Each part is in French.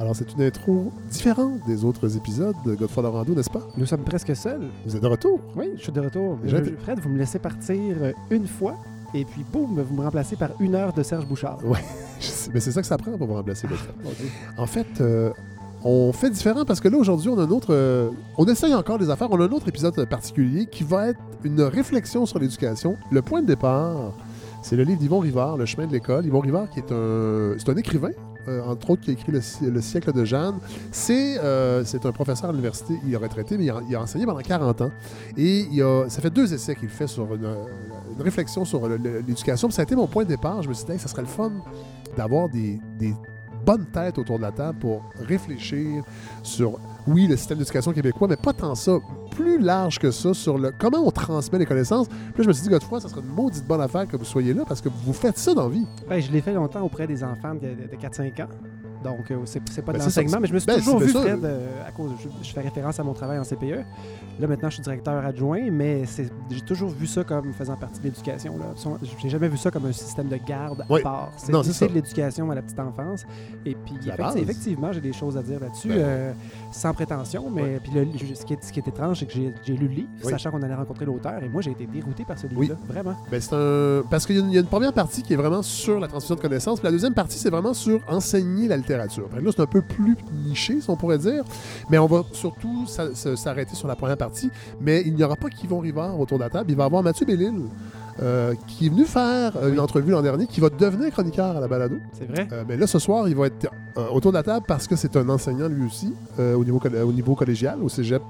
Alors, c'est une intro différente des autres épisodes de Godefroy Lorando, n'est-ce pas? Nous sommes presque seuls. Vous êtes de retour? Oui, je suis de retour. Déjà, Fred, vous me laissez partir une fois, et puis boum, vous me remplacez par 1 heure de Serge Bouchard. Ouais, mais c'est ça que ça prend pour vous remplacer, Godefroy. Mon Dieu. En fait, on fait différent parce que là, aujourd'hui, on a un autre... on essaye encore des affaires. On a un autre épisode particulier qui va être une réflexion sur l'éducation. Le point de départ, c'est le livre d'Yvon Rivard, Le chemin de l'école. Yvon Rivard, qui est un écrivain, entre autres, qui a écrit le siècle de Jeanne. C'est un professeur à l'université. Il a retraité, mais il a enseigné pendant 40 ans. Et ça fait 2 essais qu'il fait sur une réflexion sur l'éducation. Puis ça a été mon point de départ. Je me suis dit, hey, ça serait le fun d'avoir des bonnes têtes autour de la table pour réfléchir sur, oui, le système d'éducation québécois, mais pas tant ça, plus large que ça, sur comment on transmet les connaissances. Puis là, je me suis dit, Godefroy, ça serait une maudite bonne affaire que vous soyez là parce que vous faites ça dans la vie. Ben, je l'ai fait longtemps auprès des enfants de 4-5 ans. Donc, c'est pas de Ben, l'enseignement, mais je me suis toujours c'est vu, ça. Fred, à cause, je fais référence à mon travail en CPE. Là, maintenant, je suis directeur adjoint, mais j'ai toujours vu ça comme faisant partie de l'éducation. J'ai jamais vu ça comme un système de garde à part. C'est ça. de l'éducation à la petite enfance. Et puis, effectivement, j'ai des choses à dire là-dessus, sans prétention. Mais puis ce qui est étrange, c'est que j'ai lu le livre, sachant qu'on allait rencontrer l'auteur, et moi, j'ai été dérouté par ce livre-là, vraiment. Ben, parce qu'il y a une première partie qui est vraiment sur la transmission de connaissances, puis la deuxième partie, c'est vraiment sur enseigner la littérature. Là, c'est un peu plus niché, si on pourrait dire, mais on va surtout s'arrêter sur la première partie. Mais il n'y aura pas qu'Yvon Rivard autour de la table. Il va y avoir Mathieu Bellil, qui est venu faire une entrevue l'an dernier, qui va devenir chroniqueur à la balado. C'est vrai. Mais là, ce soir, il va être autour de la table parce que c'est un enseignant lui aussi, au niveau collégial, au cégep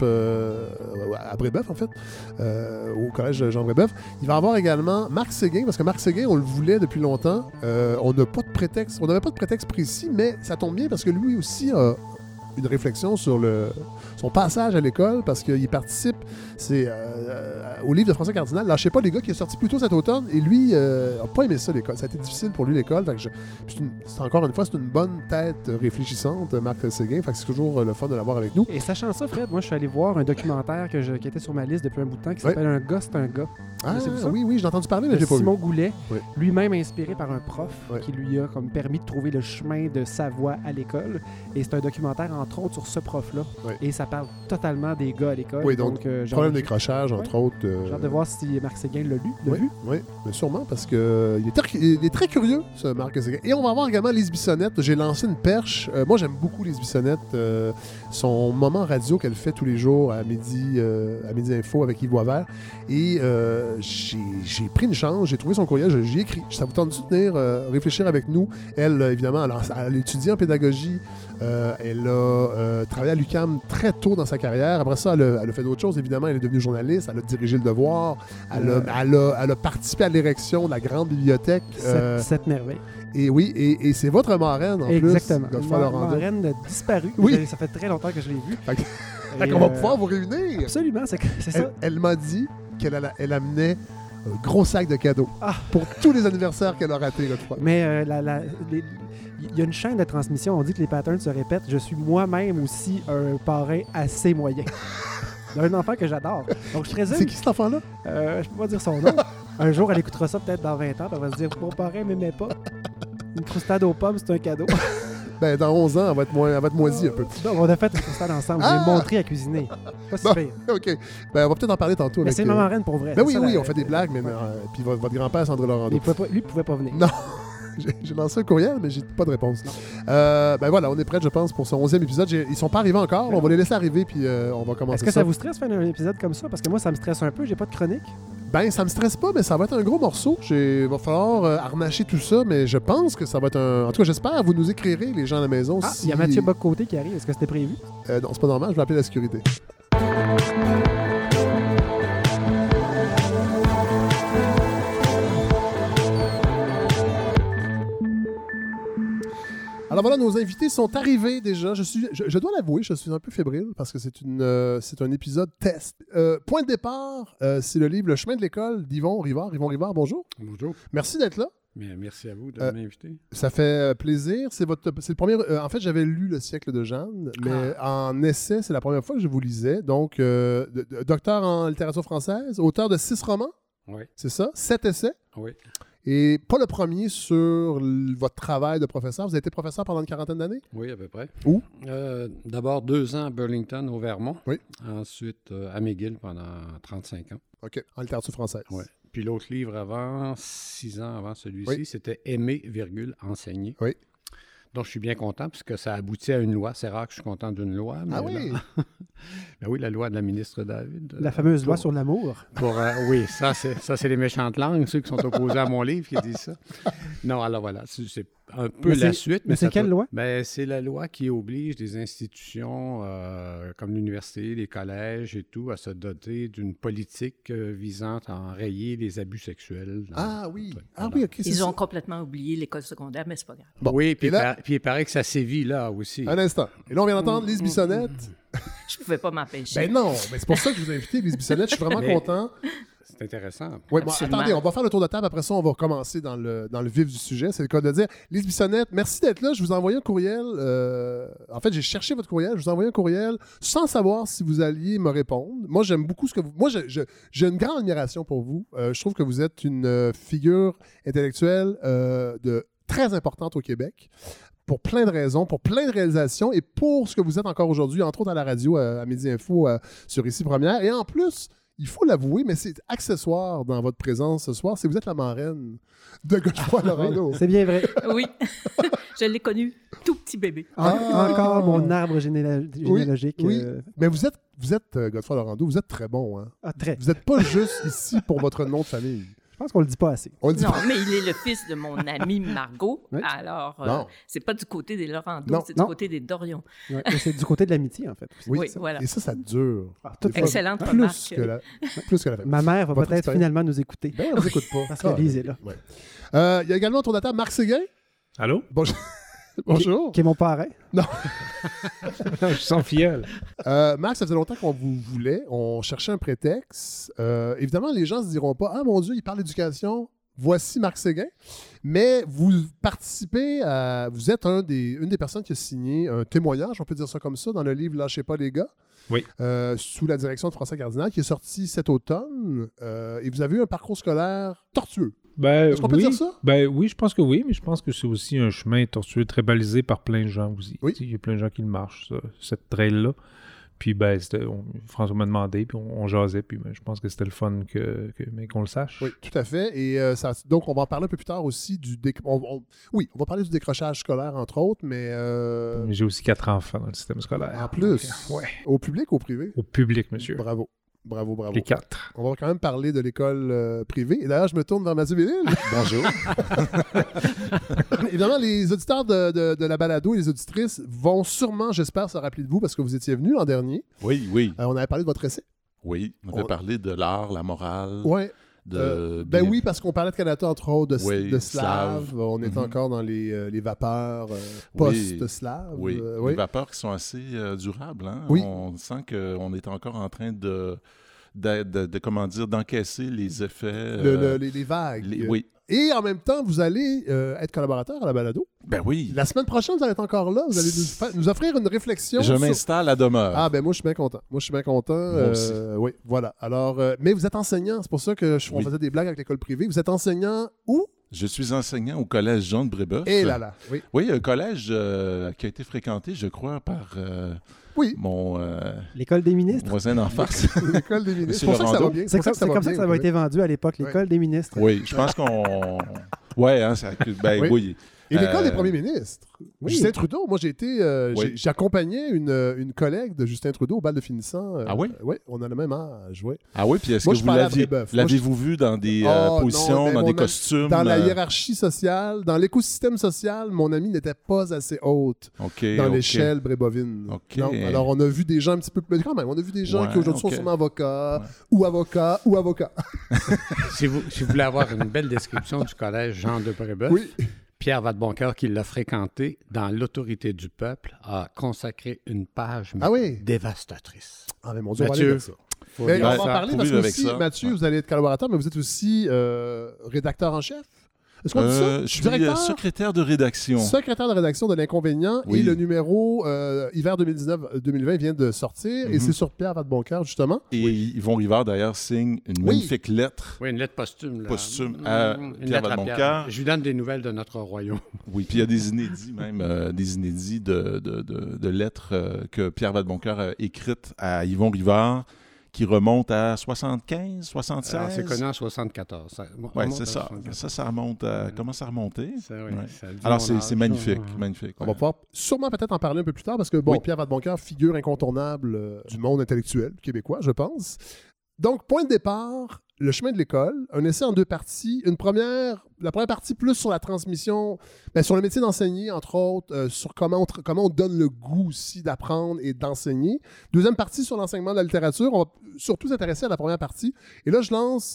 à Brébeuf, en fait, au collège Jean Brébeuf. Il va y avoir également Marc Séguin, parce que Marc Séguin, on le voulait depuis longtemps. On n'avait pas de prétexte précis, mais ça tombe bien parce que lui aussi a une réflexion sur son passage à l'école, parce qu'il participe au livre de François Cardinal, Lâchez pas les gars, qui est sorti plus tôt cet automne, et lui n'a pas aimé ça, l'école. Ça a été difficile pour lui, l'école. Encore une fois, c'est une bonne tête réfléchissante, Marc Séguin. C'est toujours le fun de l'avoir avec nous. Et sachant ça, Fred, moi, je suis allé voir un documentaire qui était sur ma liste depuis un bout de temps, qui s'appelle Un gars, c'est un gars. Ah, oui, j'ai entendu parler, mais je l'ai pas vu. Simon Goulet, lui-même inspiré par un prof qui lui a comme permis de trouver le chemin de sa voie à l'école. Et c'est un documentaire, entre autres, sur ce prof-là. Et ça parle totalement des gars à l'école. Oui, donc problème décrochage, entre autres. J'ai hâte de voir si Marc Séguin l'a vu. Oui, mais sûrement, parce qu'il est très curieux, ce Marc Séguin. Et on va voir également Lise Bissonnette. J'ai lancé une perche. Moi, j'aime beaucoup Lise Bissonnette. Son moment radio qu'elle fait tous les jours à midi info avec Yves Boisvert. Et j'ai pris une chance, j'ai trouvé son courriel, j'y ai écrit. Ça vous tente de venir réfléchir avec nous? Elle, évidemment, elle a étudié en pédagogie. Elle a travaillé à l'UQAM très tôt dans sa carrière. Après ça, elle a fait d'autres choses. Évidemment, elle est devenue journaliste. Elle a dirigé Le Devoir. Elle a participé à l'érection de la grande bibliothèque. Cette merveille. Et oui, et c'est votre marraine, en Exactement. plus. Exactement. Ma marraine a disparu. Oui. Ça fait très longtemps que je l'ai vue. On va pouvoir vous réunir. Absolument, c'est ça. Elle m'a dit qu'elle amenait un gros sac de cadeaux pour tous les anniversaires qu'elle a ratés, Godefroy. Mais il y a une chaîne de transmission. On dit que les patterns se répètent. Je suis moi-même aussi un parrain assez moyen. D'un enfant que j'adore. Donc, je présume... C'est qui cet enfant-là? Je peux pas dire son nom. Un jour, elle écoutera ça peut-être dans 20 ans. Elle va se dire, mon parrain m'aimait pas. Une croustade aux pommes, c'est un cadeau. Ben, dans 11 ans, elle va être moisie un peu. Donc, on a fait une croustade ensemble. Je lui ai montré à cuisiner. Pas si pire. OK. Ben, on va peut-être en parler tantôt. Mais c'est ma marraine pour vrai. Ben oui, on fait des blagues, mais puis votre grand-père, Sandra Laurando. Lui, pouvait pas venir. Non. J'ai lancé un courriel, mais j'ai pas de réponse. Ben voilà, on est prêts, je pense, pour son 11e épisode. Ils sont pas arrivés encore. On va les laisser arriver, puis on va commencer. Est-ce que ça vous stresse faire un épisode comme ça? Parce que moi, ça me stresse un peu. J'ai pas de chronique. Ben, ça me stresse pas, mais ça va être un gros morceau. Il va falloir harnacher tout ça, mais je pense que ça va être un... En tout cas, j'espère. Vous nous écrirez, les gens à la maison. Il y a Mathieu Bock-Côté qui arrive. Est-ce que c'était prévu? Non, c'est pas normal. Je vais appeler la sécurité. Alors voilà, nos invités sont arrivés déjà. Je dois l'avouer, je suis un peu fébrile parce que c'est un épisode test. Point de départ, c'est le livre Le chemin de l'école d'Yvon Rivard. Yvon Rivard, bonjour. Bonjour. Merci d'être là. Bien, merci à vous de m'inviter. Ça fait plaisir. C'est le premier... en fait, j'avais lu Le siècle de Jeanne, mais en essai, c'est la première fois que je vous lisais. Donc, docteur en littérature française, auteur de 6 romans. Oui. C'est ça? 7 essais. Oui. Et pas le premier sur votre travail de professeur. Vous avez été professeur pendant une quarantaine d'années? Oui, à peu près. Où? D'abord 2 ans à Burlington, au Vermont. Oui. Ensuite à McGill pendant 35 ans. OK, en littérature française. Oui. Puis l'autre livre avant, 6 ans avant celui-ci, c'était « Aimer, enseigner ». Oui. Donc, je suis bien content puisque ça aboutit à une loi. C'est rare que je suis content d'une loi. Mais oui? Ben oui, la loi de la ministre David. La fameuse loi sur l'amour. Oui, ça, c'est les méchantes langues, ceux qui sont opposés à mon livre qui disent ça. Non, alors voilà, c'est un peu la suite. Mais c'est quelle loi? Ben, c'est la loi qui oblige des institutions comme l'université, les collèges et tout à se doter d'une politique visant à enrayer les abus sexuels. Oui, OK. Ils ont complètement oublié l'école secondaire, mais c'est pas grave. Bon, oui, puis il paraît que ça sévit là aussi. Un instant. Et là, on vient d'entendre Lise Bissonnette. Je pouvais pas m'empêcher. Ben non, mais c'est pour ça que je vous ai invité, Lise Bissonnette. Je suis vraiment content. C'est intéressant. Oui, bon, attendez, on va faire le tour de table. Après ça, on va recommencer dans le vif du sujet. C'est le cas de dire. Lise Bissonnette, merci d'être là. Je vous ai envoyé un courriel. En fait, j'ai cherché votre courriel. Je vous ai envoyé un courriel sans savoir si vous alliez me répondre. Moi, j'aime beaucoup ce que vous... Moi, j'ai une grande admiration pour vous. Je trouve que vous êtes une figure intellectuelle très importante au Québec. Pour plein de raisons, pour plein de réalisations et pour ce que vous êtes encore aujourd'hui, entre autres à la radio, à Midi Info, sur Ici Première. Et en plus, il faut l'avouer, mais c'est accessoire dans votre présence ce soir, c'est que vous êtes la marraine de Godefroy Lorando. C'est bien vrai. Oui, je l'ai connu tout petit bébé. Encore mon arbre généalogique. Oui. Mais vous êtes Godefroy Lorando, vous êtes très bon. Hein? Très. Vous n'êtes pas juste ici pour votre nom de famille. Je pense qu'on le dit pas assez. Non, mais il est le fils de mon amie Margot. Oui. Alors, c'est pas du côté des Lorando, c'est du côté des Dorion. Oui, c'est du côté de l'amitié, en fait. Oui, voilà. Et ça dure. Excellente plus que la fin. Ma mère va peut-être finalement nous écouter. Ben, on nous écoute pas. Parce que Lise est là. Ouais. Il y a également autour de la table Marc Séguin. Allô? Bonjour. Bonjour. Qui est mon parrain. Non. Non, je suis son filleul. Marc, ça faisait longtemps qu'on vous voulait. On cherchait un prétexte. Évidemment, les gens ne se diront pas « Ah, mon Dieu, il parle d'éducation. Voici Marc Séguin. » Mais vous participez à... Vous êtes une des personnes qui a signé un témoignage, on peut dire ça comme ça, dans le livre « Lâchez pas les gars ». Oui. Sous la direction de François Cardinal, qui est sorti cet automne. Et vous avez eu un parcours scolaire tortueux. Est-ce qu'on peut dire ça? Oui, je pense que oui, mais je pense que c'est aussi un chemin tortueux, très balisé par plein de gens aussi. Oui. Il y a plein de gens qui le marchent, cette trail-là. Puis François m'a demandé, puis on jasait, puis je pense que c'était le fun mais qu'on le sache. Oui, tout à fait. Et donc, on va en parler un peu plus tard aussi on va parler du décrochage scolaire, entre autres, mais... J'ai aussi 4 enfants dans le système scolaire. En plus? Ouais. Au public ou au privé? Au public, monsieur. Bravo. Bravo. Les 4. On va quand même parler de l'école privée. Et d'ailleurs, je me tourne vers Mathieu Bellil. Bonjour. Évidemment, les auditeurs de la balado et les auditrices vont sûrement, j'espère, se rappeler de vous parce que vous étiez venu l'an dernier. Oui. On avait parlé de votre essai. Oui, on avait parlé de l'art, la morale. Oui. Oui, parce qu'on parlait de Canada, entre autres, de slave. On est encore dans les vapeurs post-slaves. Oui, les vapeurs qui sont assez durables. Hein? Oui. On sent qu'on est encore en train d'encaisser les effets. Les vagues. Oui. Et en même temps, vous allez être collaborateur à la balado. Ben oui. La semaine prochaine, vous allez être encore là. Vous allez nous offrir une réflexion. Je m'installe à demeure. Ah, moi, je suis bien content. Moi aussi. Oui, voilà. Alors, mais vous êtes enseignant. C'est pour ça qu'on faisait des blagues avec l'école privée. Vous êtes enseignant où? Je suis enseignant au collège Jean de Brébeuf. Et là. Oui. Oui, un collège qui a été fréquenté, je crois, par mon... L'école des ministres. Voisin d'en face. L'école des ministres. C'est pour ça que ça va bien. C'est comme ça que ça va été vendu à l'époque, l'école des ministres. Oui, je pense qu'on... Ouais, hein, oui. Et l'école des premiers ministres. Oui. Justin Trudeau. Moi, j'ai accompagné une collègue de Justin Trudeau au bal de finissant. Ah oui? Oui, on a le même âge, oui. Ah oui, puis est-ce que vous l'avez-vous vu dans des positions, dans des costumes? Dans la hiérarchie sociale, dans l'écosystème social, mon ami n'était pas assez haute dans l'échelle brébovine. Non, alors, on a vu des gens un petit peu... Mais quand même, on a vu des gens qui aujourd'hui sont sûrement avocats ou avocats. Si vous voulez avoir une belle description du collège Jean de Brébeuf, oui. Pierre Vadeboncoeur, qui l'a fréquenté dans l'autorité du peuple, a consacré une page dévastatrice. Ah, mais mon Dieu, Mathieu, on va en parler parce que aussi, Mathieu, vous allez être collaborateur, mais vous êtes aussi rédacteur en chef. Est-ce qu'on dit ça? Je suis secrétaire de rédaction. Secrétaire de rédaction de l'Inconvénient. Oui. Et le numéro hiver 2019-2020 vient de sortir. Et c'est sur Pierre Vadeboncoeur, justement. Et Yvon Rivard, d'ailleurs, signe une magnifique lettre. Oui, une lettre posthume. Là. Posthume à Pierre Vadeboncoeur. Je lui donne des nouvelles de notre royaume. Oui, puis il y a des inédits même, des inédits de lettres que Pierre Vadeboncoeur a écrites à Yvon Rivard, qui remonte à 75, 76. Alors, c'est connu en 74. Oui, c'est ça. Ça remonte à... Comment ça remontait? Ouais. Alors, c'est magnifique, magnifique. On va pouvoir sûrement peut-être en parler un peu plus tard, parce que, Pierre Vadeboncoeur, figure incontournable du monde intellectuel québécois, je pense. Donc, point de départ, le chemin de l'école, un essai en 2 parties. La première partie plus sur la transmission, sur le métier d'enseigner, entre autres, sur comment on donne le goût aussi d'apprendre et d'enseigner. Deuxième partie sur l'enseignement de la littérature. On va surtout s'intéresser à la première partie. Et là, je lance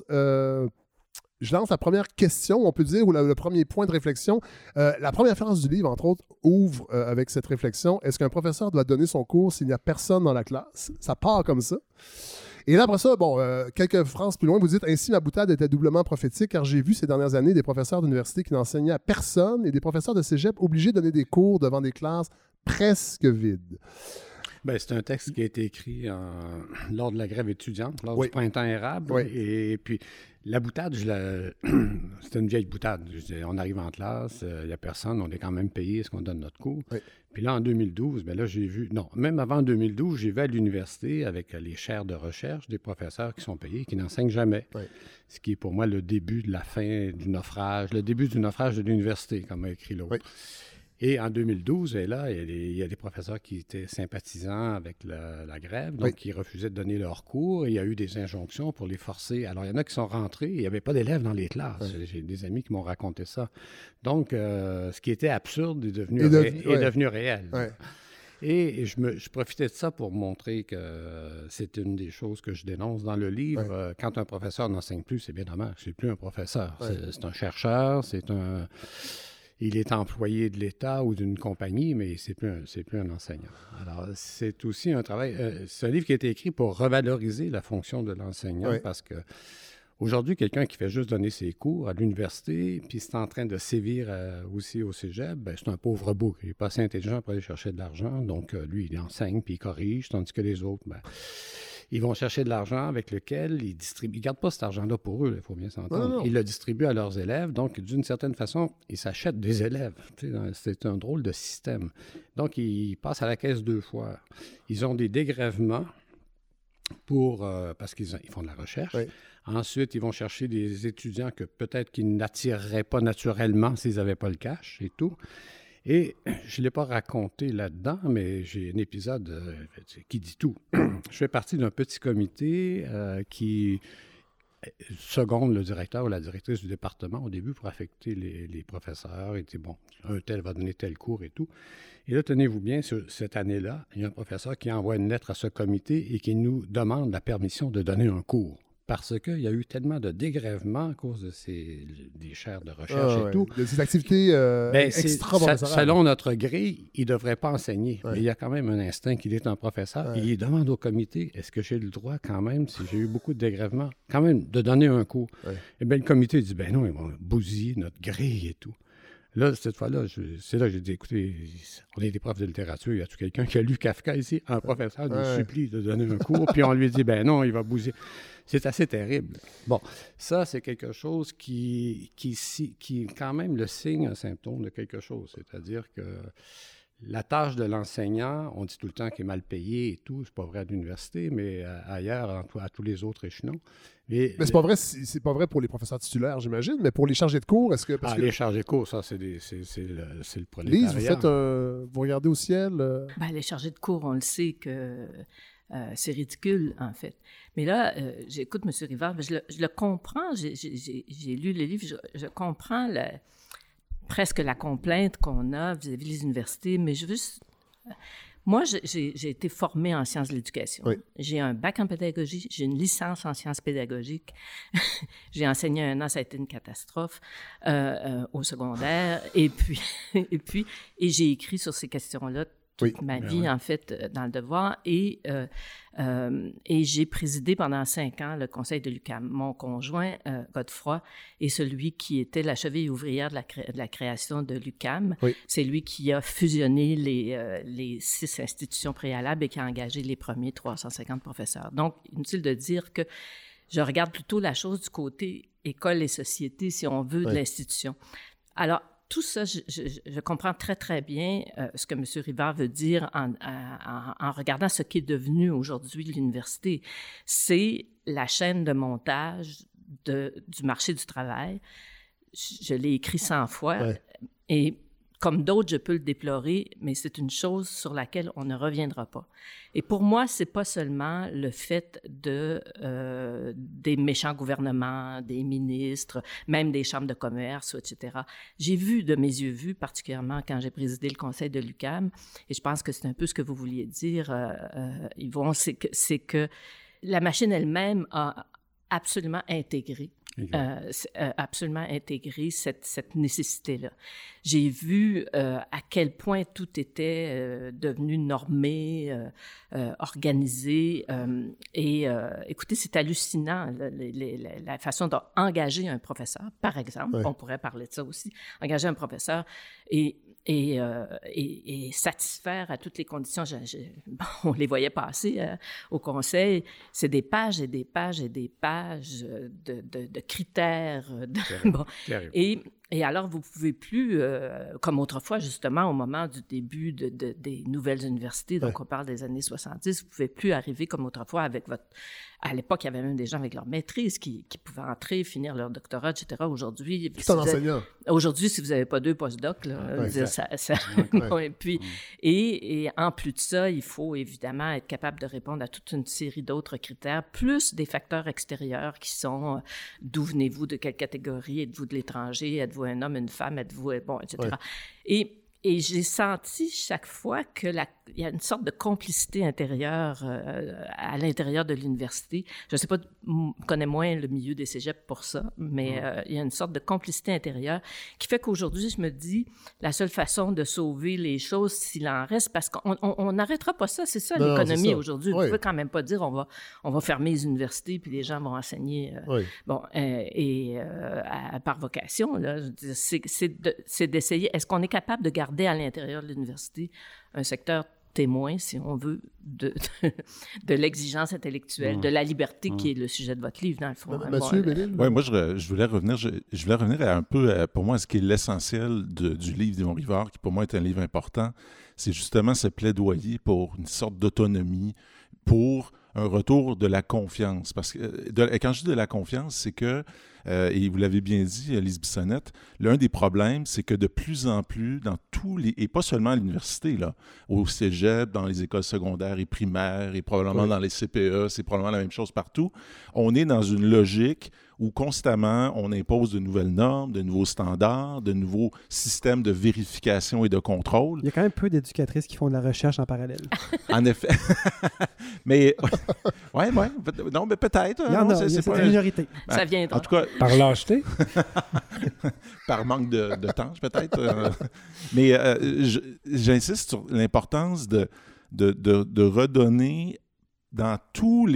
la première question, on peut dire, ou le premier point de réflexion. La première phrase du livre, entre autres, ouvre avec cette réflexion. Est-ce qu'un professeur doit donner son cours s'il n'y a personne dans la classe? Ça part comme ça. Et là, après ça, quelques phrases plus loin, vous dites « Ainsi, ma boutade était doublement prophétique, car j'ai vu ces dernières années des professeurs d'université qui n'enseignaient à personne et des professeurs de cégep obligés de donner des cours devant des classes presque vides. » C'est un texte qui a été écrit lors de la grève étudiante, lors du printemps érable. Oui. Et puis, la boutade, c'était une vieille boutade. Je disais, on arrive en classe, il n'y a personne, on est quand même payé, est-ce qu'on donne notre cours? Oui. Puis là, en 2012, là, j'ai vu... Non, même avant 2012, j'ai vu à l'université, avec les chaires de recherche, des professeurs qui sont payés et qui n'enseignent jamais. Oui. Ce qui est pour moi le début de la fin du naufrage, le début du naufrage de l'université, comme a écrit l'autre. Oui. Et en 2012, là, il y a des professeurs qui étaient sympathisants avec la grève, donc qui refusaient de donner leur cours. Et il y a eu des injonctions pour les forcer. Alors, il y en a qui sont rentrés, il n'y avait pas d'élèves dans les classes. Oui. J'ai des amis qui m'ont raconté ça. Donc, ce qui était absurde est devenu réel. Oui. Et je profitais de ça pour montrer que c'est une des choses que je dénonce dans le livre. Quand un professeur n'enseigne plus, c'est bien dommage. C'est plus un professeur. C'est un chercheur, il est employé de l'État ou d'une compagnie, mais c'est plus un enseignant. Alors, c'est aussi un travail... c'est un livre qui a été écrit pour revaloriser la fonction de l'enseignant, parce que aujourd'hui, quelqu'un qui fait juste donner ses cours à l'université, puis c'est en train de sévir aussi au cégep, c'est un pauvre bouc. Il n'est pas assez intelligent pour aller chercher de l'argent, donc lui, il enseigne, puis il corrige, tandis que les autres, ils vont chercher de l'argent avec lequel ils distribuent. Ils ne gardent pas cet argent-là pour eux, il faut bien s'entendre. Ils le distribuent à leurs élèves. Donc, d'une certaine façon, ils s'achètent des élèves. C'est un drôle de système. Donc, ils passent à la caisse 2 fois. Ils ont des dégrèvements parce qu'ils font de la recherche. Oui. Ensuite, ils vont chercher des étudiants que peut-être qu'ils n'attireraient pas naturellement s'ils n'avaient pas le cash et tout. Et je ne l'ai pas raconté là-dedans, mais j'ai un épisode qui dit tout. Je fais partie d'un petit comité qui seconde le directeur ou la directrice du département au début pour affecter les professeurs. Et dit, un tel va donner tel cours et tout. Et là, tenez-vous bien, cette année-là, il y a un professeur qui envoie une lettre à ce comité et qui nous demande la permission de donner un cours. Parce qu'il y a eu tellement de dégrèvements à cause de des chaires de recherche et tout. De ces activités extra-professorales. Selon notre grille, il ne devrait pas enseigner. Mais il y a quand même un instinct qu'il est un professeur. Et il demande au comité, est-ce que j'ai le droit quand même, si j'ai eu beaucoup de dégrèvements, quand même de donner un cours? Et bien le comité dit, non, ils vont bousiller notre grille et tout. Là, cette fois-là, c'est là que j'ai dit, écoutez, on est des profs de littérature, y a-t-il quelqu'un qui a lu Kafka ici? Un professeur nous supplie de donner un cours, puis on lui dit, non, il va bousiller. C'est assez terrible. Bon, ça, c'est quelque chose qui est quand même le signe, un symptôme de quelque chose. C'est-à-dire que la tâche de l'enseignant, on dit tout le temps qu'il est mal payé et tout, c'est pas vrai à l'université, mais ailleurs, à tous les autres échelons. Mais c'est pas vrai pour les professeurs titulaires, j'imagine, mais pour les chargés de cours, est-ce que... les chargés de cours, ça, c'est le prolétariat. Lise, vous regardez au ciel? Les chargés de cours, on le sait que c'est ridicule, en fait. Mais là, j'écoute M. Rivard, je le comprends, j'ai lu le livre, je comprends presque la complainte qu'on a vis-à-vis des universités, mais moi, j'ai été formée en sciences de l'éducation. Oui. J'ai un bac en pédagogie, j'ai une licence en sciences pédagogiques. J'ai enseigné 1 an, ça a été une catastrophe au secondaire. Et j'ai écrit sur ces questions-là toute ma vie, en fait, dans le devoir. Et j'ai présidé pendant 5 ans le conseil de l'UQAM. Mon conjoint, Godefroy, est celui qui était la cheville ouvrière de la création de l'UQAM. Oui. C'est lui qui a fusionné les 6 institutions préalables et qui a engagé les premiers 350 professeurs. Donc, inutile de dire que je regarde plutôt la chose du côté école et société, si on veut, de l'institution. Alors, tout ça, je comprends très, très bien ce que M. Rivard veut dire en regardant ce qui est devenu aujourd'hui l'université. C'est la chaîne de montage du marché du travail. Je l'ai écrit 100 fois et comme d'autres, je peux le déplorer, mais c'est une chose sur laquelle on ne reviendra pas. Et pour moi, c'est pas seulement le fait des méchants gouvernements, des ministres, même des chambres de commerce, etc. J'ai vu de mes yeux vus, particulièrement quand j'ai présidé le conseil de l'UQAM, et je pense que c'est un peu ce que vous vouliez dire, Yvon, c'est que la machine elle-même a absolument intégré cette nécessité-là. J'ai vu à quel point tout était devenu normé, organisé. Écoutez, c'est hallucinant, la façon d'engager un professeur, par exemple. On pourrait parler de ça aussi. Engager un professeur et satisfaire à toutes les conditions. On les voyait passer au conseil. C'est des pages et des pages et des pages de critères. Et alors, vous ne pouvez plus, comme autrefois, justement, au moment du début des nouvelles universités, donc on parle des années 70, vous ne pouvez plus arriver comme autrefois avec votre... À l'époque, il y avait même des gens avec leur maîtrise qui pouvaient entrer, finir leur doctorat, etc. Aujourd'hui... Tout en enseignant. Aujourd'hui, si vous n'avez pas 2 postdocs, là, et en plus de ça, il faut évidemment être capable de répondre à toute une série d'autres critères, plus des facteurs extérieurs qui sont d'où venez-vous, de quelle catégorie, êtes-vous de l'étranger, êtes-vous un homme, une femme, êtes-vous... Bon, etc. Et j'ai senti chaque fois qu'il y a une sorte de complicité intérieure à l'intérieur de l'université. Je ne sais pas, je connais moins le milieu des cégeps pour ça, mais il y a une sorte de complicité intérieure qui fait qu'aujourd'hui, je me dis, la seule façon de sauver les choses, s'il en reste, parce qu'on n'arrêtera pas ça, c'est ça l'économie aujourd'hui. Vous ne pouvez quand même pas dire on va fermer les universités puis les gens vont enseigner. Par vocation, là, c'est d'essayer, est-ce qu'on est capable de garder à l'intérieur de l'université un secteur témoin, si on veut, de l'exigence intellectuelle, de la liberté qui est le sujet de votre livre, dans le fond. Mathieu, Béline? Oui, moi, je voulais revenir à un peu, pour moi, à ce qui est l'essentiel du livre d'Yvon Rivard, qui pour moi est un livre important. C'est justement ce plaidoyer pour une sorte d'autonomie, pour un retour de la confiance. Parce que quand je dis de la confiance, c'est que, et vous l'avez bien dit, Lise Bissonnette, l'un des problèmes, c'est que de plus en plus, dans tous les... Et pas seulement à l'université, là, au cégep, dans les écoles secondaires et primaires, et probablement dans les CPE, c'est probablement la même chose partout, on est dans une logique où constamment, on impose de nouvelles normes, de nouveaux standards, de nouveaux systèmes de vérification et de contrôle. Il y a quand même peu d'éducatrices qui font de la recherche en parallèle. En effet. Mais, non, mais peut-être. Il y en a, c'est pas une minorité. Ça viendra. En tout cas, par lâcheté? Par manque de temps, peut-être. Mais j'insiste sur l'importance de redonner à tous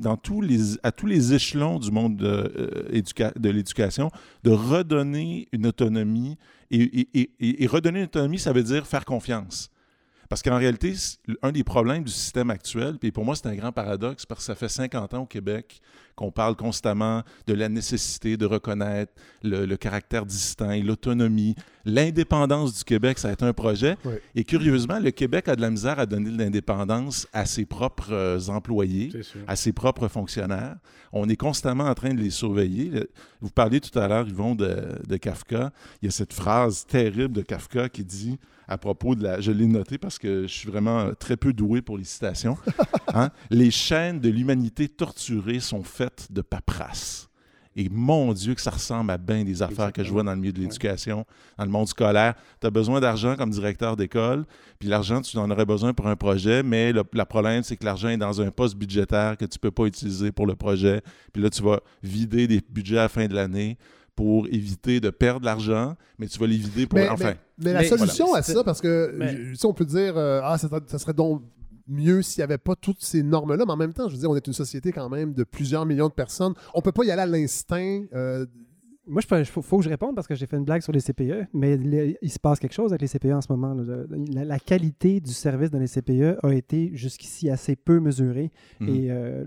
les échelons du monde de l'éducation, de redonner une autonomie. Et redonner une autonomie, ça veut dire faire confiance. Parce qu'en réalité, un des problèmes du système actuel, puis pour moi, c'est un grand paradoxe, parce que ça fait 50 ans au Québec qu'on parle constamment de la nécessité de reconnaître le caractère distinct et l'autonomie. L'indépendance du Québec, ça a été un projet. Oui. Et curieusement, le Québec a de la misère à donner de l'indépendance à ses propres employés, à ses propres fonctionnaires. On est constamment en train de les surveiller. Vous parliez tout à l'heure, Yvon, de Kafka. Il y a cette phrase terrible de Kafka qui dit, à propos de je l'ai noté parce que je suis vraiment très peu doué pour les citations, hein? Les chaînes de l'humanité torturée sont faites de paperasse. Et mon Dieu, que ça ressemble à bien des affaires que je vois dans le milieu de l'éducation, dans le monde scolaire. Tu as besoin d'argent comme directeur d'école, puis l'argent, tu en aurais besoin pour un projet, mais le problème, c'est que l'argent est dans un poste budgétaire que tu ne peux pas utiliser pour le projet. Puis là, tu vas vider des budgets à la fin de l'année pour éviter de perdre de l'argent, mais tu vas l'éviter pour... Mais la solution à ça, parce que on peut dire ça serait donc mieux s'il n'y avait pas toutes ces normes-là, mais en même temps, je veux dire, on est une société quand même de plusieurs millions de personnes. On ne peut pas y aller à l'instinct. Moi, il faut que je réponde parce que j'ai fait une blague sur les CPE, mais il se passe quelque chose avec les CPE en ce moment. La qualité du service dans les CPE a été jusqu'ici assez peu mesurée et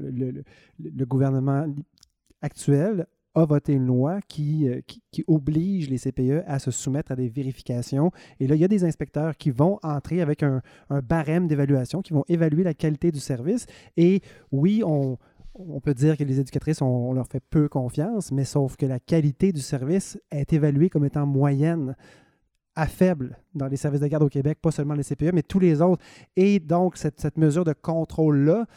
le gouvernement actuel a voté une loi qui oblige les CPE à se soumettre à des vérifications. Et là, il y a des inspecteurs qui vont entrer avec un barème d'évaluation, qui vont évaluer la qualité du service. Et oui, on peut dire que les éducatrices, on leur fait peu confiance, mais sauf que la qualité du service est évaluée comme étant moyenne à faible dans les services de garde au Québec, pas seulement les CPE, mais tous les autres. Et donc, cette mesure de contrôle-là,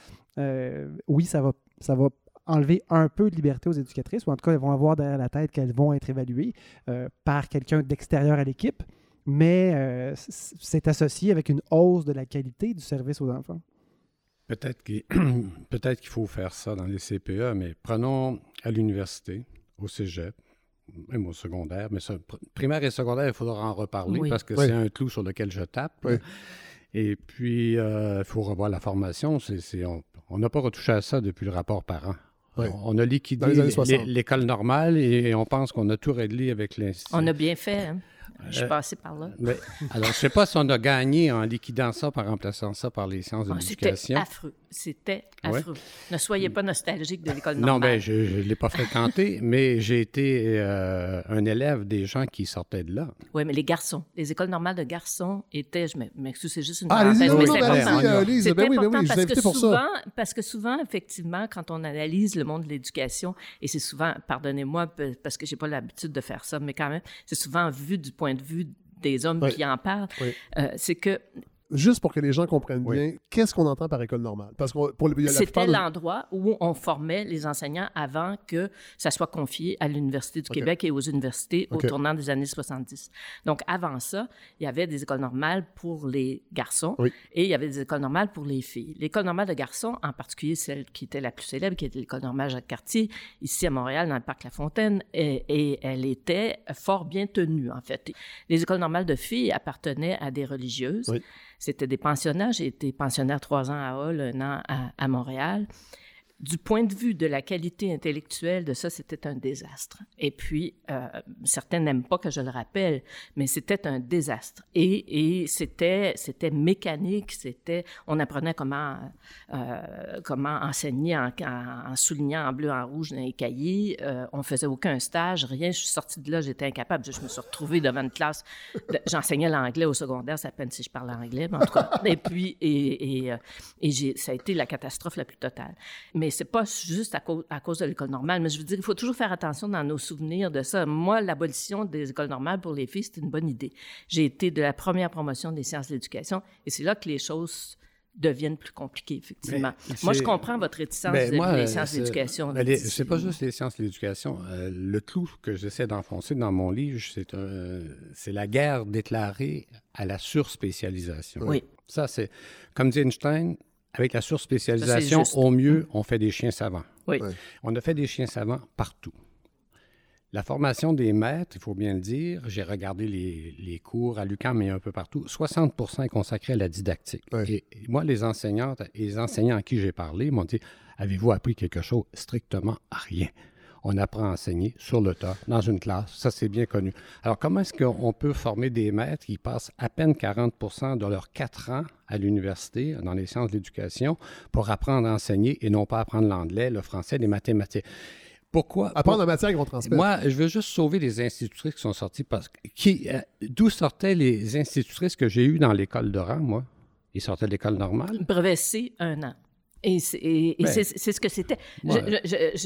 oui, ça va enlever un peu de liberté aux éducatrices, ou en tout cas, elles vont avoir derrière la tête qu'elles vont être évaluées par quelqu'un d'extérieur à l'équipe, mais c'est associé avec une hausse de la qualité du service aux enfants. Peut-être qu'il faut faire ça dans les CPE, mais prenons à l'université, au cégep, même au secondaire, mais ça, primaire et secondaire, il faudra en reparler parce que c'est un clou sur lequel je tape. Oui. Et puis, il faut revoir la formation. On n'a pas retouché à ça depuis le rapport parent. Oui. On a liquidé l'école normale et on pense qu'on a tout réglé avec l'institut. On a bien fait, hein? Je suis passé par là. Alors, je ne sais pas si on a gagné en liquidant ça, par remplaçant ça par les sciences de l'éducation. C'était affreux. Ne soyez pas nostalgique de l'école normale. Non, je ne l'ai pas fréquenté, mais j'ai été un élève des gens qui sortaient de là. Oui, mais les garçons, les écoles normales de garçons étaient, je m'excuse, c'est juste une parenthèse, mais c'est important. C'est important parce que souvent, effectivement, quand on analyse le monde de l'éducation, et c'est souvent, pardonnez-moi, parce que je n'ai pas l'habitude de faire ça, mais quand même, c'est souvent vu du point de vue des hommes qui en parlent, c'est que... Juste pour que les gens comprennent bien, qu'est-ce qu'on entend par école normale? Parce que c'était l'endroit où on formait les enseignants avant que ça soit confié à l'Université du Québec et aux universités au tournant des années 70. Donc, avant ça, il y avait des écoles normales pour les garçons et il y avait des écoles normales pour les filles. L'école normale de garçons, en particulier celle qui était la plus célèbre, qui était l'école normale Jacques-Cartier, ici à Montréal, dans le parc La Fontaine, et elle était fort bien tenue, en fait. Les écoles normales de filles appartenaient à des religieuses. Oui. C'était des pensionnats. J'ai été pensionnaire 3 ans à Hull, 1 an à Montréal. Du point de vue de la qualité intellectuelle de ça, c'était un désastre. Et puis, certains n'aiment pas que je le rappelle, mais c'était un désastre. Et c'était mécanique, on apprenait comment enseigner en soulignant en bleu, en rouge dans les cahiers. On faisait aucun stage, rien. Je suis sortie de là, j'étais incapable. Je me suis retrouvée devant une classe. J'enseignais l'anglais au secondaire, c'est à peine si je parle anglais, mais en tout cas. Et puis, ça a été la catastrophe la plus totale. Mais c'est pas juste à cause de l'école normale, mais je veux dire, il faut toujours faire attention dans nos souvenirs de ça. Moi, l'abolition des écoles normales pour les filles, c'était une bonne idée. J'ai été de la première promotion des sciences de l'éducation et c'est là que les choses deviennent plus compliquées, effectivement. Moi, je comprends votre réticence vis-à-vis des sciences de l'éducation. C'est pas juste les sciences de l'éducation. Le clou que j'essaie d'enfoncer dans mon livre, c'est la guerre déclarée à la surspécialisation. Oui. Ça, c'est, comme dit Einstein, avec la surspécialisation, au mieux, on fait des chiens savants. Oui. On a fait des chiens savants partout. La formation des maîtres, il faut bien le dire, j'ai regardé les cours à l'UQAM et un peu partout, 60% est consacré à la didactique. Oui. Et moi, les enseignants à qui j'ai parlé m'ont dit « Avez-vous appris quelque chose? Strictement rien. » On apprend à enseigner sur le tas, dans une classe. Ça, c'est bien connu. Alors, comment est-ce qu'on peut former des maîtres qui passent à peine 40% de leurs 4 ans à l'université, dans les sciences de l'éducation, pour apprendre à enseigner et non pas apprendre l'anglais, le français, les mathématiques? Pourquoi? Apprendre la matière qu'ils vont transmettre. Moi, je veux juste sauver les institutrices qui sont sorties. D'où sortaient les institutrices que j'ai eues dans l'école de rang, moi? Ils sortaient de l'école normale? Brevet C, 1 an. Et c'est ce que c'était. Ouais.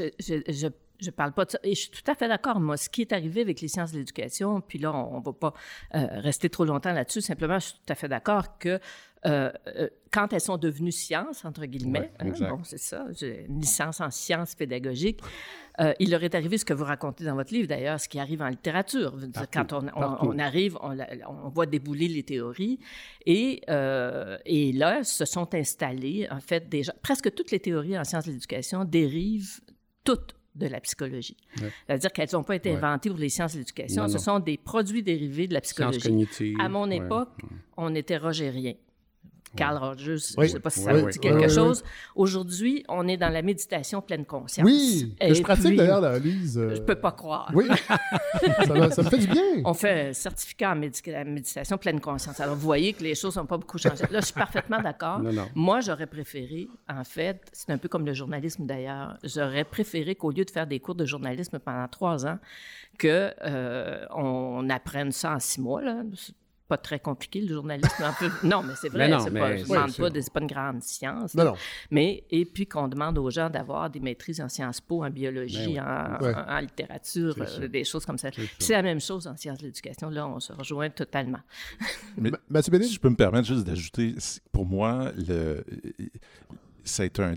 Je parle pas de ça. Et je suis tout à fait d'accord. Moi, ce qui est arrivé avec les sciences de l'éducation, puis là, on ne va pas rester trop longtemps là-dessus. Simplement, je suis tout à fait d'accord que quand elles sont devenues sciences, entre guillemets, bon, c'est ça, j'ai une licence en sciences pédagogiques, il leur est arrivé ce que vous racontez dans votre livre, d'ailleurs, ce qui arrive en littérature. Quand on arrive, on voit débouler les théories et là, se sont installées, en fait, presque toutes les théories en sciences de l'éducation dérivent toutes de la psychologie. Ouais. C'est-à-dire qu'elles n'ont pas été inventées pour les sciences de l'éducation. Ce sont des produits dérivés de la psychologie. Sciences cognitives. À mon époque, on était rogérien. Carl Rogers, je Oui. ne sais pas si ça vous dit quelque chose. Aujourd'hui, on est dans la méditation pleine conscience. Oui, que je pratique d'ailleurs, la Lise. Je ne peux pas croire. Oui, ça me fait du bien. On fait un certificat en méditation pleine conscience. Alors, vous voyez que les choses n'ont pas beaucoup changé. Là, je suis parfaitement d'accord. Non. Moi, j'aurais préféré, en fait, c'est un peu comme le journalisme d'ailleurs, j'aurais préféré qu'au lieu de faire des cours de journalisme pendant 3 ans, qu'on apprenne ça en 6 mois, là. Pas très compliqué, le journalisme. Un peu... Non, mais c'est vrai, c'est pas une grande science. Et puis qu'on demande aux gens d'avoir des maîtrises en Sciences Po, en biologie, en littérature, des choses comme ça. C'est la même chose en sciences de l'éducation. Là, on se rejoint totalement. Mais, Mathieu Bénin, je peux me permettre juste d'ajouter, pour moi, c'est un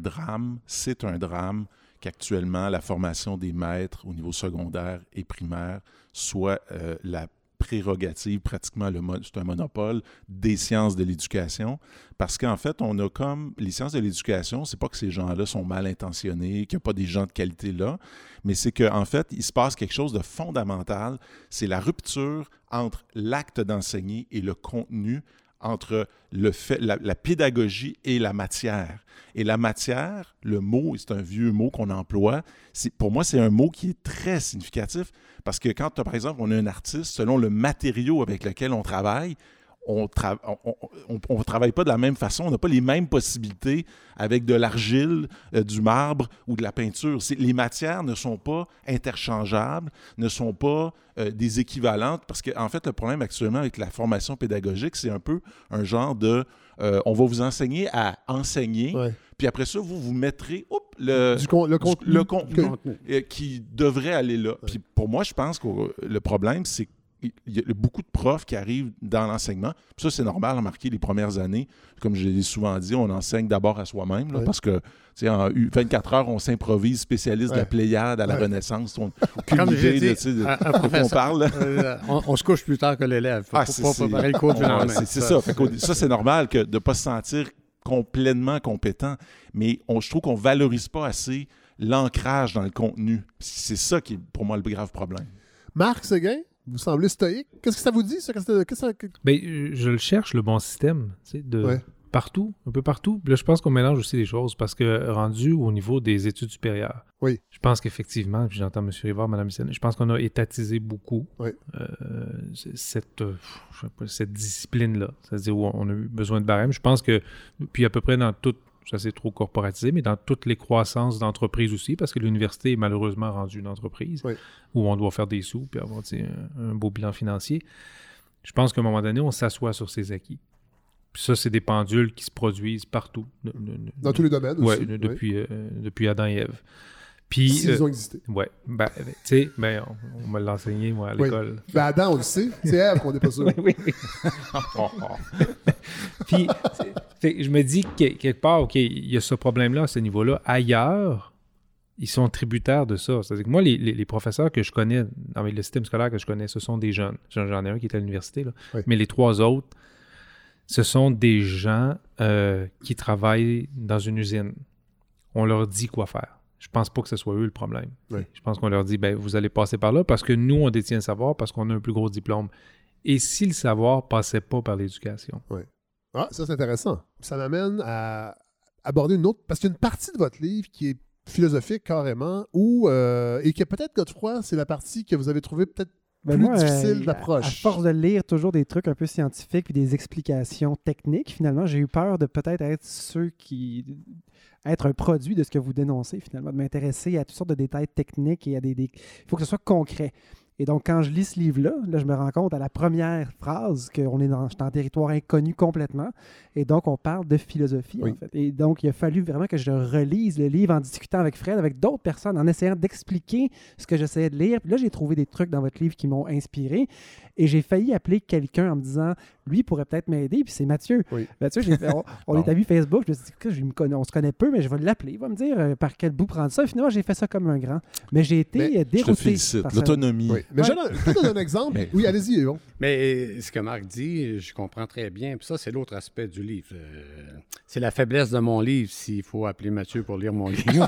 drame qu'actuellement, la formation des maîtres au niveau secondaire et primaire soit la prérogative, pratiquement c'est un monopole des sciences de l'éducation, parce qu'en fait, on a comme les sciences de l'éducation, c'est pas que ces gens-là sont mal intentionnés, qu'il n'y a pas des gens de qualité là, mais c'est qu'en fait, il se passe quelque chose de fondamental, c'est la rupture entre l'acte d'enseigner et le contenu, entre la pédagogie et la matière. Et la matière, le mot, c'est un vieux mot qu'on emploie, pour moi, c'est un mot qui est très significatif, parce que quand, par exemple, on a un artiste, selon le matériau avec lequel on travaille, on travaille pas de la même façon, on n'a pas les mêmes possibilités avec de l'argile, du marbre ou de la peinture. Les matières ne sont pas interchangeables, ne sont pas des équivalentes, parce qu'en fait, le problème actuellement avec la formation pédagogique, c'est un peu un genre de on va vous enseigner à enseigner, puis après ça, vous mettrez le contenu qui devrait aller là. Puis pour moi, je pense que le problème, c'est il y a beaucoup de profs qui arrivent dans l'enseignement. Puis ça, c'est normal, remarquez, les premières années, comme je l'ai souvent dit, on enseigne d'abord à soi-même, là, parce que en 24 heures, on s'improvise spécialiste de la Pléiade à la Renaissance. Comme j'ai dit, un professeur, on se couche plus tard que l'élève. Il faut pas préparer le cours du lendemain. C'est ça. Ça, c'est normal de ne pas se sentir complètement compétent, mais je trouve qu'on ne valorise pas assez l'ancrage dans le contenu. C'est ça qui est, pour moi, le grave problème. Marc Séguin, vous semblez stoïque. Qu'est-ce que ça vous dit, ça? Ben, je le cherche, le bon système, tu sais, partout, un peu partout. Puis là, je pense qu'on mélange aussi des choses, parce que rendu au niveau des études supérieures, je pense qu'effectivement, puis j'entends M. Rivard, Mme Missane, je pense qu'on a étatisé beaucoup cette discipline-là, c'est-à-dire où on a eu besoin de barème. Je pense que, puis à peu près dans toute, ça c'est trop corporatisé, mais dans toutes les croissances d'entreprises aussi, parce que l'université est malheureusement rendue une entreprise où on doit faire des sous puis avoir un beau bilan financier. Je pense qu'à un moment donné, on s'assoit sur ses acquis. Puis ça, c'est des pendules qui se produisent partout. Dans tous les domaines aussi. Oui, depuis Adam et Ève. Puis, s'ils ont existé. Oui. Ben, tu sais, on me l'a enseigné, moi, à l'école. Ben, Adam, on le sait. C'est Ève qu'on n'est pas sûr. oui. Puis, je me dis que quelque part, OK, il y a ce problème-là à ce niveau-là. Ailleurs, ils sont tributaires de ça. C'est-à-dire que moi, les professeurs que je connais, dans le système scolaire que je connais, ce sont des jeunes. J'en ai un qui est à l'université, là. Mais les 3 autres, ce sont des gens qui travaillent dans une usine. On leur dit quoi faire. Je pense pas que ce soit eux le problème. Je pense qu'on leur dit, vous allez passer par là parce que nous, on détient le savoir, parce qu'on a un plus gros diplôme. Et si le savoir passait pas par l'éducation? Ah, ça, c'est intéressant. Ça m'amène à aborder une autre... Parce qu'il y a une partie de votre livre qui est philosophique, carrément, et que peut-être, Godefroy, c'est la partie que vous avez trouvée peut-être difficile d'approche. À force de lire toujours des trucs un peu scientifiques puis des explications techniques, finalement, j'ai eu peur de peut-être être un produit de ce que vous dénoncez, finalement, de m'intéresser à toutes sortes de détails techniques et il faut que ce soit concret. Et donc, quand je lis ce livre-là, je me rends compte à la première phrase qu'on est dans territoire inconnu complètement. Et donc, on parle de philosophie, en fait. Et donc, il a fallu vraiment que je relise le livre en discutant avec Fred, avec d'autres personnes, en essayant d'expliquer ce que j'essayais de lire. Puis là, j'ai trouvé des trucs dans votre livre qui m'ont inspiré. Et j'ai failli appeler quelqu'un en me disant, lui pourrait peut-être m'aider. Puis c'est Mathieu. Mathieu, on est amis Facebook. Je me suis dit, on se connaît peu, mais je vais l'appeler. Il va me dire par quel bout prendre ça. Et finalement, j'ai fait ça comme un grand. Mais j'ai été dérouté. Je te félicite. L'autonomie. Mais je donne un exemple. Oui, allez-y, Yvon. Mais ce que Marc dit, je comprends très bien. Puis ça, c'est l'autre aspect du livre. C'est la faiblesse de mon livre, s'il faut appeler Mathieu pour lire mon livre.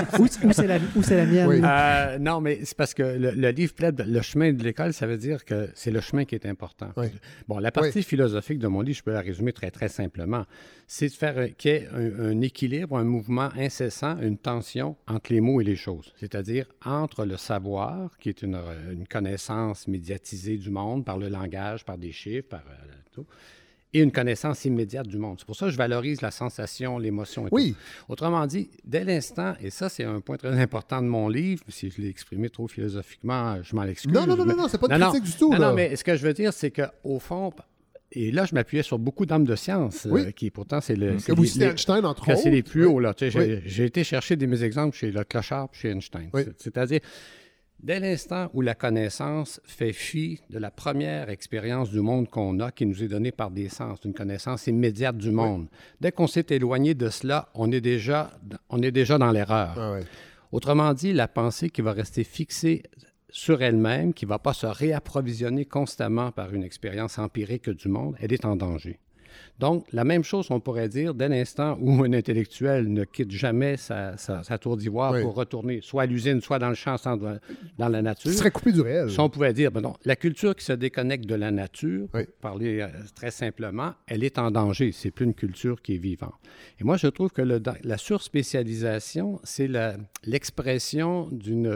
Où c'est la mienne? Oui. Non, mais c'est parce que le livre plaide le chemin de l'école, ça veut dire que c'est le chemin qui est important. Oui. Bon, la partie philosophique de mon livre, je peux la résumer très, très simplement. C'est de faire qu'il y ait un équilibre, un mouvement incessant, une tension entre les mots et les choses. C'est-à-dire entre le savoir, qui est une connaissance médiatisée du monde par le langage, par des chiffres, par tout, et une connaissance immédiate du monde. C'est pour ça que je valorise la sensation, l'émotion et tout. Autrement dit, dès l'instant, et ça, c'est un point très important de mon livre, si je l'ai exprimé trop philosophiquement, je m'en excuse. Non, c'est pas de critique du tout. Non, mais ce que je veux dire, c'est qu'au fond, et là, je m'appuyais sur beaucoup d'hommes de science, qui pourtant, c'est le... Que vous citez Einstein, entre autres. C'est les plus hauts, là. J'ai été chercher mes exemples chez le Clochard et chez Einstein. C'est-à-dire... Dès l'instant où la connaissance fait fi de la première expérience du monde qu'on a, qui nous est donnée par des sens, une connaissance immédiate du monde, dès qu'on s'est éloigné de cela, on est déjà dans l'erreur. Autrement dit, la pensée qui va rester fixée sur elle-même, qui ne va pas se réapprovisionner constamment par une expérience empirique du monde, elle est en danger. Donc, la même chose, on pourrait dire, dès l'instant où un intellectuel ne quitte jamais sa tour d'ivoire pour retourner soit à l'usine, soit dans le champ, soit dans la nature. Ce serait coupé du réel. Si on pouvait dire, la culture qui se déconnecte de la nature, pour parler très simplement, elle est en danger. C'est plus une culture qui est vivante. Et moi, je trouve que la surspécialisation, c'est l'expression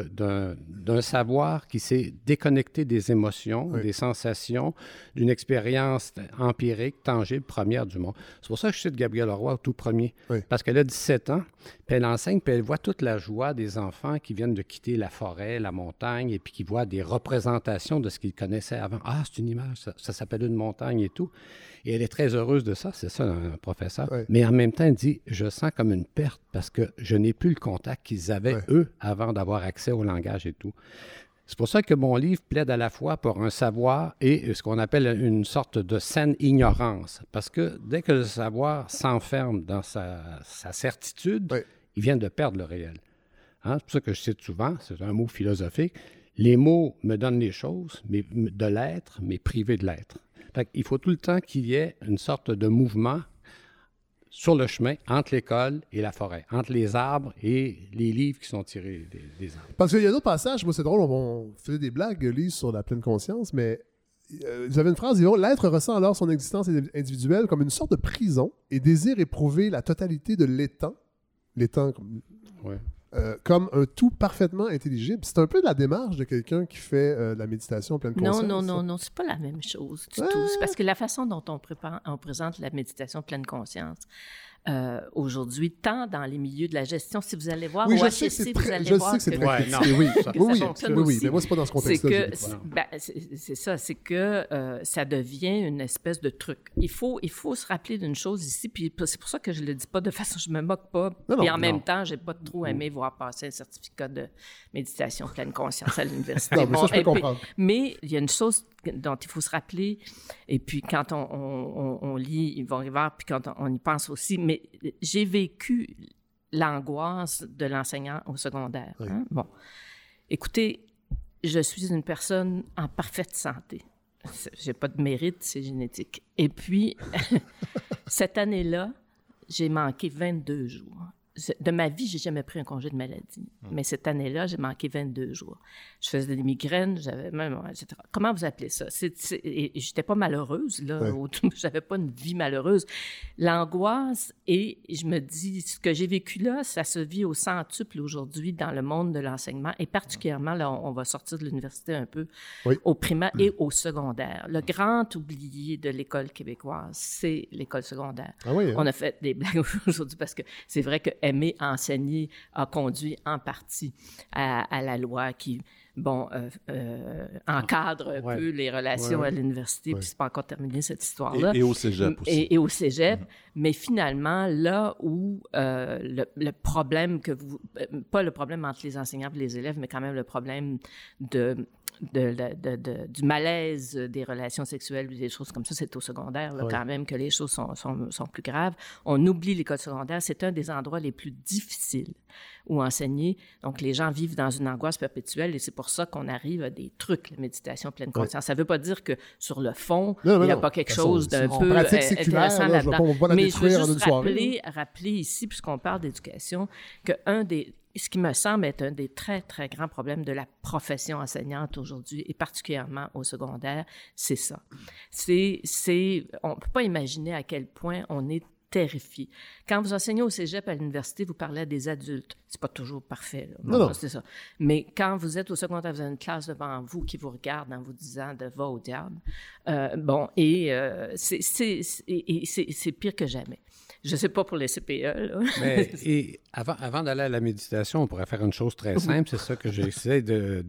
d'un savoir qui s'est déconnecté des émotions, des sensations, d'une expérience empirique, tangible, première du monde. C'est pour ça que je cite Gabrielle Roy au tout premier. Parce qu'elle a 17 ans, puis elle enseigne, puis elle voit toute la joie des enfants qui viennent de quitter la forêt, la montagne, et puis qui voient des représentations de ce qu'ils connaissaient avant. Ah, c'est une image, ça s'appelle une montagne et tout. Et elle est très heureuse de ça, c'est ça un professeur. Mais en même temps, elle dit, je sens comme une perte parce que je n'ai plus le contact qu'ils avaient, eux, avant d'avoir accès au langage et tout. C'est pour ça que mon livre plaide à la fois pour un savoir et ce qu'on appelle une sorte de saine ignorance. Parce que dès que le savoir s'enferme dans sa certitude, il vient de perdre le réel. C'est pour ça que je cite souvent, c'est un mot philosophique, les mots me donnent les choses, mais de l'être, mais privés de l'être. Il faut tout le temps qu'il y ait une sorte de mouvement sur le chemin entre l'école et la forêt, entre les arbres et les livres qui sont tirés des arbres. Parce qu'il y a d'autres passages, moi c'est drôle, on faisait des blagues, Lise, sur la pleine conscience, mais vous avez une phrase, l'être ressent alors son existence individuelle comme une sorte de prison et désire éprouver la totalité de l'étang comme un tout parfaitement intelligible. C'est un peu de la démarche de quelqu'un qui fait de la méditation pleine conscience. Non, c'est pas la même chose du tout. C'est parce que la façon dont on présente la méditation pleine conscience, aujourd'hui, tant dans les milieux de la gestion, si vous allez voir au HEC, vous allez voir que ça fonctionne aussi. Mais moi, c'est pas dans ce contexte-là. C'est ça, c'est que ça devient une espèce de truc. Il faut se rappeler d'une chose ici, puis c'est pour ça que je le dis pas de façon, je me moque pas, et en même temps, j'ai pas trop aimé voir passer un certificat de méditation pleine conscience à l'université. Non, mais ça, je peux comprendre. Mais il y a une chose dont il faut se rappeler, et puis quand on lit Yvon Rivard, puis quand on y pense aussi, mais j'ai vécu l'angoisse de l'enseignant au secondaire. Bon, écoutez, je suis une personne en parfaite santé. J'ai pas de mérite, c'est génétique. Et puis, cette année-là, j'ai manqué 22 jours. De ma vie, j'ai jamais pris un congé de maladie. Mais cette année-là, j'ai manqué 22 jours. Je faisais des migraines, j'avais même, etc. Comment vous appelez ça? Et j'étais pas malheureuse, là. J'avais pas une vie malheureuse. L'angoisse, et je me dis, ce que j'ai vécu là, ça se vit au centuple aujourd'hui dans le monde de l'enseignement, et particulièrement, là, on va sortir de l'université un peu, au primaire et au secondaire. Le grand oublié de l'école québécoise, c'est l'école secondaire. On a fait des blagues aujourd'hui parce que c'est vrai que aimer enseigner a conduit en partie à la loi qui, encadre un peu les relations à l'université, puis c'est pas encore terminé cette histoire-là. Et au cégep aussi. Et au cégep, mais finalement, là où le problème pas le problème entre les enseignants et les élèves, mais quand même le problème du malaise des relations sexuelles, des choses comme ça, c'est au secondaire, là, quand même, que les choses sont plus graves. On oublie l'école secondaire. C'est un des endroits les plus difficiles où enseigner. Donc, les gens vivent dans une angoisse perpétuelle et c'est pour ça qu'on arrive à des trucs, la méditation pleine conscience. Ça ne veut pas dire que, sur le fond, il n'y a pas quelque chose d'un peu intéressant là-dedans. Mais je veux juste rappeler ici, puisqu'on parle d'éducation, que ce qui me semble être un des très, très grands problèmes de la profession enseignante aujourd'hui, et particulièrement au secondaire, c'est ça. On ne peut pas imaginer à quel point on est terrifié. Quand vous enseignez au cégep, à l'université, vous parlez à des adultes. C'est pas toujours parfait. Non. C'est ça. Mais quand vous êtes au secondaire, vous avez une classe devant vous qui vous regarde en vous disant de va au diable. C'est pire que jamais. Je ne sais pas pour les CPE. Là. Mais, et avant d'aller à la méditation, on pourrait faire une chose très simple. C'est ça que j'essaie de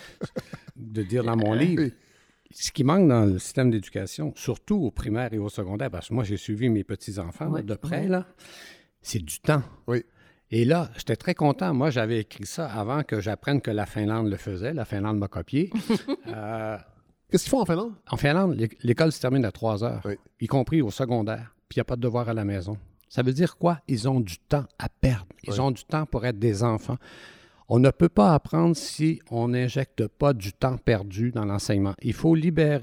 dire dans mon livre. Ce qui manque dans le système d'éducation, surtout au primaire et au secondaire, parce que moi, j'ai suivi mes petits-enfants de près, là, c'est du temps. Oui. Et là, j'étais très content. Moi, j'avais écrit ça avant que j'apprenne que la Finlande le faisait. La Finlande m'a copié. Qu'est-ce qu'ils font en Finlande? En Finlande, l'école se termine à 3 heures, y compris au secondaire. Puis il n'y a pas de devoir à la maison. Ça veut dire quoi? Ils ont du temps à perdre. Ils ont du temps pour être des enfants. On ne peut pas apprendre si on n'injecte pas du temps perdu dans l'enseignement. Il faut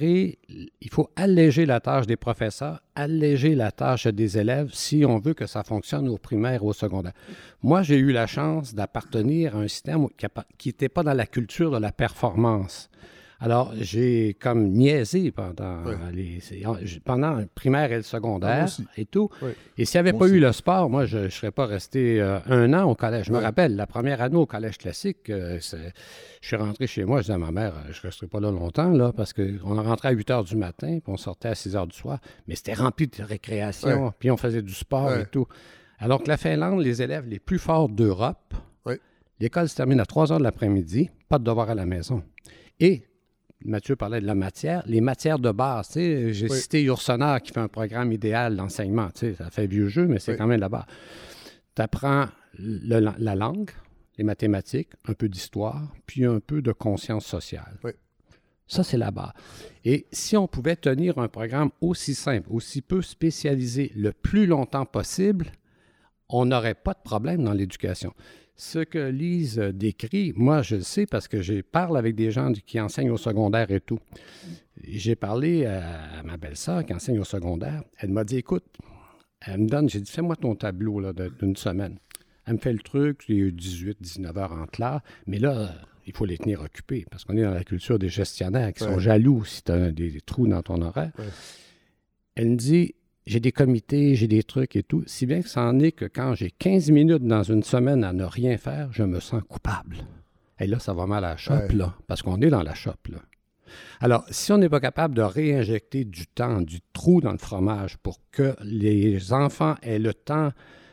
alléger la tâche des professeurs, alléger la tâche des élèves si on veut que ça fonctionne au primaire ou au secondaire. Moi, j'ai eu la chance d'appartenir à un système qui n'était pas dans la culture de la performance. Alors, j'ai comme niaisé pendant le primaire et le secondaire et tout. Oui. Et s'il n'y avait pas eu le sport, moi, je ne serais pas resté 1 an au collège. Je me rappelle, la première année au collège classique, je suis rentré chez moi, je disais à ma mère, je ne resterai pas là longtemps, là, parce qu'on rentrait à 8 h du matin, puis on sortait à 6 h du soir. Mais c'était rempli de récréation, puis on faisait du sport et tout. Alors que la Finlande, les élèves les plus forts d'Europe, l'école se termine à 3 h de l'après-midi, pas de devoir à la maison. Et Mathieu parlait de la matière. Les matières de base, tu sais, j'ai cité Yourcenar qui fait un programme idéal d'enseignement. Tu sais, ça fait vieux jeu, mais c'est quand même là-bas. Tu apprends la langue, les mathématiques, un peu d'histoire, puis un peu de conscience sociale. Oui. Ça, c'est la base. Et si on pouvait tenir un programme aussi simple, aussi peu spécialisé le plus longtemps possible, on n'aurait pas de problème dans l'éducation. Ce que Lise décrit, moi, je le sais parce que je parle avec des gens qui enseignent au secondaire et tout. J'ai parlé à ma belle-sœur qui enseigne au secondaire. Elle m'a dit, écoute, j'ai dit, fais-moi ton tableau là, d'une semaine. Elle me fait le truc, j'ai eu 18-19 heures en classe, mais là, il faut les tenir occupés parce qu'on est dans la culture des gestionnaires qui sont jaloux si tu as des trous dans ton horaire. Ouais. Elle me dit, j'ai des comités, j'ai des trucs et tout, si bien que ça en est que quand j'ai 15 minutes dans une semaine à ne rien faire, je me sens coupable. Et là, ça va mal à la chope, là, parce qu'on est dans la chope, là. Alors, si on n'est pas capable de réinjecter du temps, du trou dans le fromage pour que les enfants aient le temps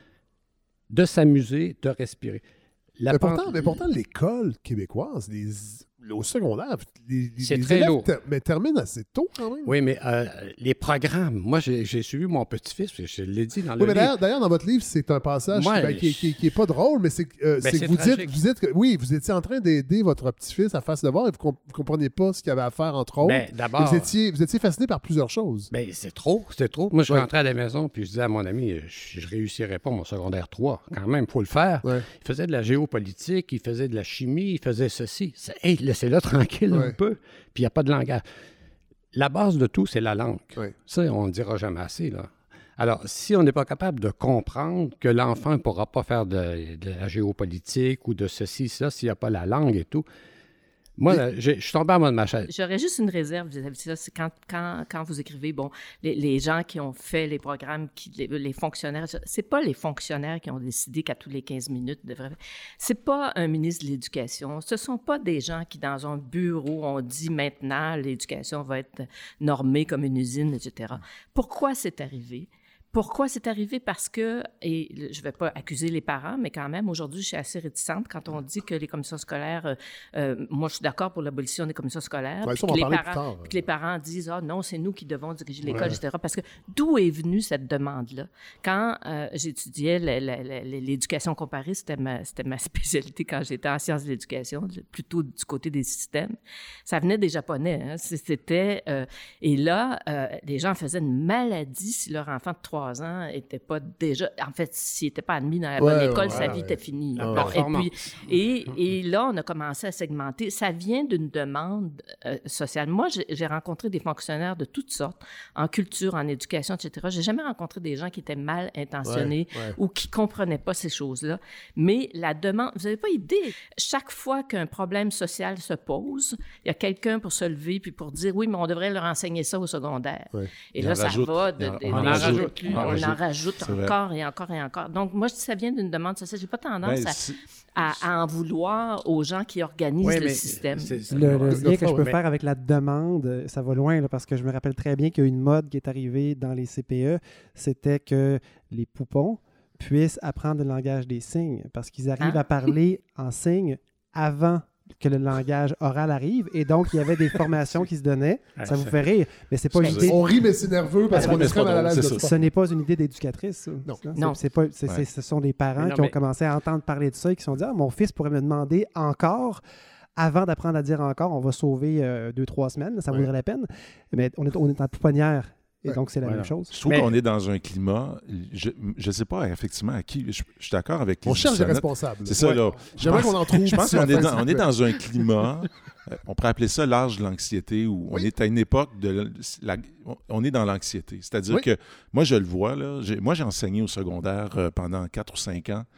de s'amuser, de respirer. Mais pourtant, l'école québécoise, au secondaire, c'est très lourd. Mais termine assez tôt quand même. Oui, mais les programmes, moi j'ai suivi mon petit-fils, je l'ai dit dans le livre. D'ailleurs, dans votre livre, c'est un passage qui n'est pas drôle, mais c'est que vous dites que vous étiez en train d'aider votre petit-fils à faire ses devoirs et vous ne compreniez pas ce qu'il avait à faire, entre autres. D'abord, vous étiez fasciné par plusieurs choses. Bien, c'était trop. Moi, je rentrais à la maison puis je disais à mon ami, je ne réussirais pas mon secondaire 3. Quand même, il faut le faire. Ouais. Il faisait de la géopolitique, il faisait de la chimie, il faisait ceci. Laissez-le tranquille un peu, puis il n'y a pas de langage. La base de tout, c'est la langue. Oui. Ça, on ne le dira jamais assez, là. Alors, si on n'est pas capable de comprendre que l'enfant ne pourra pas faire de la géopolitique ou de ceci, ça, s'il n'y a pas la langue et tout, moi, je suis tombé en mode ma chaise. J'aurais juste une réserve vis-à-vis de ça. C'est quand vous écrivez, les gens qui ont fait les programmes, les fonctionnaires, c'est pas les fonctionnaires qui ont décidé qu'à tous les 15 minutes, c'est pas un ministre de l'Éducation. Ce sont pas des gens qui, dans un bureau, ont dit maintenant, l'éducation va être normée comme une usine, etc. Pourquoi c'est arrivé? Pourquoi c'est arrivé? Parce que, et je ne vais pas accuser les parents, mais quand même, aujourd'hui, je suis assez réticente quand on dit que les commissions scolaires, moi, je suis d'accord pour l'abolition des commissions scolaires, puis que les parents disent, ah non, c'est nous qui devons diriger l'école, etc. Parce que d'où est venue cette demande-là? Quand j'étudiais l'éducation comparée, c'était ma spécialité quand j'étais en sciences de l'éducation, plutôt du côté des systèmes. Ça venait des Japonais, hein? C'était... et là, les gens faisaient une maladie si leur enfant de 3 ans n'était pas déjà... En fait, s'il n'était pas admis dans la bonne école, sa vie était finie. Et là, on a commencé à segmenter. Ça vient d'une demande sociale. Moi, j'ai rencontré des fonctionnaires de toutes sortes, en culture, en éducation, etc. J'ai jamais rencontré des gens qui étaient mal intentionnés ou qui comprenaient pas ces choses-là. Mais la demande... Vous n'avez pas idée. Chaque fois qu'un problème social se pose, il y a quelqu'un pour se lever puis pour dire, oui, mais on devrait leur enseigner ça au secondaire. Et là, ça va... On en rajoute encore et encore et encore. Donc, moi, je dis que ça vient d'une demande sociale. Je n'ai pas tendance à en vouloir aux gens qui organisent le système. Le lien que je peux faire avec la demande, ça va loin, là, parce que je me rappelle très bien qu'il y a une mode qui est arrivée dans les CPE, c'était que les poupons puissent apprendre le langage des signes, parce qu'ils arrivent à parler en signes avant que le langage oral arrive, et donc il y avait des formations qui se donnaient. Ça vous fait rire, mais c'est pas une idée... On rit, mais c'est nerveux parce qu'on est très mal à l'aise de ça. Ce n'est pas une idée d'éducatrice. Non. Ce sont des parents qui ont commencé à entendre parler de ça et qui se sont dit « Ah, mon fils pourrait me demander encore... » Avant d'apprendre à dire encore, on va sauver 2-3 semaines, ça vaudrait la peine. Mais on est en pouponnière. Et donc, c'est la même chose. Je trouve qu'on est dans un climat, je ne sais pas effectivement à qui, je suis d'accord avec les... On cherche des responsables. C'est ça, là. J'aimerais qu'on en trouve. Je pense qu'on est dans un climat, on pourrait appeler ça l'âge de l'anxiété, où on est à une époque on est dans l'anxiété. C'est-à-dire que, moi, je le vois, là, moi, j'ai enseigné au secondaire pendant 4 ou 5 ans.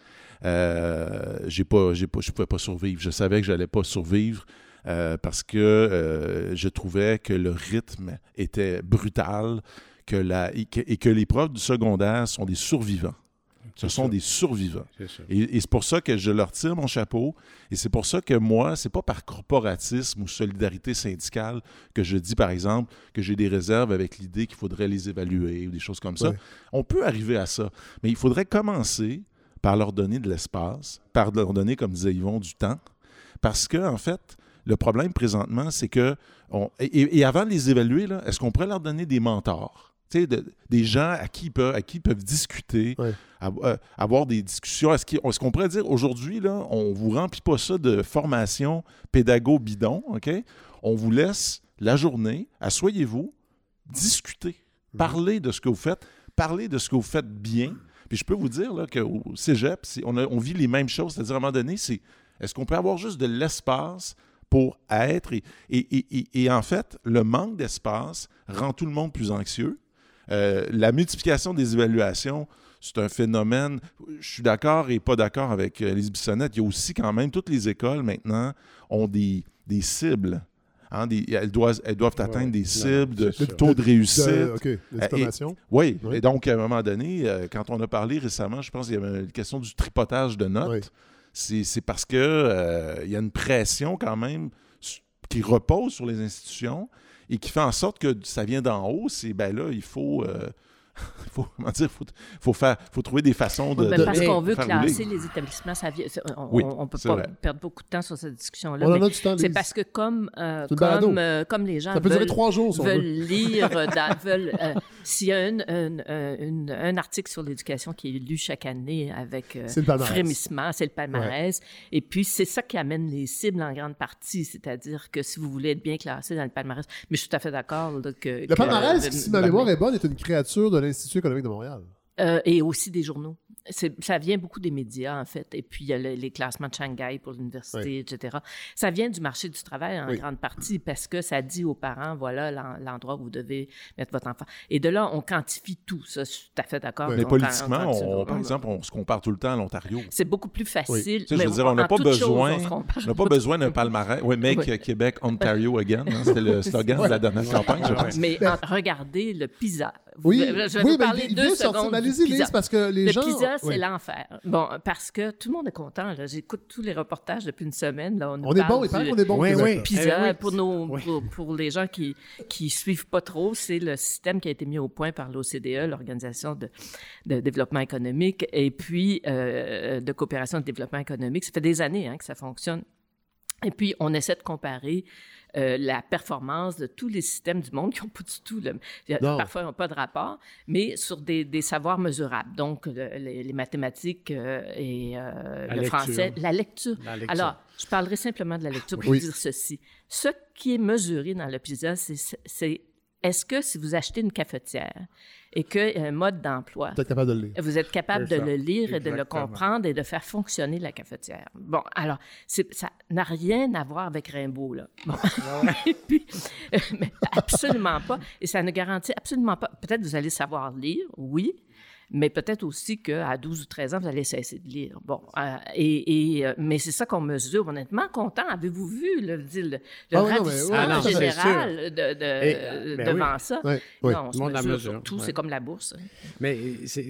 Je pouvais pas survivre. Je savais que je n'allais pas survivre. Parce que je trouvais que le rythme était brutal et que les profs du secondaire sont des survivants. Ce sont des survivants. Et c'est pour ça que je leur tire mon chapeau. Et c'est pour ça que moi, c'est pas par corporatisme ou solidarité syndicale que je dis, par exemple, que j'ai des réserves avec l'idée qu'il faudrait les évaluer ou des choses comme ça. On peut arriver à ça. Mais il faudrait commencer par leur donner de l'espace, par leur donner, comme disait Yvon, du temps. Parce que, en fait, le problème présentement, c'est que... Et avant de les évaluer, là, est-ce qu'on pourrait leur donner des mentors? Des gens à qui ils peuvent discuter, avoir des discussions. Est-ce qu'on pourrait dire, aujourd'hui, là, on ne vous remplit pas ça de formation pédago-bidon, OK? On vous laisse la journée, asseyez-vous, discutez, parlez de ce que vous faites, parlez de ce que vous faites bien. Puis je peux vous dire là, qu'au cégep, on vit les mêmes choses. C'est-à-dire, à un moment donné, est-ce qu'on peut avoir juste de l'espace pour être... Et en fait, le manque d'espace rend tout le monde plus anxieux. La multiplication des évaluations, c'est un phénomène... Je suis d'accord et pas d'accord avec Lise Bissonnette. Il y a aussi quand même... Toutes les écoles, maintenant, ont des cibles. Elles doivent atteindre des cibles de taux de réussite. L'estimation. Oui. Et donc, à un moment donné, quand on a parlé récemment, je pense qu'il y avait une question du tripotage de notes. Oui. C'est parce qu'il y a une pression quand même qui repose sur les institutions et qui fait en sorte que ça vient d'en haut. Il faut... faut trouver des façons de... parce qu'on veut classer les établissements, on ne peut pas perdre beaucoup de temps sur cette discussion-là. C'est parce que comme les gens veulent lire, s'il y a un article sur l'éducation qui est lu chaque année avec frémissement, c'est le palmarès. Et puis, c'est ça qui amène les cibles en grande partie, c'est-à-dire que si vous voulez être bien classé dans le palmarès, mais je suis tout à fait d'accord que... Le palmarès, si ma mémoire est bonne, est une créature de l'Institut économique de Montréal. Et aussi des journaux. Ça vient beaucoup des médias, en fait. Et puis, il y a les classements de Shanghai pour l'université, etc. Ça vient du marché du travail en grande partie parce que ça dit aux parents, voilà l'endroit où vous devez mettre votre enfant. Et de là, on quantifie tout. Ça, je suis tout à fait d'accord. Mais politiquement, par exemple, on se compare tout le temps à l'Ontario. C'est beaucoup plus facile. Je veux dire, on n'a pas besoin d'un palmarès. Oui, Make Québec Ontario again. C'était le slogan de la dernière campagne, je pense. Mais regardez le PISA. Je vais vous parler 2 secondes du allez-y, Lise, parce que les gens... Le PISA, c'est l'enfer. Bon, parce que tout le monde est content. Là. J'écoute tous les reportages depuis une semaine. Là. On est bon, il paraît qu'on est bon. Oui. PISA, pour les gens qui suivent pas trop, c'est le système qui a été mis au point par l'OCDE, l'Organisation de développement économique, et puis de coopération de développement économique. Ça fait des années que ça fonctionne. Et puis, on essaie de comparer la performance de tous les systèmes du monde qui n'ont pas du tout, parfois n'ont pas de rapport, mais sur des savoirs mesurables. Donc, les mathématiques et le français, la lecture. Alors, je parlerai simplement de la lecture pour dire ceci. Ce qui est mesuré dans le PISA, c'est est-ce que si vous achetez une cafetière et qu'il y a un mode d'emploi, vous êtes capable de le lire et de le comprendre et de faire fonctionner la cafetière. Bon, alors, ça n'a rien à voir avec Rimbaud, là. Bon. Et puis, mais absolument pas. Et ça ne garantit absolument pas. Peut-être vous allez savoir lire, oui, mais peut-être aussi qu'à 12 ou 13 ans, vous allez cesser de lire. Bon, mais c'est ça qu'on mesure. Honnêtement, content. avez-vous vu le ravissement général devant ça? Oui. Non, on se mesure sur tout. C'est comme la bourse. Mais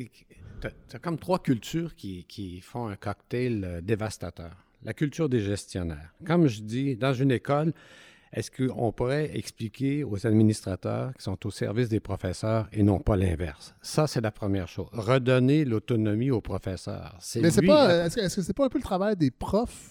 t'as comme 3 cultures qui font un cocktail dévastateur. La culture des gestionnaires. Comme je dis, dans une école, est-ce qu'on pourrait expliquer aux administrateurs qui sont au service des professeurs et non pas l'inverse? Ça, c'est la première chose. Redonner l'autonomie aux professeurs. Mais est-ce que c'est pas un peu le travail des profs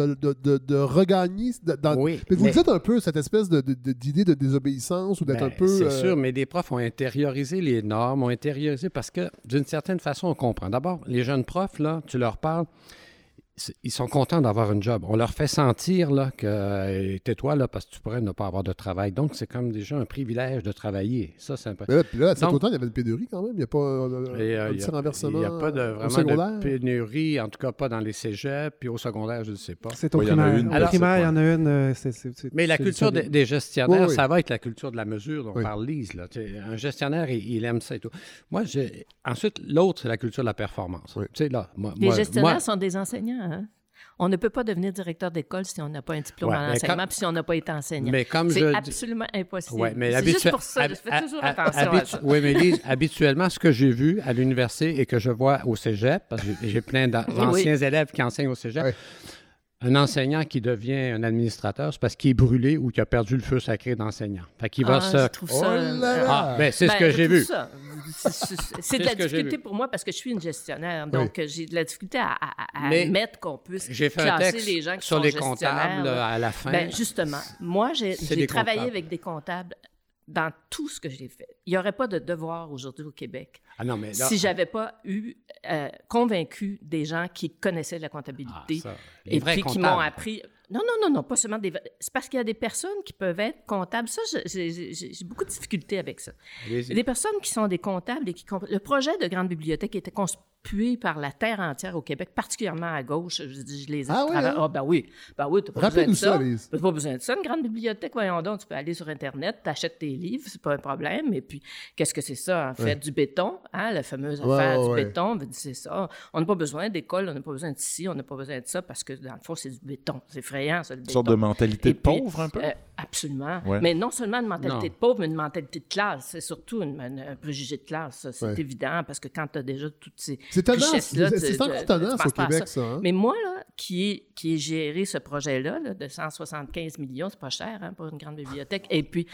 de regagner... Oui. Mais vous dites un peu cette espèce d'idée de désobéissance ou d'être un peu... C'est sûr, mais des profs ont intériorisé les normes, ont intériorisé parce que, d'une certaine façon, on comprend. D'abord, les jeunes profs, là, tu leur parles... Ils sont contents d'avoir un job. On leur fait sentir là, que tais-toi là, parce que tu pourrais ne pas avoir de travail. Donc, c'est comme déjà un privilège de travailler. Ça, c'est un peu... Mais là, cet automne, il y avait une pénurie quand même. Il n'y a pas un petit renversement. Il n'y a pas vraiment de pénurie, en tout cas pas dans les cégeps, puis au secondaire, je ne sais pas. C'est au primaire. Au primaire, il y en a une. Mais la culture des gestionnaires, ça va être la culture de la mesure dont parle Lise. Là. Un gestionnaire, il aime ça et tout. Moi, ensuite, l'autre, c'est la culture de la performance. Oui. Là, les gestionnaires sont des enseignants. Hein? On ne peut pas devenir directeur d'école si on n'a pas un diplôme en enseignement puis si on n'a pas été enseignant. C'est absolument impossible. Ouais, mais c'est juste pour ça. Je fais toujours attention à ça. Oui, mais Lise, habituellement, ce que j'ai vu à l'université et que je vois au cégep, parce que j'ai plein d'anciens élèves qui enseignent au cégep, un enseignant qui devient un administrateur, c'est parce qu'il est brûlé ou qu'il a perdu le feu sacré d'enseignant. Fait qu'il va se... Je trouve ça... c'est ce que j'ai vu. C'est de la difficulté pour moi parce que je suis une gestionnaire. Donc, j'ai de la difficulté à admettre qu'on puisse classer les gens qui sont gestionnaires. Sur les comptables à la fin. Bien, justement, moi, j'ai travaillé avec des comptables dans tout ce que j'ai fait. Il n'y aurait pas de devoir aujourd'hui au Québec si je n'avais pas eu convaincu des gens qui connaissaient la comptabilité et puis qui m'ont appris... Non, pas seulement des... C'est parce qu'il y a des personnes qui peuvent être comptables. Ça, j'ai beaucoup de difficultés avec ça. Il y a des personnes qui sont des comptables et qui... Le projet de grande bibliothèque était conspué par la terre entière au Québec, particulièrement à gauche. Je les ai oui, t'as pas besoin de ça. T'as pas besoin de ça, une grande bibliothèque. Voyons donc, tu peux aller sur Internet, t'achètes tes livres, c'est pas un problème. Et puis, qu'est-ce que c'est ça, en fait? Du béton, la fameuse affaire du béton. C'est ça. On n'a pas besoin d'école, on n'a pas besoin de ci, on n'a pas besoin de ça, parce que, dans le fond, c'est du béton. C'est effrayant, ça, le béton. Une sorte de mentalité de pauvre, un peu? Absolument. Ouais. Mais non seulement une mentalité de pauvre, mais une mentalité de classe. C'est surtout un préjugé de classe, ça. C'est évident, parce que quand tu as déjà toutes ces richesses-là... C'est encore tendance au Québec, ça. Hein? Mais moi, là, qui ai géré ce projet-là, là, de 175 millions, c'est pas cher pour une grande bibliothèque. Et puis,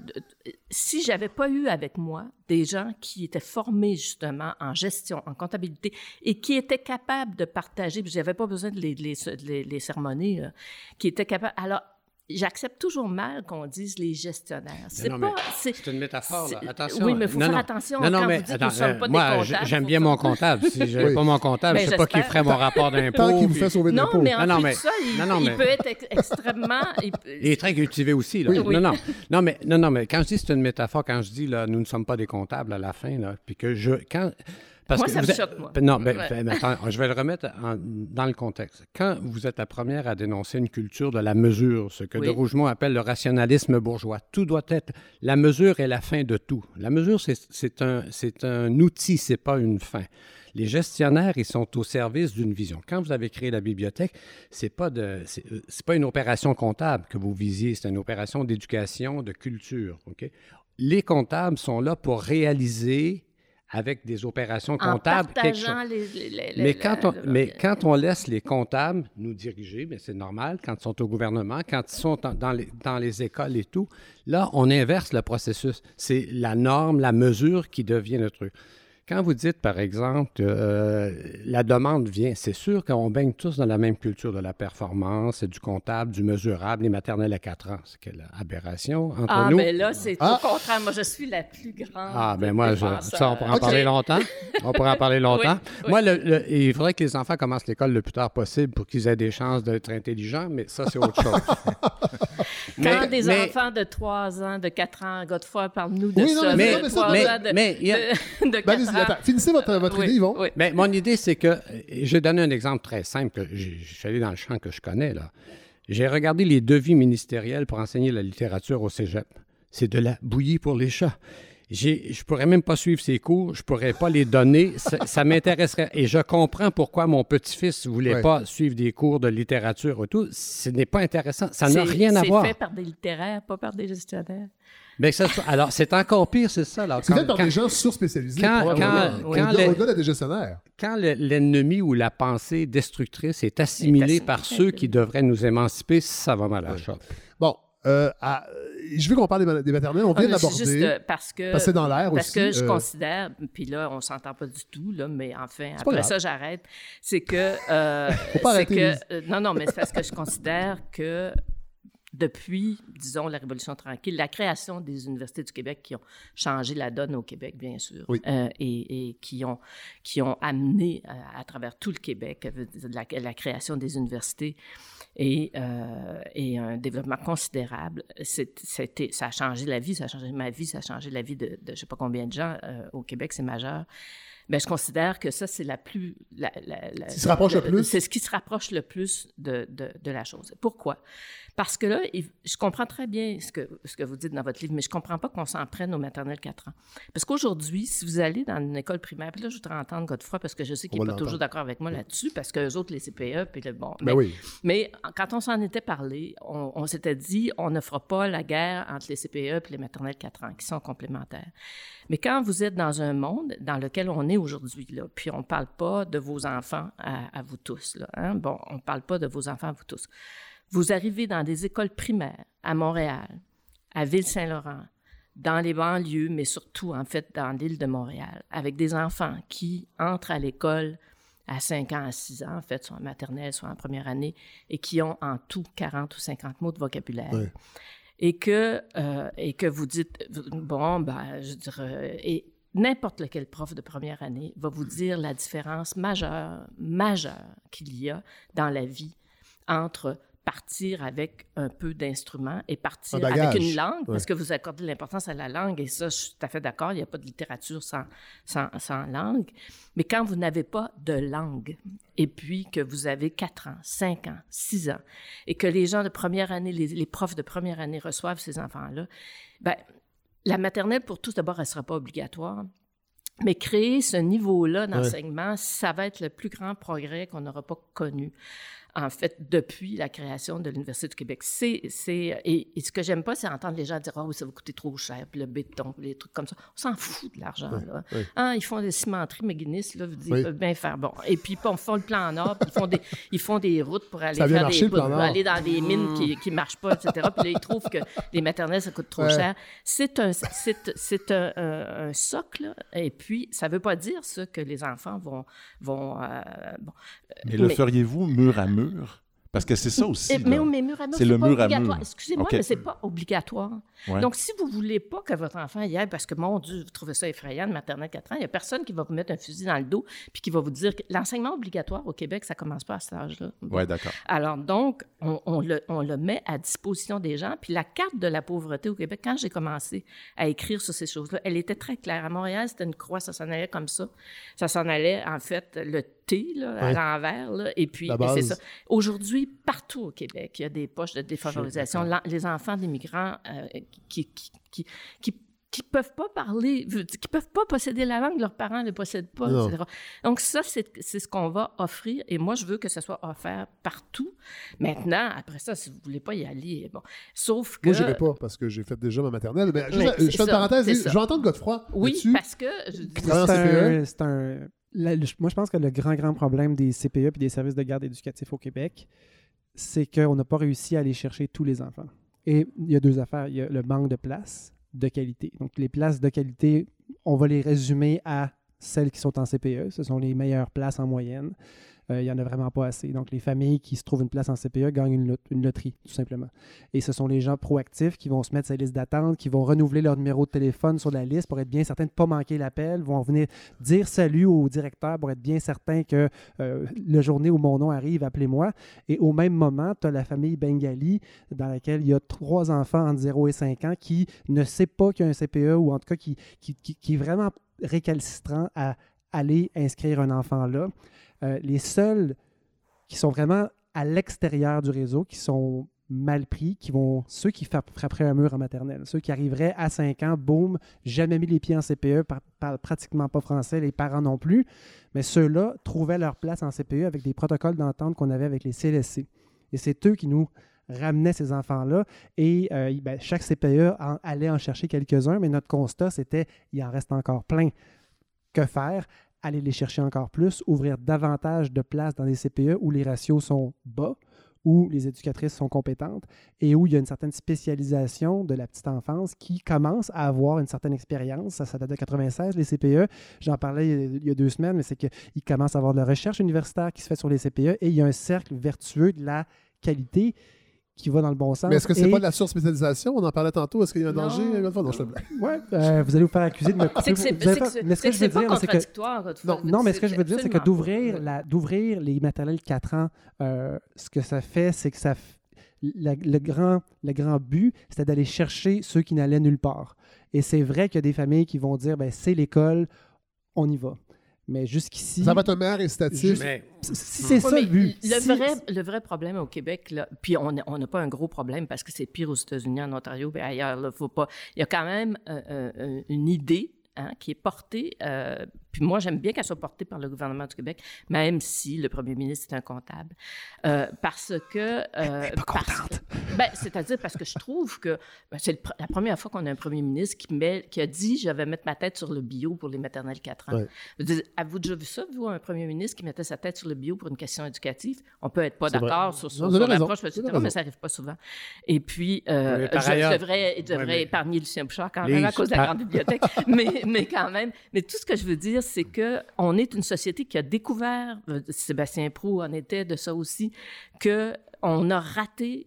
si j'avais pas eu avec moi des gens qui étaient formés, justement, en gestion, en comptabilité, et qui étaient capables de partager, puis j'avais pas besoin de les sermonner, là, qui étaient capables... Alors, j'accepte toujours mal qu'on dise les gestionnaires. C'est une métaphore, là. Attention. Oui, mais il faut faire attention quand vous dites que nous ne sommes pas des comptables. Moi, j'aime bien mon comptable. Si je n'avais pas mon comptable, je ne sais pas qui ferait mon rapport d'impôt. Tant qu'il vous fait sauver de l'impôt. Non, mais en plus de ça, il peut être extrêmement... Il est très cultivé aussi, là. Oui. Non, mais quand je dis c'est une métaphore, quand je dis, là, nous ne sommes pas des comptables à la fin, là, puis que moi, ça me choque, moi. Non, mais attends, je vais le remettre dans le contexte. Quand vous êtes la première à dénoncer une culture de la mesure, ce que de Rougemont appelle le rationalisme bourgeois, tout doit être... La mesure est la fin de tout. La mesure, c'est un outil, c'est pas une fin. Les gestionnaires, ils sont au service d'une vision. Quand vous avez créé la bibliothèque, c'est pas une opération comptable que vous visiez, c'est une opération d'éducation, de culture. Okay? Les comptables sont là pour réaliser avec des opérations comptables. En partageant quand on laisse les comptables nous diriger, mais c'est normal, quand ils sont au gouvernement, quand ils sont dans les écoles et tout, là, on inverse le processus. C'est la norme, la mesure qui devient le truc. Quand vous dites, par exemple, la demande vient, c'est sûr qu'on baigne tous dans la même culture de la performance, du comptable, du mesurable, les maternelles à 4 ans. C'est quelle aberration entre nous. Ah, mais là, c'est tout contraire. Moi, je suis la plus grande. Ah, ben moi, ça, on pourrait en parler longtemps. On pourrait en parler longtemps. Oui. Moi, il faudrait que les enfants commencent l'école le plus tard possible pour qu'ils aient des chances d'être intelligents, mais ça, c'est autre chose. Quand des enfants de 3 ans, de 4 ans, Godefroy, parle-nous de ça. De 3 ans, de 4 ans. Finissez votre idée, Yvon. Oui. Mais mon idée, c'est que, je vais donner un exemple très simple, que je suis allé dans le champ que je connais, là. J'ai regardé les devis ministériels pour enseigner la littérature au cégep. C'est de la bouillie pour les chats. Je ne pourrais même pas suivre ces cours, je ne pourrais pas les donner, ça m'intéresserait. Et je comprends pourquoi mon petit-fils ne voulait pas suivre des cours de littérature et tout. Ce n'est pas intéressant, ça n'a rien à voir. C'est fait par des littéraires, pas par des gestionnaires. Bien, alors, c'est encore pire, c'est ça. Alors, c'est fait par des gens surspécialisés. Au-delà des gestionnaires. Quand l'ennemi ou la pensée destructrice est assimilée par ceux qui devraient nous émanciper, ça va mal à la chope. Bon, je veux qu'on parle des maternelles. On vient de l'aborder. Juste parce que c'est dans l'air parce aussi. Parce que je considère, puis là, on ne s'entend pas du tout, là, mais enfin, après ça, j'arrête. C'est que... Faut pas arrêter. Non, mais c'est parce que je considère que depuis, disons, la Révolution tranquille, la création des universités du Québec qui ont changé la donne au Québec, bien sûr, et qui ont amené à travers tout le Québec la création des universités et un développement considérable. Ça a changé la vie, ça a changé ma vie, ça a changé la vie de je ne sais pas combien de gens au Québec, c'est majeur. Bien, je considère que ça, c'est qui se rapproche le plus? C'est ce qui se rapproche le plus de la chose. Pourquoi? Parce que là, je comprends très bien ce que vous dites dans votre livre, mais je ne comprends pas qu'on s'en prenne aux maternelles 4 ans. Parce qu'aujourd'hui, si vous allez dans une école primaire, puis là, je voudrais entendre Godefroy, parce que je sais qu'il n'est pas toujours d'accord avec moi là-dessus, parce qu'eux autres, les CPE, puis le bon. Mais quand on s'en était parlé, on s'était dit, on ne fera pas la guerre entre les CPE et les maternelles 4 ans, qui sont complémentaires. Mais quand vous êtes dans un monde dans lequel on est aujourd'hui, là, puis on ne parle pas de vos enfants à vous tous, là, hein? Bon, on ne parle pas de vos enfants à vous tous. Vous arrivez dans des écoles primaires à Montréal, à Ville-Saint-Laurent, dans les banlieues, mais surtout, en fait, dans l'île de Montréal, avec des enfants qui entrent à l'école à 5 ans, à 6 ans, en fait, soit en maternelle, soit en première année, et qui ont en tout 40 ou 50 mots de vocabulaire. Oui. Et que vous dites, bon, ben, je dirais... Et n'importe lequel prof de première année va vous dire la différence majeure qu'il y a dans la vie entre partir avec un peu d'instruments et partir avec une langue, parce que vous accordez l'importance à la langue, et ça, je suis tout à fait d'accord, il n'y a pas de littérature sans langue. Mais quand vous n'avez pas de langue, et puis que vous avez 4 ans, 5 ans, 6 ans, et que les gens de première année, les profs de première année reçoivent ces enfants-là, bien, la maternelle, pour tous, d'abord, elle ne sera pas obligatoire. Mais créer ce niveau-là d'enseignement, ça va être le plus grand progrès qu'on n'aura pas connu, en fait, depuis la création de l'Université du Québec. Et ce que j'aime pas, c'est entendre les gens dire « Ah oui, ça va coûter trop cher, puis le béton, puis les trucs comme ça. » On s'en fout de l'argent, là. Oui. Hein, ils font des cimenteries McGuinness, là, ils peuvent bien faire. Bon. Et puis, ils font le plan Nord, puis ils font des routes pour aller aller dans des mines qui ne marchent pas, etc. Puis là, ils trouvent que les maternelles, ça coûte trop cher. C'est un socle, et puis, ça ne veut pas dire, ça, que les enfants vont mais le feriez-vous mur à mur? Parce que c'est ça aussi. Mais mur à mur, c'est le mur à mur. Excusez-moi, mais c'est pas obligatoire. Ouais. Donc, si vous ne voulez pas que votre enfant y aille, parce que, mon Dieu, vous trouvez ça effrayant, de maternelle 4 ans, il n'y a personne qui va vous mettre un fusil dans le dos puis qui va vous dire que l'enseignement obligatoire au Québec, ça ne commence pas à cet âge-là. Oui, d'accord. Alors, donc, on le met à disposition des gens. Puis la carte de la pauvreté au Québec, quand j'ai commencé à écrire sur ces choses-là, elle était très claire. À Montréal, c'était une croix, ça s'en allait comme ça. Ça s'en allait, en fait, le T, là, à l'envers, là, et puis c'est ça. Aujourd'hui, partout au Québec, il y a des poches de défavorisation. Les enfants d'immigrants qui qui ne peuvent pas parler, qui ne peuvent pas posséder la langue, leurs parents ne la possèdent pas, etc. Donc ça, c'est ce qu'on va offrir. Et moi, je veux que ça soit offert partout. Maintenant, après ça, si vous ne voulez pas y aller, bon. Sauf que... Moi, je n'irai pas parce que j'ai fait déjà ma maternelle. Mais je fais une parenthèse. Je vais entendre Godefroy là-dessus. Parce que... Moi, je pense que le grand problème des CPE et des services de garde éducatifs au Québec, c'est qu'on n'a pas réussi à aller chercher tous les enfants. Et il y a 2 affaires. Il y a le manque de places de qualité. Donc, les places de qualité, on va les résumer à celles qui sont en CPE. Ce sont les meilleures places en moyenne. Il n'y en a vraiment pas assez. Donc, les familles qui se trouvent une place en CPE gagnent une loterie, tout simplement. Et ce sont les gens proactifs qui vont se mettre sur la liste d'attente, qui vont renouveler leur numéro de téléphone sur la liste pour être bien certains de ne pas manquer l'appel, vont venir dire salut au directeur pour être bien certain que la journée où mon nom arrive, appelez-moi. Et au même moment, tu as la famille Bengali dans laquelle il y a 3 enfants entre 0 et 5 ans qui ne sait pas qu'il y a un CPE ou en tout cas qui est vraiment récalcitrant à aller inscrire un enfant là. Les seuls qui sont vraiment à l'extérieur du réseau, qui sont mal pris, ceux qui frapperaient un mur en maternelle, ceux qui arriveraient à 5 ans, boum, jamais mis les pieds en CPE, parlent pratiquement pas français, les parents non plus, mais ceux-là trouvaient leur place en CPE avec des protocoles d'entente qu'on avait avec les CLSC. Et c'est eux qui nous ramenaient ces enfants-là et chaque CPE allait en chercher quelques-uns, mais notre constat, c'était il en reste encore plein. Que faire? Aller les chercher encore plus, ouvrir davantage de places dans les CPE où les ratios sont bas, où les éducatrices sont compétentes et où il y a une certaine spécialisation de la petite enfance qui commence à avoir une certaine expérience. Ça date de 96, les CPE. J'en parlais il y a 2 semaines, mais c'est qu'ils commencent à avoir de la recherche universitaire qui se fait sur les CPE et il y a un cercle vertueux de la qualité qui va dans le bon sens. Mais est-ce que c'est pas de la surspécialisation? On en parlait tantôt. Est-ce qu'il y a un danger? Non, je te blague. Oui, vous allez vous faire accuser de me couper. C'est pas contradictoire. Non, mais ce que je veux dire, c'est que d'ouvrir les maternelles 4 ans, ce que ça fait, c'est que le grand but, c'était d'aller chercher ceux qui n'allaient nulle part. Et c'est vrai qu'il y a des familles qui vont dire, c'est l'école, on y va. Mais jusqu'ici... Ça va être un meilleur incitatif. C'est ça le but. Le vrai problème au Québec, là, puis on n'a pas un gros problème parce que c'est pire aux États-Unis, en Ontario, mais ailleurs, là, faut pas... Il y a quand même une idée qui est portée... puis moi, j'aime bien qu'elle soit portée par le gouvernement du Québec, même si le premier ministre est un comptable. Parce que... Elle n'est pas contente. C'est-à-dire parce que je trouve que c'est la première fois qu'on a un premier ministre qui a dit « Je vais mettre ma tête sur le bio pour les maternelles 4 ans. Ouais. » Avez-vous déjà vu ça, vous, un premier ministre qui mettait sa tête sur le bio pour une question éducative? On peut être pas d'accord sur l'approche, etc., mais ça n'arrive pas souvent. Et puis, je devrais épargner Lucien Bouchard quand même à cause de la grande bibliothèque, mais quand même. Mais tout ce que je veux dire, c'est qu'on est une société qui a découvert, Sébastien Proulx en était de ça aussi, qu'on a raté,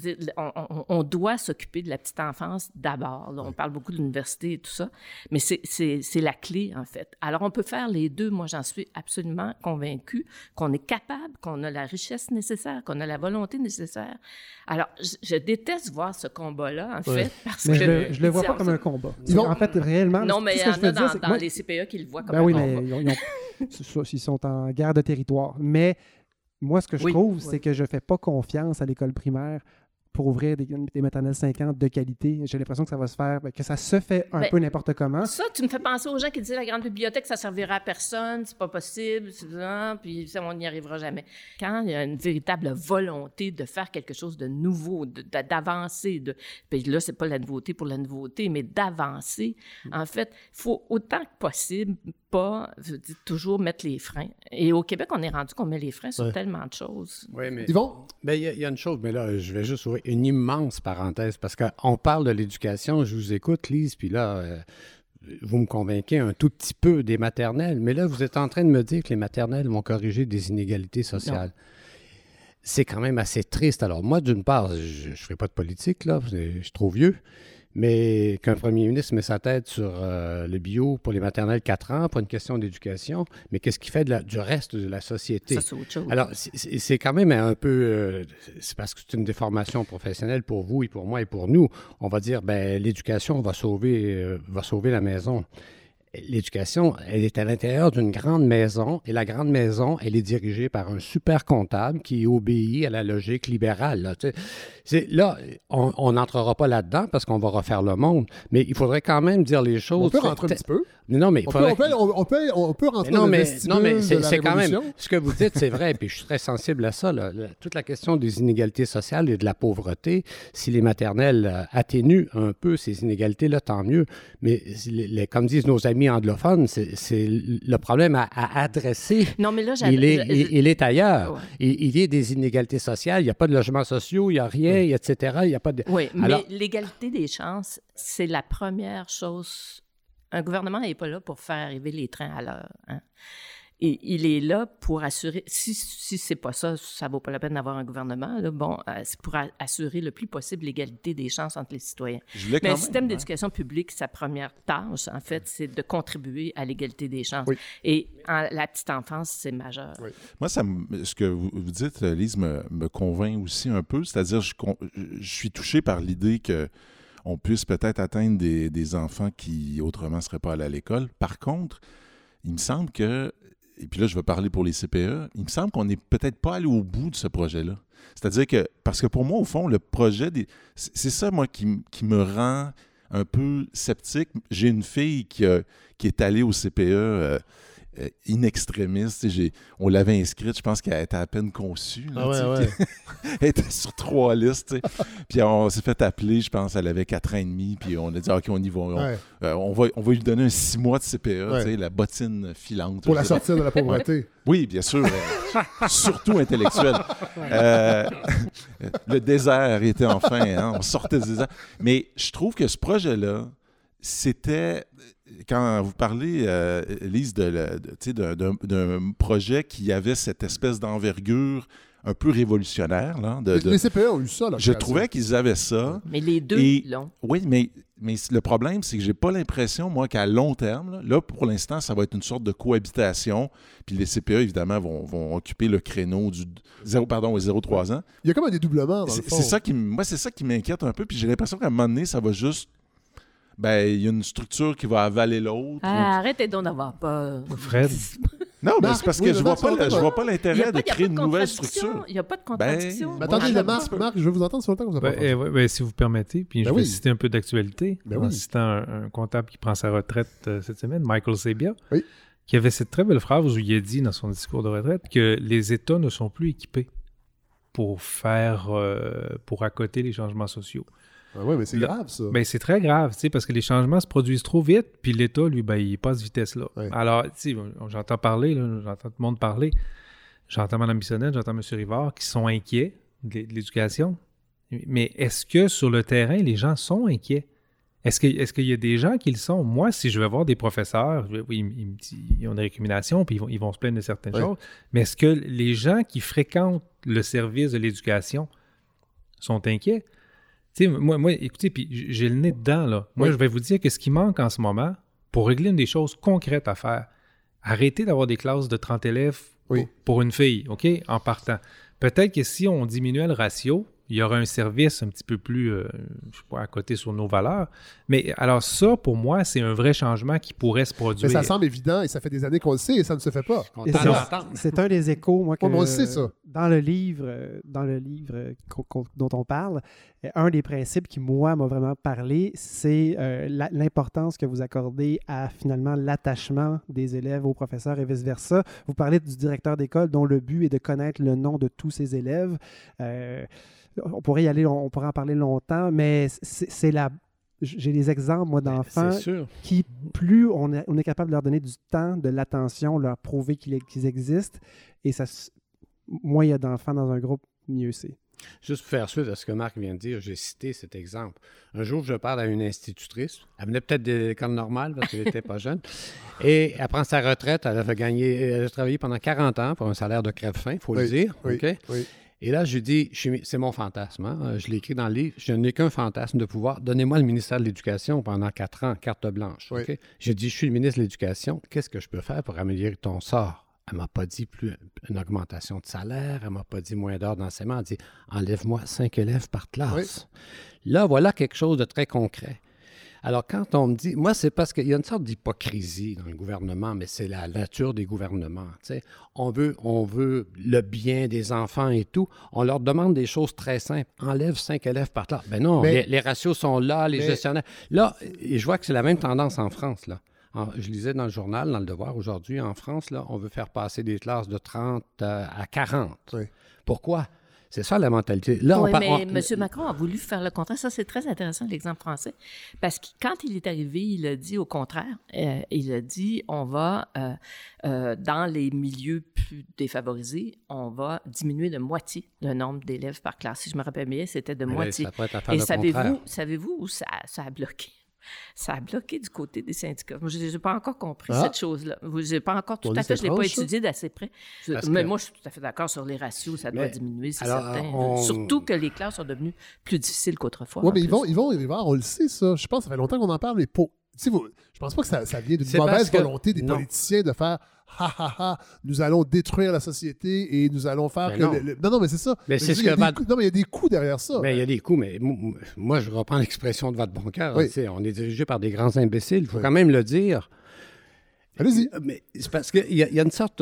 on doit s'occuper de la petite enfance d'abord. Là, on parle beaucoup de l'université et tout ça, mais c'est la clé, en fait. Alors, on peut faire les deux. Moi, j'en suis absolument convaincue qu'on est capable, qu'on a la richesse nécessaire, qu'on a la volonté nécessaire. Alors, je déteste voir ce combat-là, en fait, parce mais que... je le vois pas comme un combat. En fait, réellement... Non, mais il y en a dans les CPE qui le voient comme un combat. Oui, mais ils sont en guerre de territoire. Mais moi, ce que je trouve, c'est que je ne fais pas confiance à l'école primaire pour ouvrir des maternelles 5 ans de qualité. J'ai l'impression que ça va se faire, que ça se fait un peu n'importe comment. Ça, tu me fais penser aux gens qui disaient la grande bibliothèque, ça ne servira à personne, c'est pas possible, puis ça, on n'y arrivera jamais. Quand il y a une véritable volonté de faire quelque chose de nouveau, d'avancer, puis là, c'est pas la nouveauté pour la nouveauté, mais d'avancer, en fait, il faut autant que possible toujours mettre les freins. Et au Québec, on est rendu qu'on met les freins sur tellement de choses. Oui, mais... Yvon? Il y a une chose, mais là, je vais juste ouvrir une immense parenthèse, parce qu'on parle de l'éducation, je vous écoute, Lise, puis là, vous me convainquez un tout petit peu des maternelles, mais là, vous êtes en train de me dire que les maternelles vont corriger des inégalités sociales. Non. C'est quand même assez triste. Alors, moi, d'une part, je ne ferai pas de politique, là, je suis trop vieux, mais qu'un premier ministre met sa tête sur le bio pour les maternelles 4 ans, pas une question d'éducation, mais qu'est-ce qu'il fait du reste de la société? Ça, c'est autre chose. Alors, c'est quand même un peu... c'est parce que c'est une déformation professionnelle pour vous et pour moi et pour nous. On va dire, l'éducation va sauver la maison. l'éducation, elle est à l'intérieur d'une grande maison et la grande maison, elle est dirigée par un super comptable qui obéit à la logique libérale. Là, on n'entrera pas là-dedans parce qu'on va refaire le monde, mais il faudrait quand même dire les choses. On peut rentrer un petit peu. Non, mais on peut rentrer dans le vestibule mais de la c'est quand même, Révolution. ce que vous dites, c'est vrai, puis je suis très sensible à ça. Toute la question des inégalités sociales et de la pauvreté, si les maternelles atténuent un peu ces inégalités-là, tant mieux. Mais comme disent nos amis anglophones, c'est le problème à adresser. Non, mais là, il est ailleurs. Ouais. Il y a des inégalités sociales, il n'y a pas de logements sociaux, il n'y a rien, etc. Il y a pas de... Oui, mais l'égalité des chances, c'est la première chose. Un gouvernement n'est pas là pour faire arriver les trains à l'heure. Hein? Et il est là pour assurer, si c'est pas ça, ça vaut pas la peine d'avoir un gouvernement, là, c'est pour assurer le plus possible l'égalité des chances entre les citoyens. Mais le système d'éducation publique, sa première tâche, en fait, c'est de contribuer à l'égalité des chances. Oui. Et la petite enfance, c'est majeur. Oui. Moi, ce que vous dites, Lise, me convainc aussi un peu. C'est-à-dire, je suis touché par l'idée que on puisse peut-être atteindre des enfants qui, autrement, ne seraient pas allés à l'école. Par contre, il me semble que, et puis là, je vais parler pour les CPE, il me semble qu'on n'est peut-être pas allé au bout de ce projet-là. C'est-à-dire que, parce que pour moi, au fond, le projet, c'est ça, moi, qui me rend un peu sceptique. J'ai une fille qui est allée au CPE in extremis. On l'avait inscrite, je pense qu'elle était à peine conçue. Là, elle était sur 3 listes. Puis on s'est fait appeler, je pense, elle avait 4 ans et demi. Puis on a dit, OK, on y va. On va lui donner un 6 mois de CPE, la bottine filante. Pour la sortir de la pauvreté. Oui, bien sûr. Surtout intellectuelle. Le désert était enfin, on sortait du désert. Mais je trouve que ce projet-là, c'était... Quand vous parlez, Lise, d'un projet qui avait cette espèce d'envergure un peu révolutionnaire. Là, les CPE ont eu ça. Je trouvais qu'ils avaient ça. Mais les deux l'ont. Oui, mais le problème, c'est que j'ai pas l'impression, moi, qu'à long terme, là, pour l'instant, ça va être une sorte de cohabitation. Puis les CPE, évidemment, vont occuper le créneau du 0-3 ans. Il y a comme un dédoublement, dans le fond. C'est ça qui m'inquiète un peu. Puis j'ai l'impression qu'à un moment donné, ça va juste... il y a une structure qui va avaler l'autre. Arrêtez donc d'avoir peur. Fred. Non, mais c'est parce que je vois pas l'intérêt de créer une nouvelle structure. Il n'y a pas de contradiction. Attendez, Marc, je veux vous entendre sur le temps que vous avez pas si vous permettez, puis je vais citer un peu d'actualité, en citant un comptable qui prend sa retraite cette semaine, Michael Sabia, qui avait cette très belle phrase où il a dit dans son discours de retraite que les États ne sont plus équipés pour accoter les changements sociaux. Oui, mais c'est grave, ça. C'est très grave, parce que les changements se produisent trop vite, puis l'État, lui, il passe vitesse-là. Ouais. Alors, j'entends parler, j'entends tout le monde parler. J'entends Mme Bissonnette, j'entends M. Rivard qui sont inquiets de l'éducation. Mais est-ce que sur le terrain, les gens sont inquiets? Est-ce qu'il y a des gens qui le sont? Moi, si je vais voir des professeurs, ils ont des récriminations, puis ils vont se plaindre de certaines choses, mais est-ce que les gens qui fréquentent le service de l'éducation sont inquiets? Moi, écoutez, puis j'ai le nez dedans, là. Moi, je vais vous dire que ce qui manque en ce moment, pour régler une des choses concrètes à faire, arrêtez d'avoir des classes de 30 élèves pour une fille, OK, en partant. Peut-être que si on diminuait le ratio, il y aurait un service un petit peu plus, je sais pas, à côté sur nos valeurs. Mais alors ça, pour moi, c'est un vrai changement qui pourrait se produire. Mais ça semble évident et ça fait des années qu'on le sait et ça ne se fait pas. C'est un des échos, moi, que on sait ça. Dans le livre dont on parle, un des principes qui, moi, m'a vraiment parlé, c'est l'importance que vous accordez à, finalement, l'attachement des élèves aux professeurs et vice-versa. Vous parlez du directeur d'école dont le but est de connaître le nom de tous ses élèves. On pourrait en parler longtemps, mais j'ai des exemples, moi, d'enfants qui, plus on est capable de leur donner du temps, de l'attention, leur prouver qu'ils existent, et moins il y a d'enfants dans un groupe, mieux c'est. Juste pour faire suite à ce que Marc vient de dire, j'ai cité cet exemple. Un jour, je parle à une institutrice. Elle venait peut-être de l'école normale parce qu'elle n'était pas jeune. Et elle prend sa retraite. Elle a travaillé pendant 40 ans pour un salaire de crève-faim, il faut le dire. Oui, okay? Oui. Et là, je lui dis, c'est mon fantasme. Hein? Je l'ai écrit dans le livre. Je n'ai qu'un fantasme de pouvoir. Donnez-moi le ministère de l'Éducation pendant 4 ans, carte blanche. Oui. Okay? J'ai dit, je suis le ministre de l'Éducation. Qu'est-ce que je peux faire pour améliorer ton sort? Elle ne m'a pas dit plus une augmentation de salaire. Elle ne m'a pas dit moins d'heures d'enseignement. Elle a dit, enlève-moi 5 élèves par classe. Oui. Là, voilà quelque chose de très concret. Alors, quand on me dit... Moi, c'est parce qu'il y a une sorte d'hypocrisie dans le gouvernement, mais c'est la nature des gouvernements. Tu sais. On veut le bien des enfants et tout. On leur demande des choses très simples. Enlève 5 élèves par classe. Ben non, les ratios sont là, les gestionnaires... Là, et je vois que c'est la même tendance en France, là. Je lisais dans le journal, dans Le Devoir, aujourd'hui, en France, là, on veut faire passer des classes de 30 à 40. Oui. Pourquoi? C'est ça la mentalité. Là, oui, mais M. Macron a voulu faire le contraire. Ça, c'est très intéressant, l'exemple français. Parce que quand il est arrivé, il a dit au contraire. Il a dit, on va, dans les milieux plus défavorisés, on va diminuer de moitié le nombre d'élèves par classe. Si je me rappelle bien, c'était de moitié. Et savez-vous où ça a bloqué? Ça a bloqué du côté des syndicats. Moi, je n'ai pas encore compris cette chose-là. Je n'ai pas encore tout à fait, je ne l'ai pas étudié d'assez près. Mais moi, je suis tout à fait d'accord sur les ratios, ça doit diminuer, c'est certain. Surtout que les classes sont devenues plus difficiles qu'autrefois. Oui, mais ils vont arriver, on le sait, ça. Je pense que ça fait longtemps qu'on en parle, mais je pense pas que ça vient d'une mauvaise volonté des politiciens de faire nous allons détruire la société et nous allons faire non, mais c'est ça. Mais c'est il y a des coûts derrière ça. Mais il y a des coûts, mais moi, je reprends l'expression de votre bon cœur. Oui. On est dirigé par des grands imbéciles, il faut quand même le dire. Allez-y. Mais c'est parce qu'il y a une sorte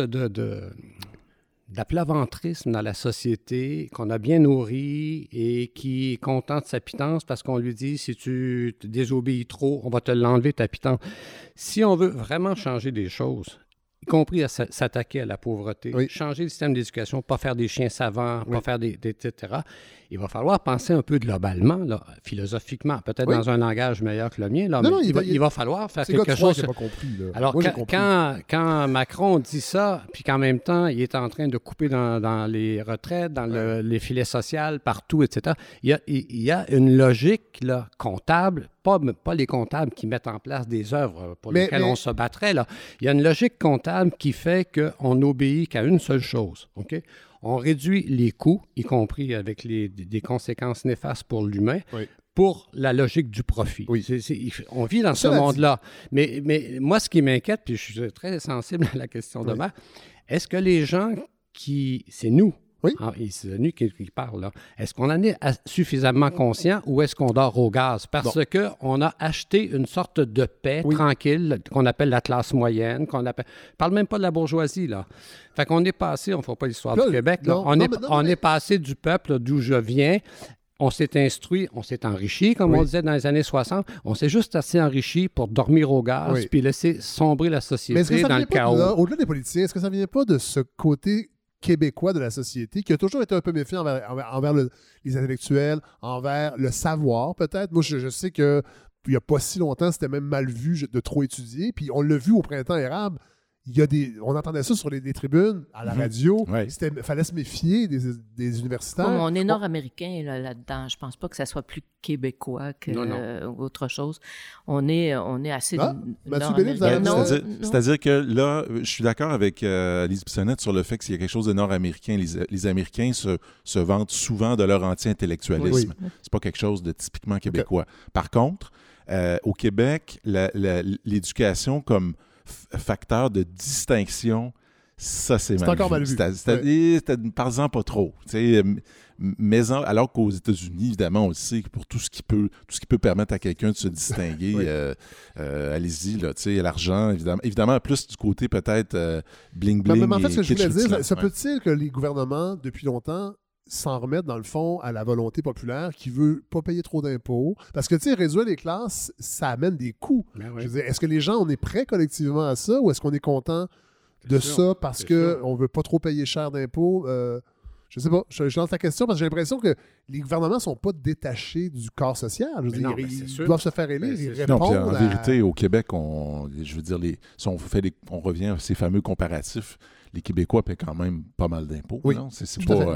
d'aplaventrisme dans la société qu'on a bien nourri et qui est content de sa pitance parce qu'on lui dit, si tu te désobéis trop, on va te l'enlever ta pitance. Si on veut vraiment changer des choses, y compris à s'attaquer à la pauvreté, changer le système d'éducation, pas faire des chiens savants, pas faire des etc., il va falloir penser un peu globalement, là, philosophiquement, peut-être dans un langage meilleur que le mien, là, mais il va falloir faire quelque chose. J'ai pas compris, là. Alors, quand Macron dit ça, puis qu'en même temps, il est en train de couper dans les retraites, dans les filets sociaux, partout, etc., il y a une logique là, comptable, pas les comptables qui mettent en place des œuvres pour lesquelles on se battrait. Là. Il y a une logique comptable qui fait qu'on n'obéit qu'à une seule chose. OK? On réduit les coûts, y compris avec des conséquences néfastes pour l'humain, pour la logique du profit. Oui. On vit dans ce monde-là. Mais moi, ce qui m'inquiète, puis je suis très sensible à la question de Marc, est-ce que les gens c'est nous, c'est nous qui parlent, là. Est-ce qu'on en est suffisamment conscient ou est-ce qu'on dort au gaz? Parce qu'on a acheté une sorte de paix tranquille qu'on appelle la classe moyenne, Je parle même pas de la bourgeoisie, là. Fait qu'on est passé, on ne fera pas l'histoire du Québec, là. On est passé du peuple d'où je viens. On s'est instruit, on s'est enrichi, comme on disait dans les années 60. On s'est juste assez enrichi pour dormir au gaz puis laisser sombrer la société dans le chaos. Au-delà des politiciens, est-ce que ça ne vient pas de ce côté québécois de la société qui a toujours été un peu méfiant envers les intellectuels, envers le savoir peut-être? Moi, je sais qu'il n'y a pas si longtemps, c'était même mal vu de trop étudier. Puis on l'a vu au printemps érable. On entendait ça sur les tribunes, à la radio. Il fallait se méfier des universitaires. On est nord-américain là-dedans. Je pense pas que ça soit plus québécois qu'autre chose. On est assez nord-américain. C'est-à-dire que là, je suis d'accord avec Lise Bissonnette sur le fait qu'il y a quelque chose de nord-américain. Les Américains se vantent souvent de leur anti-intellectualisme. C'est pas quelque chose de typiquement québécois. Par contre, au Québec, l'éducation comme facteur de distinction, ça, c'est mal vu. Encore mal vu. Parle-en pas trop. Mais alors qu'aux États-Unis, évidemment, on le sait que pour tout ce qui peut permettre à quelqu'un de se distinguer, allez-y, là, l'argent, évidemment, plus du côté peut-être bling-bling. Mais en fait, ce que je voulais dire, ça peut-il que les gouvernements, depuis longtemps, s'en remettre, dans le fond, à la volonté populaire qui veut pas payer trop d'impôts. Parce que, réduire les classes, ça amène des coûts. Je veux dire, est-ce que les gens, on est prêts collectivement à ça ou est-ce qu'on est content de ça parce qu'on veut pas trop payer cher d'impôts? Je sais pas. Je lance la question parce que j'ai l'impression que les gouvernements sont pas détachés du corps social. Ils doivent se faire élire, ils répondent. En vérité, au Québec, on revient à ces fameux comparatifs. Les Québécois paient quand même pas mal d'impôts. Oui, non? C'est pas...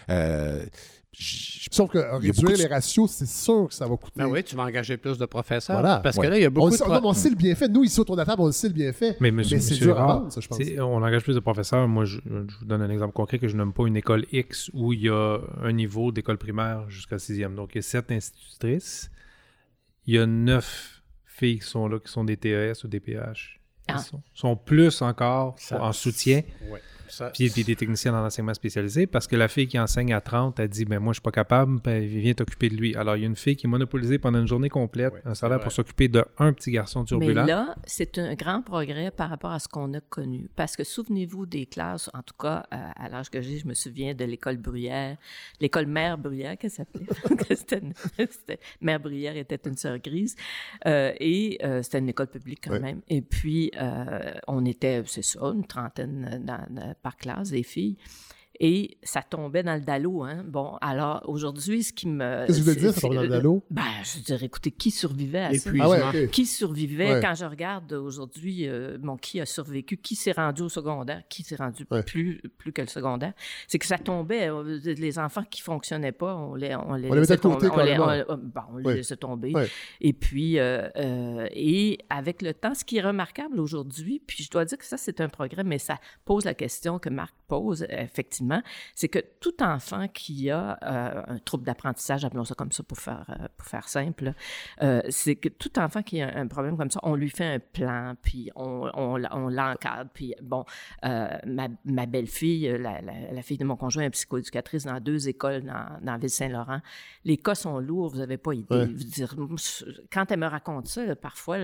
Sauf que réduire les ratios, c'est sûr que ça va coûter. Ben oui, tu vas engager plus de professeurs. Voilà. Parce que là, il y a beaucoup on sait le bienfait. Nous, ici, autour de la table, on sait le bienfait. Mais c'est dur à vendre, ça, je pense. On engage plus de professeurs. Moi, je vous donne un exemple concret que je nomme pas une école X où il y a un niveau d'école primaire jusqu'à 6e. Donc, il y a 7 institutrices. Il y a 9 filles qui sont là, qui sont des TES ou des PH. Sont plus encore en soutien. Puis des techniciens en enseignement spécialisé, parce que la fille qui enseigne à 30, elle dit, moi, je suis pas capable, viens t'occuper de lui. Alors, il y a une fille qui est monopolisée pendant une journée complète, un salaire pour s'occuper d'un petit garçon turbulent. Mais là, c'est un grand progrès par rapport à ce qu'on a connu. Parce que souvenez-vous des classes, en tout cas, à l'âge que j'ai, je me souviens de l'école Bruyère, l'école Mère Bruyère, qu'elle s'appelait. Mère Bruyère était une sœur grise. Et c'était une école publique quand même. Et puis, on était, c'est ça, une trentaine par classe, des filles. Et ça tombait dans le dallo, hein. Bon, alors, aujourd'hui, ce qui me... Qu'est-ce que vous voulez dire, ça tombait dans le dallo? Ben, je dirais, écoutez, qui survivait à ça? Okay. Qui survivait? Quand je regarde aujourd'hui, qui a survécu? Qui s'est rendu au secondaire? Qui s'est rendu plus que le secondaire? C'est que ça tombait. Les enfants qui ne fonctionnaient pas, on les laissait tomber. On les laissait tomber. Ouais. Et puis, et avec le temps, ce qui est remarquable aujourd'hui, puis je dois dire que ça, c'est un progrès, mais ça pose la question que Marc pose, effectivement, c'est que tout enfant qui a un trouble d'apprentissage, appelons ça comme ça pour faire simple, c'est que tout enfant qui a un problème comme ça, on lui fait un plan, puis on l'encadre. Puis bon, ma belle-fille, la fille de mon conjoint, est psychoéducatrice dans 2 écoles dans Ville-Saint-Laurent. Les cas sont lourds, vous n'avez pas idée. Ouais. Dire, quand elle me raconte ça, là, parfois,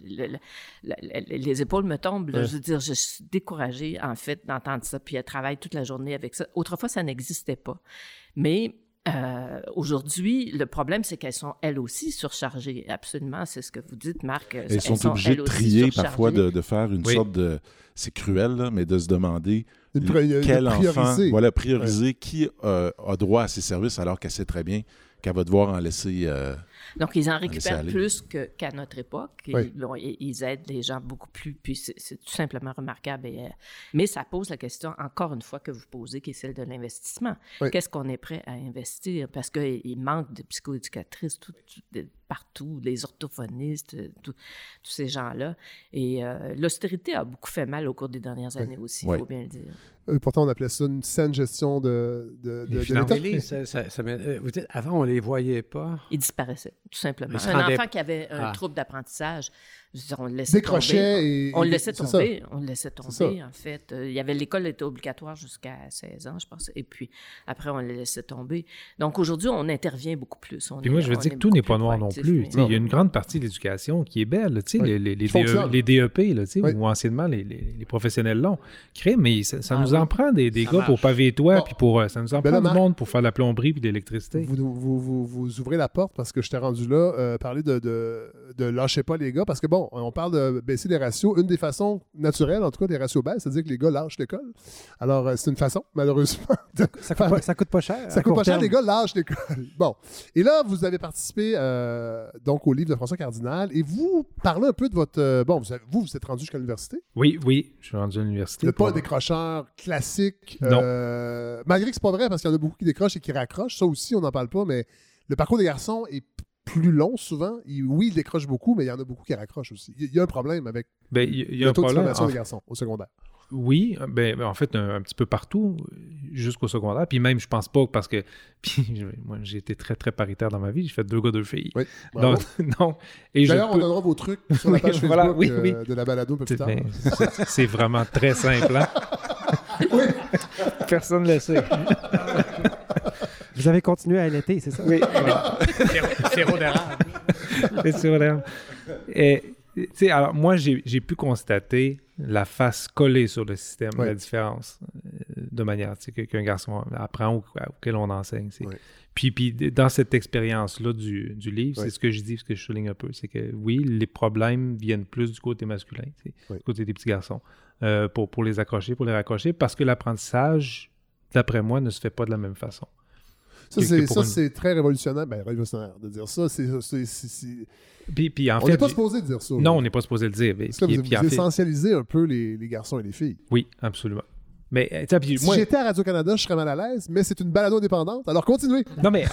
les épaules me tombent. Là, je veux dire, je suis découragée, en fait, d'entendre ça. Puis elle travaille toute la journée avec ça. Autrefois, ça n'existait pas. Mais aujourd'hui, le problème, c'est qu'elles sont, elles aussi, surchargées. Absolument, c'est ce que vous dites, Marc. Elles sont obligées de trier parfois, de faire une sorte de... C'est cruel, là, mais de se demander quel enfant... Voilà, prioriser qui a droit à ces services alors qu'elle sait très bien qu'elle va devoir en laisser... Donc, ils en récupèrent plus qu'à notre époque. Et, bon, ils aident les gens beaucoup plus, puis c'est tout simplement remarquable. Mais ça pose la question, encore une fois, que vous posez, qui est celle de l'investissement. Oui. Qu'est-ce qu'on est prêt à investir? Parce qu'il manque de psychoéducatrices partout, les orthophonistes, tous ces gens-là. Et l'austérité a beaucoup fait mal au cours des dernières années aussi, il faut bien le dire. Pourtant, on appelait ça une saine gestion de l'État. Avant, on ne les voyait pas. Ils disparaissaient, tout simplement. Un enfant qui avait un trouble d'apprentissage, on le laissait tomber. On le laissait tomber. On le laissait tomber, en fait. Il y avait l'école était obligatoire jusqu'à 16 ans, je pense. Et puis, après, on le laissait tomber. Donc, aujourd'hui, on intervient beaucoup plus. Puis moi, je veux dire que tout n'est pas noir non plus. Il y a une grande partie de l'éducation qui est belle. Les DEP, là, où anciennement, les professionnels l'ont créé, mais ça nous en prend des gars pour paver les toits, puis ça nous en prend du monde pour faire de la plomberie puis de l'électricité. Vous ouvrez la porte parce que je t'ai rendu là, parler de lâchez pas les gars, parce que bon, on parle de baisser les ratios. Une des façons naturelles, en tout cas, des ratios baissent, c'est-à-dire que les gars lâchent l'école. Alors, c'est une façon, malheureusement. Ça coûte pas cher. Ça coûte pas cher, les gars lâchent l'école. Bon. Et là, vous avez participé donc au livre de François Cardinal, et vous parlez un peu de votre... vous êtes rendu jusqu'à l'université? Oui, je suis rendu à l'université. Vous n'êtes pas un décrocheur classique. Non. Malgré que c'est pas vrai, parce qu'il y en a beaucoup qui décrochent et qui raccrochent. Ça aussi, on n'en parle pas, mais le parcours des garçons est plus long souvent. Oui, ils décrochent beaucoup, mais il y en a beaucoup qui raccrochent aussi. Il y a un problème avec le taux de formation des garçons au secondaire. Oui, en fait, un petit peu partout, jusqu'au secondaire. Puis même, je pense pas, parce que moi, j'ai été très, très paritaire dans ma vie. J'ai fait 2 gars, 2 filles. Oui, donc, non. D'ailleurs, on donnera vos trucs sur la page Facebook de la balado un peu plus tard. C'est vraiment très simple. Hein? Oui. Personne ne le sait. Vous avez continué à allaiter, c'est ça? Oui. Sirop d'érable. Sirop d'érable. Alors, moi, j'ai pu constater la face collée sur le système, la différence de manière qu'un garçon apprend auquel on enseigne. Puis dans cette expérience-là du livre, c'est ce que je dis, ce que je souligne un peu, c'est que oui, les problèmes viennent plus du côté masculin, du côté des petits garçons, pour les accrocher, pour les raccrocher, parce que l'apprentissage, d'après moi, ne se fait pas de la même façon. Ça, c'est très révolutionnaire. Révolutionnaire de dire ça. Puis en on fait, n'est pas supposé dire ça. Non, on n'est pas supposé le dire. Parce que vous essentialisez un peu les garçons et les filles. Oui, absolument. Mais, si j'étais à Radio-Canada, je serais mal à l'aise, mais c'est une balado indépendante, alors continuez. Non, mais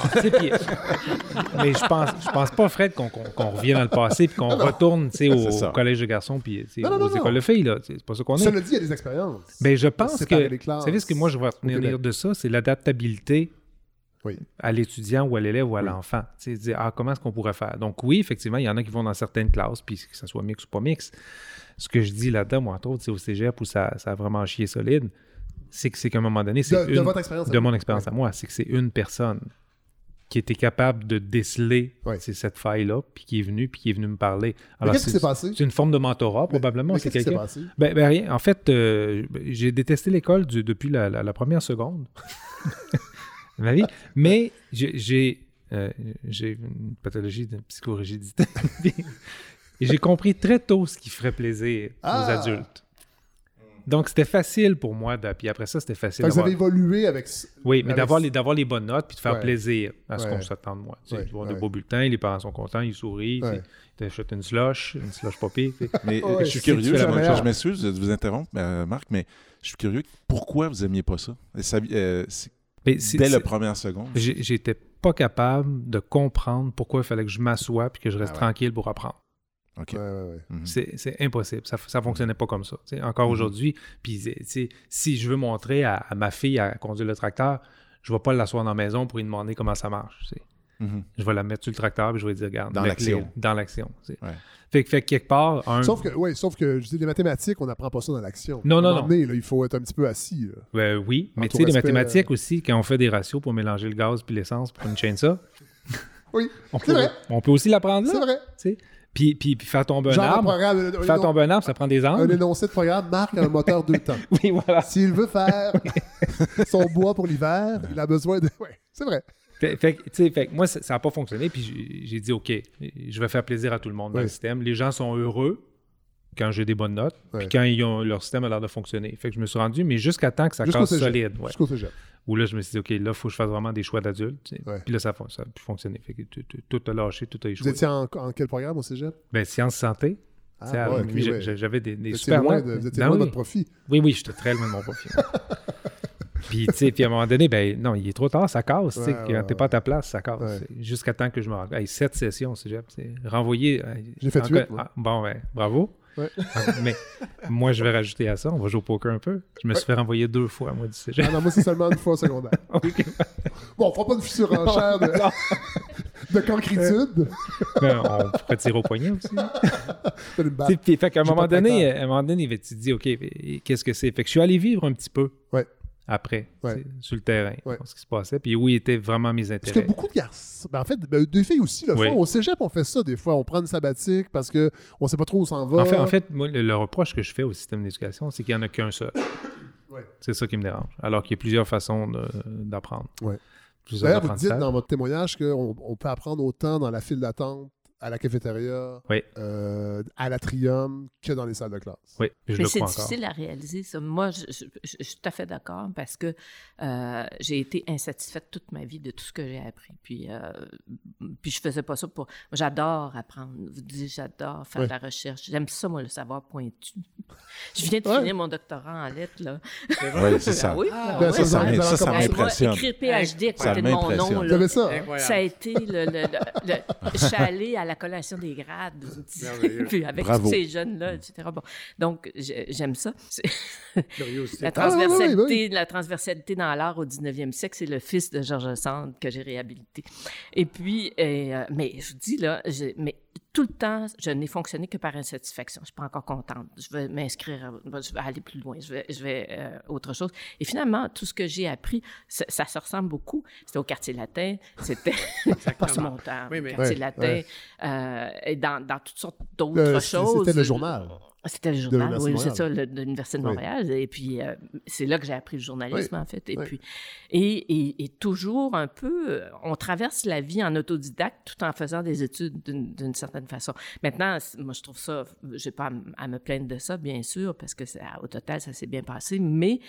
mais je pense pas, Fred, qu'on revienne dans le passé et qu'on retourne au collège de garçons puis aux écoles de filles. Là. C'est pas ça qu'on est. Cela dit, il y a des expériences. Mais je pense que... Vous savez ce que moi, je vais retenir de ça? C'est l'adaptabilité à l'étudiant ou à l'élève ou à l'enfant. Dire, comment est-ce qu'on pourrait faire? Donc oui, effectivement, il y en a qui vont dans certaines classes, puis que ça soit mix ou pas mix. Ce que je dis là-dedans, moi, entre autres, c'est au cégep où ça a vraiment chié solide. c'est qu'à un moment donné, de votre expérience de mon expérience à moi, c'est que c'est une personne qui était capable de déceler cette faille-là, puis qui est venue me parler. Alors, qu'est-ce qui s'est passé? C'est une forme de mentorat, probablement. Mais qu'est-ce qui s'est passé? Ben, rien. En fait, j'ai détesté l'école depuis la première seconde de ma vie, mais j'ai une pathologie de psychorigidité. Et j'ai compris très tôt ce qui ferait plaisir aux adultes. Donc, c'était facile pour moi. Puis après ça, c'était facile. Vous avez évolué avec... Oui, mais d'avoir les bonnes notes puis de faire plaisir à ce qu'on s'attend de moi. Tu vois des beaux bulletins, les parents sont contents, ils sourient. Ils t'achètent une slush poppy. Mais je suis curieux, je m'excuse de vous interrompre, Marc, mais je suis curieux. Pourquoi vous n'aimiez pas ça? Dès la première seconde? J'étais pas capable de comprendre pourquoi il fallait que je m'assoie puis que je reste tranquille pour apprendre. Okay. C'est impossible. Ça fonctionnait pas comme ça. Encore aujourd'hui, puis si je veux montrer à ma fille à conduire le tracteur, je vais pas l'asseoir dans la maison pour lui demander comment ça marche. Je vais la mettre sur le tracteur et je vais lui dire, regarde, dans l'action. Fait que quelque part... Sauf que je dis, les mathématiques, on n'apprend pas ça dans l'action. Non. Il faut être un petit peu assis. Oui, mais tu sais, les mathématiques aussi, quand on fait des ratios pour mélanger le gaz puis l'essence pour une chainsaw, on peut aussi l'apprendre là. C'est vrai. T'sais. Puis faire tomber un arbre, ça prend des angles. Un énoncé de programme marque un moteur 2 temps. Oui, voilà. S'il veut faire son bois pour l'hiver, il a besoin de... Oui, c'est vrai. Fait que moi, ça n'a pas fonctionné. Puis j'ai dit, OK, je vais faire plaisir à tout le monde dans le système. Les gens sont heureux quand j'ai des bonnes notes. Puis quand leur système a l'air de fonctionner. Fait que je me suis rendu, mais jusqu'à temps que ça casse solide. Jusqu'au cégep. Où là, je me suis dit, OK, là, il faut que je fasse vraiment des choix d'adultes. Puis là, ça a pu fonctionner. Fait que tout a lâché, tout a échoué. Vous étiez en quel programme au cégep? Sciences santé. J'avais des super notes. Vous étiez loin de votre profit. Oui, j'étais très loin de mon profit. Puis à un moment donné, non, il est trop tard, ça casse. Quand t'es pas à ta place, ça casse. Jusqu'à temps que je me rende. 7 sessions au cégep. Renvoyé. J'ai fait 8. Bravo. Mais moi, je vais rajouter à ça. On va jouer au poker un peu. Je me suis fait renvoyer 2 fois, moi, du cégep. Ah non, moi, c'est seulement une fois au secondaire. Bon, on fera pas de surenchère de concrétude. On pourrait tirer au poignet aussi. Fait qu'à un moment donné, tu te dis, OK, qu'est-ce que c'est? Fait que je suis allé vivre un petit peu. Après, sur le terrain, ce qui se passait, puis où étaient vraiment mes intérêts. Parce que beaucoup de garçons, en fait, des filles aussi le font. Au cégep, on fait ça des fois. On prend une sabbatique parce qu'on ne sait pas trop où s'en va. En fait moi, le reproche que je fais au système d'éducation, c'est qu'il n'y en a qu'un seul. C'est ça qui me dérange. Alors qu'il y a plusieurs façons d'apprendre. D'ailleurs, vous dites dans votre témoignage qu'on peut apprendre autant dans la file d'attente, à la cafétéria, à l'atrium, que dans les salles de classe. Oui, mais c'est difficile à réaliser, ça. Moi, je suis tout à fait d'accord parce que j'ai été insatisfaite toute ma vie de tout ce que j'ai appris. Puis je faisais pas ça pour... Moi, j'adore apprendre. Vous dites, j'adore faire de la recherche. J'aime ça, moi, le savoir pointu. Je viens de finir mon doctorat en lettres, là. Oui, c'est ça. Ça m'impressionne. Écrire PhD à côté de mon nom, là. Vous avez ça? Ça a été je suis allée à la collation des grades, puis avec tous ces jeunes-là, etc. Bon, donc, j'aime ça. La transversalité dans l'art au 19e siècle, c'est le fils de Georges Sand que j'ai réhabilité. Et puis, mais je vous dis, là, tout le temps, je n'ai fonctionné que par insatisfaction. Je ne suis pas encore contente. Je vais m'inscrire, je vais aller plus loin, je vais autre chose. Et finalement, tout ce que j'ai appris, ça se ressemble beaucoup. C'était au quartier latin, c'était pas sur mon temps, quartier latin, et dans toutes sortes d'autres choses. C'était le journal. C'était le journal, oui, c'est ça, de l'Université de Montréal. Et puis, c'est là que j'ai appris le journalisme, en fait. Et puis, et toujours un peu, on traverse la vie en autodidacte tout en faisant des études d'une certaine façon. Maintenant, moi, je trouve ça, je n'ai pas à me plaindre de ça, bien sûr, parce que au total, ça s'est bien passé. Mais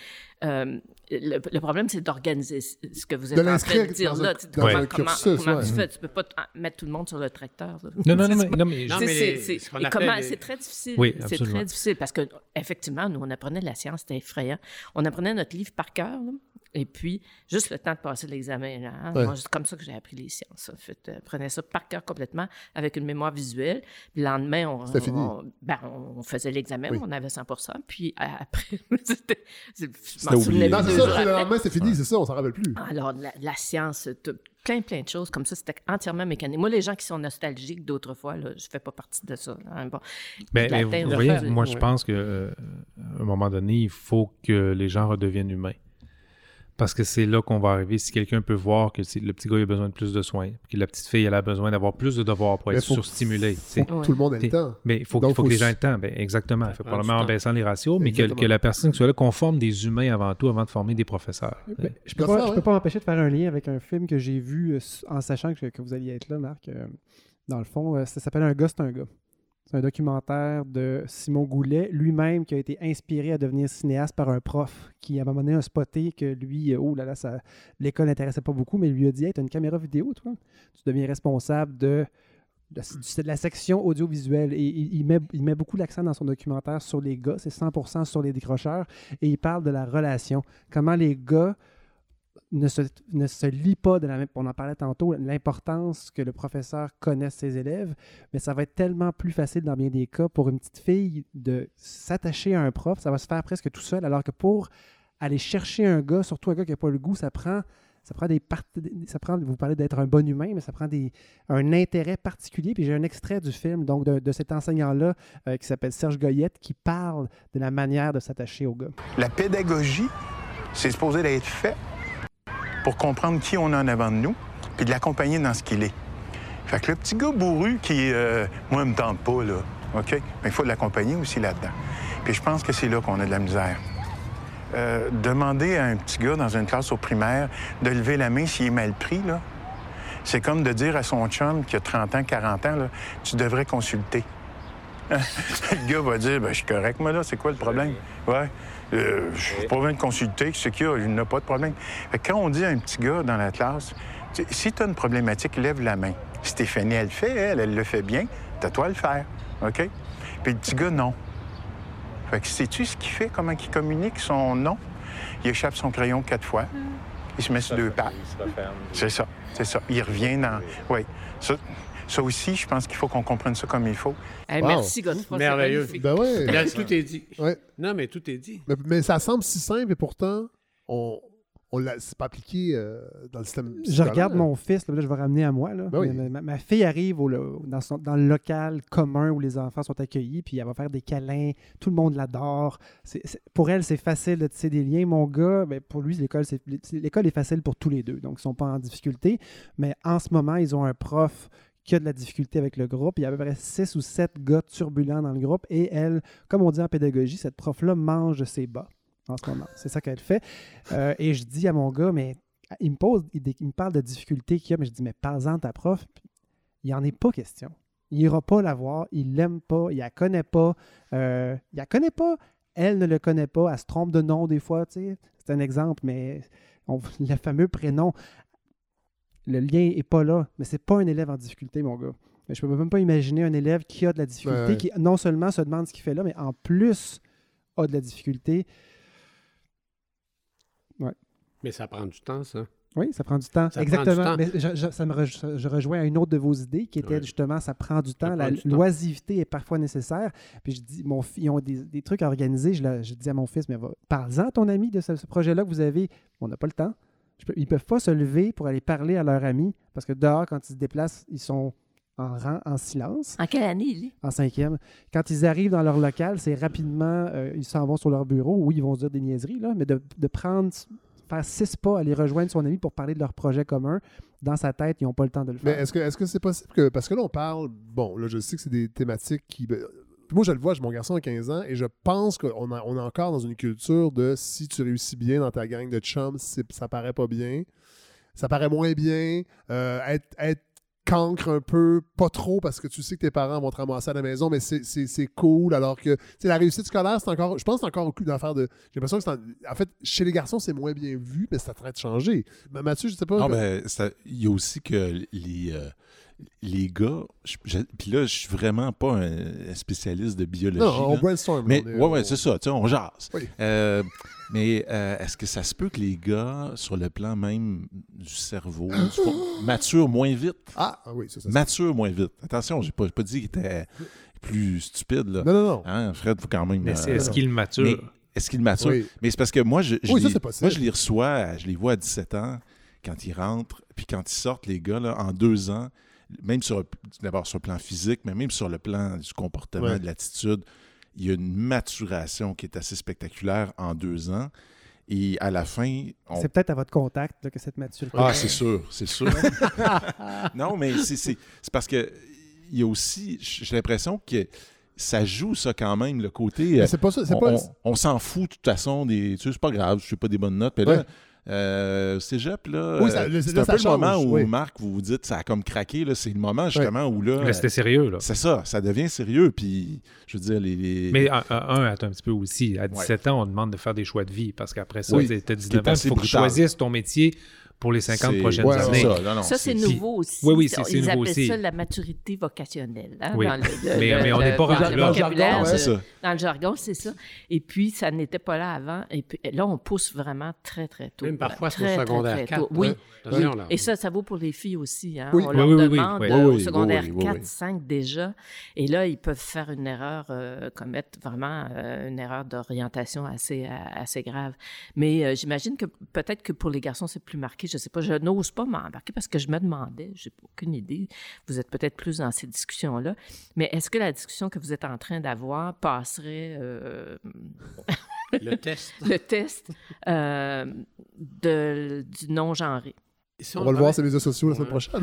le problème, c'est d'organiser ce que vous êtes en train de dire là. Comment tu fais? Tu ne peux pas mettre tout le monde sur le tracteur. Non, mais c'est très difficile. Oui, c'est très difficile parce que effectivement, nous, on apprenait la science, c'était effrayant. On apprenait notre livre par cœur, là, et puis juste le temps de passer l'examen. Là, hein. Moi, c'est comme ça que j'ai appris les sciences. En fait, prenais ça par cœur complètement avec une mémoire visuelle. Puis le lendemain, on faisait l'examen, on avait 100%. Puis après, je m'en souvenais pas. Le lendemain, c'est fini, c'est ça, on s'en rappelle plus. Alors, la science, plein de choses comme ça. C'était entièrement mécanique. Moi, les gens qui sont nostalgiques d'autrefois, là, je fais pas partie de ça. Hein. Bon, mais vous voyez, moi, je pense qu'à un moment donné, il faut que les gens redeviennent humains. Parce que c'est là qu'on va arriver. Si quelqu'un peut voir que le petit gars il a besoin de plus de soins, que la petite fille elle a besoin d'avoir plus de devoirs pour être surstimulée. Tout le monde ait le temps. Mais il faut que les gens aient le temps. Ben, exactement. Il faut probablement en baissant les ratios, mais que la personne qui soit là, qu'on forme des humains avant tout, avant de former des professeurs. Je peux pas m'empêcher de faire un lien avec un film que j'ai vu en sachant que vous alliez être là, Marc. Dans le fond, ça s'appelle Un gars, c'est un gars. C'est un documentaire de Simon Goulet, lui-même qui a été inspiré à devenir cinéaste par un prof qui, à un moment donné, a spoté que lui, l'école n'intéressait pas beaucoup, mais lui a dit « Hey, t'as une caméra vidéo, toi? Tu deviens responsable de la section audiovisuelle. » Et il met beaucoup l'accent dans son documentaire sur les gars, c'est 100% sur les décrocheurs, et il parle de la relation. Comment les gars ne se lient pas de la même... On en parlait tantôt, l'importance que le professeur connaisse ses élèves, mais ça va être tellement plus facile dans bien des cas pour une petite fille de s'attacher à un prof, ça va se faire presque tout seul, alors que pour aller chercher un gars, surtout un gars qui n'a pas le goût, ça prend vous parlez d'être un bon humain, mais ça prend un intérêt particulier. Puis j'ai un extrait du film donc de cet enseignant-là qui s'appelle Serge Goyette qui parle de la manière de s'attacher aux gars. La pédagogie, c'est supposé d'être fait pour comprendre qui on a en avant de nous, puis de l'accompagner dans ce qu'il est. Fait que le petit gars bourru qui, moi, me tente pas, là, OK? Mais il faut l'accompagner aussi là-dedans. Puis je pense que c'est là qu'on a de la misère. Demander à un petit gars dans une classe au primaire de lever la main s'il est mal pris, là, c'est comme de dire à son chum qui a 30 ans, 40 ans, là, tu devrais consulter. Le gars va dire, ben, je suis correct, moi, là, c'est quoi le problème? Ouais. Je suis pas besoin de consulter, c'est qu'il y a, il n'a pas de problème. Fait que quand on dit à un petit gars dans la classe, si tu as une problématique, lève la main. Stéphanie, elle le fait, elle le fait bien, t'as toi à le faire, OK? Puis le petit gars, non. Fait que sais-tu ce qu'il fait, comment il communique son non? Il échappe son crayon 4 fois, il se met sur 2 pattes. C'est ça. Il revient dans... Oui. Ça aussi, je pense qu'il faut qu'on comprenne ça comme il faut. Hey, merci, Godefroy. Merveilleux. Ben ouais. Là, tout est dit. Ouais. Non, mais tout est dit. Mais ça semble si simple et pourtant, c'est pas appliqué dans le système. Je regarde mon fils, là, je vais ramener à moi. Là. Ben oui. Ma fille arrive dans le local commun où les enfants sont accueillis, puis elle va faire des câlins. Tout le monde l'adore. Pour elle, c'est facile de tisser des liens. Mon gars, ben, pour lui, l'école est facile pour tous les deux. Donc, ils ne sont pas en difficulté. Mais en ce moment, ils ont un prof qui a de la difficulté avec le groupe. Il y a à peu près 6 ou 7 gars turbulents dans le groupe. Et elle, comme on dit en pédagogie, cette prof-là mange ses bas en ce moment. C'est ça qu'elle fait. Et je dis à mon gars, mais il me parle de difficultés qu'il y a, mais je dis, mais parle-en de ta prof. Puis, il n'y en est pas question. Il n'ira pas la voir. Il ne l'aime pas. Il ne la connaît pas. Elle ne le connaît pas. Elle se trompe de nom des fois. Tu sais. C'est un exemple, mais le fameux prénom... Le lien n'est pas là, mais c'est pas un élève en difficulté, mon gars. Mais je peux même pas imaginer un élève qui a de la difficulté, qui non seulement se demande ce qu'il fait là, mais en plus a de la difficulté. Ouais. Mais ça prend du temps, ça. Oui, ça prend du temps. Ça exactement. prend du temps. Mais je rejoins à une autre de vos idées qui était justement, ça prend du temps. L'oisiveté est parfois nécessaire. Puis je dis, ils ont des trucs à organiser. Je dis à mon fils, mais parle-en à ton ami de ce projet-là que vous avez. On n'a pas le temps. Ils ne peuvent pas se lever pour aller parler à leur ami parce que dehors, quand ils se déplacent, ils sont en rang, en silence. En quelle année, il est? En 5e. Quand ils arrivent dans leur local, c'est rapidement, ils s'en vont sur leur bureau. Oui, ils vont se dire des niaiseries, là, mais de faire 6 pas, aller rejoindre son ami pour parler de leur projet commun, dans sa tête, ils n'ont pas le temps de le faire. Mais est-ce que c'est possible que... Parce que là, on parle... Bon, là, je sais que c'est des thématiques qui... Moi, je le vois, j'ai mon garçon à 15 ans et je pense qu'on est encore dans une culture de si tu réussis bien dans ta gang de chums, ça paraît pas bien. Ça paraît moins bien. Être cancre un peu, pas trop parce que tu sais que tes parents vont te ramasser à la maison, mais c'est cool. Alors que la réussite scolaire, c'est encore... Je pense que c'est encore beaucoup d'affaires de... J'ai l'impression que en fait, chez les garçons, c'est moins bien vu, mais c'est en train de changer. Mathieu, je sais pas... Non, mais il y a aussi que les gars, puis là, je suis vraiment pas un spécialiste de biologie. Non, on brainstorm. Mais ouais, c'est ça, tu sais, on jase. Oui. Mais est-ce que ça se peut que les gars, sur le plan même du cerveau, maturent moins vite? Ah oui, c'est ça. Maturent moins vite. Attention, j'ai pas dit qu'il était plus stupide, là. Non. Hein, Fred, faut quand même... Mais est-ce qu'il mature? Est-ce qu'il mature? Oui. Mais c'est parce que moi, je ça, c'est possible. moi, je les reçois, je les vois à 17 ans. quand ils rentrent, puis quand ils sortent, les gars, là, en 2 ans, même d'abord sur le plan physique, mais même sur le plan du comportement, de l'attitude, il y a une maturation qui est assez spectaculaire en 2 ans. Et à la fin... C'est peut-être à votre contact là, que cette maturité... Ah, c'est sûr. Non, mais c'est parce que il y a aussi... J'ai l'impression que ça joue, ça, quand même, le côté... c'est pas ça, on s'en fout, de toute façon, tu sais, c'est pas grave, je ne fais pas des bonnes notes, mais là... Cégep, là, c'est un peu le moment où, Marc, vous dites ça a comme craqué, là, c'est le moment justement où là... C'était sérieux, là. C'est ça devient sérieux, puis je veux dire... Mais attends un petit peu aussi, à 17 ans, on demande de faire des choix de vie, parce qu'après ça, tu as 19 ans, il faut que tu choisisses ton métier pour les 50 prochaines années. Ça, c'est nouveau aussi. Oui, c'est ils nouveau appellent aussi. ça la maturité vocationnelle. Hein, oui. dans mais on n'est pas rendu là. Dans le jargon, c'est ça. Et puis, ça n'était pas là avant. Et puis, là, on pousse vraiment très, très tôt. Même parfois, c'est au secondaire 4. Oui. Là. Et ça vaut pour les filles aussi. Hein. Oui. On leur demande au secondaire 4, 5 déjà. Et là, ils peuvent faire une erreur, commettre vraiment une erreur d'orientation assez grave. Mais j'imagine que peut-être que pour les garçons, c'est plus marqué. Je ne sais pas, je n'ose pas m'embarquer parce que je me demandais, je n'ai aucune idée, vous êtes peut-être plus dans ces discussions-là, mais est-ce que la discussion que vous êtes en train d'avoir passerait... le test du non-genré? On va le voir sur les médias sociaux la semaine prochaine.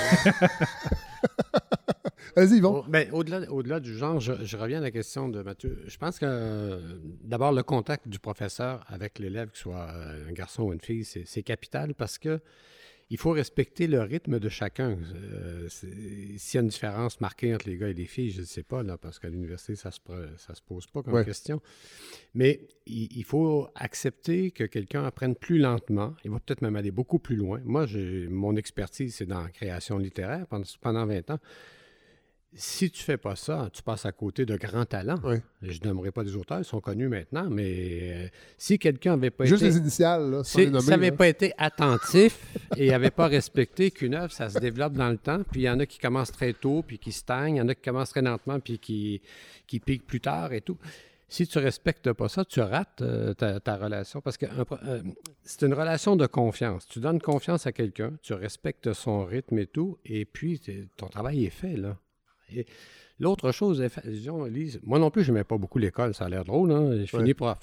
Vas-y, Yvon. Au-delà du genre, je reviens à la question de Mathieu. Je pense que, d'abord, le contact du professeur avec l'élève, que ce soit un garçon ou une fille, c'est capital parce que il faut respecter le rythme de chacun. S'il y a une différence marquée entre les gars et les filles, je ne sais pas, là, parce qu'à l'université, ça se pose pas comme question. Mais il faut accepter que quelqu'un apprenne plus lentement. Il va peut-être même aller beaucoup plus loin. Moi, mon expertise, c'est dans la création littéraire pendant 20 ans. Si tu ne fais pas ça, tu passes à côté de grands talents. Oui. Je n'aimerais pas des auteurs, ils sont connus maintenant, mais si quelqu'un n'avait pas Juste les initiales, là, sans les nommer. Ça n'avait pas été attentif et n'avait pas respecté qu'une œuvre, ça se développe dans le temps, puis il y en a qui commencent très tôt, puis qui stagnent, il y en a qui commencent très lentement, puis qui piquent plus tard et tout. Si tu ne respectes pas ça, tu rates ta relation, parce que c'est une relation de confiance. Tu donnes confiance à quelqu'un, tu respectes son rythme et tout, et puis ton travail est fait, là. Et l'autre chose, Lise, moi non plus, je n'aimais pas beaucoup l'école, ça a l'air drôle, hein? Je finis prof.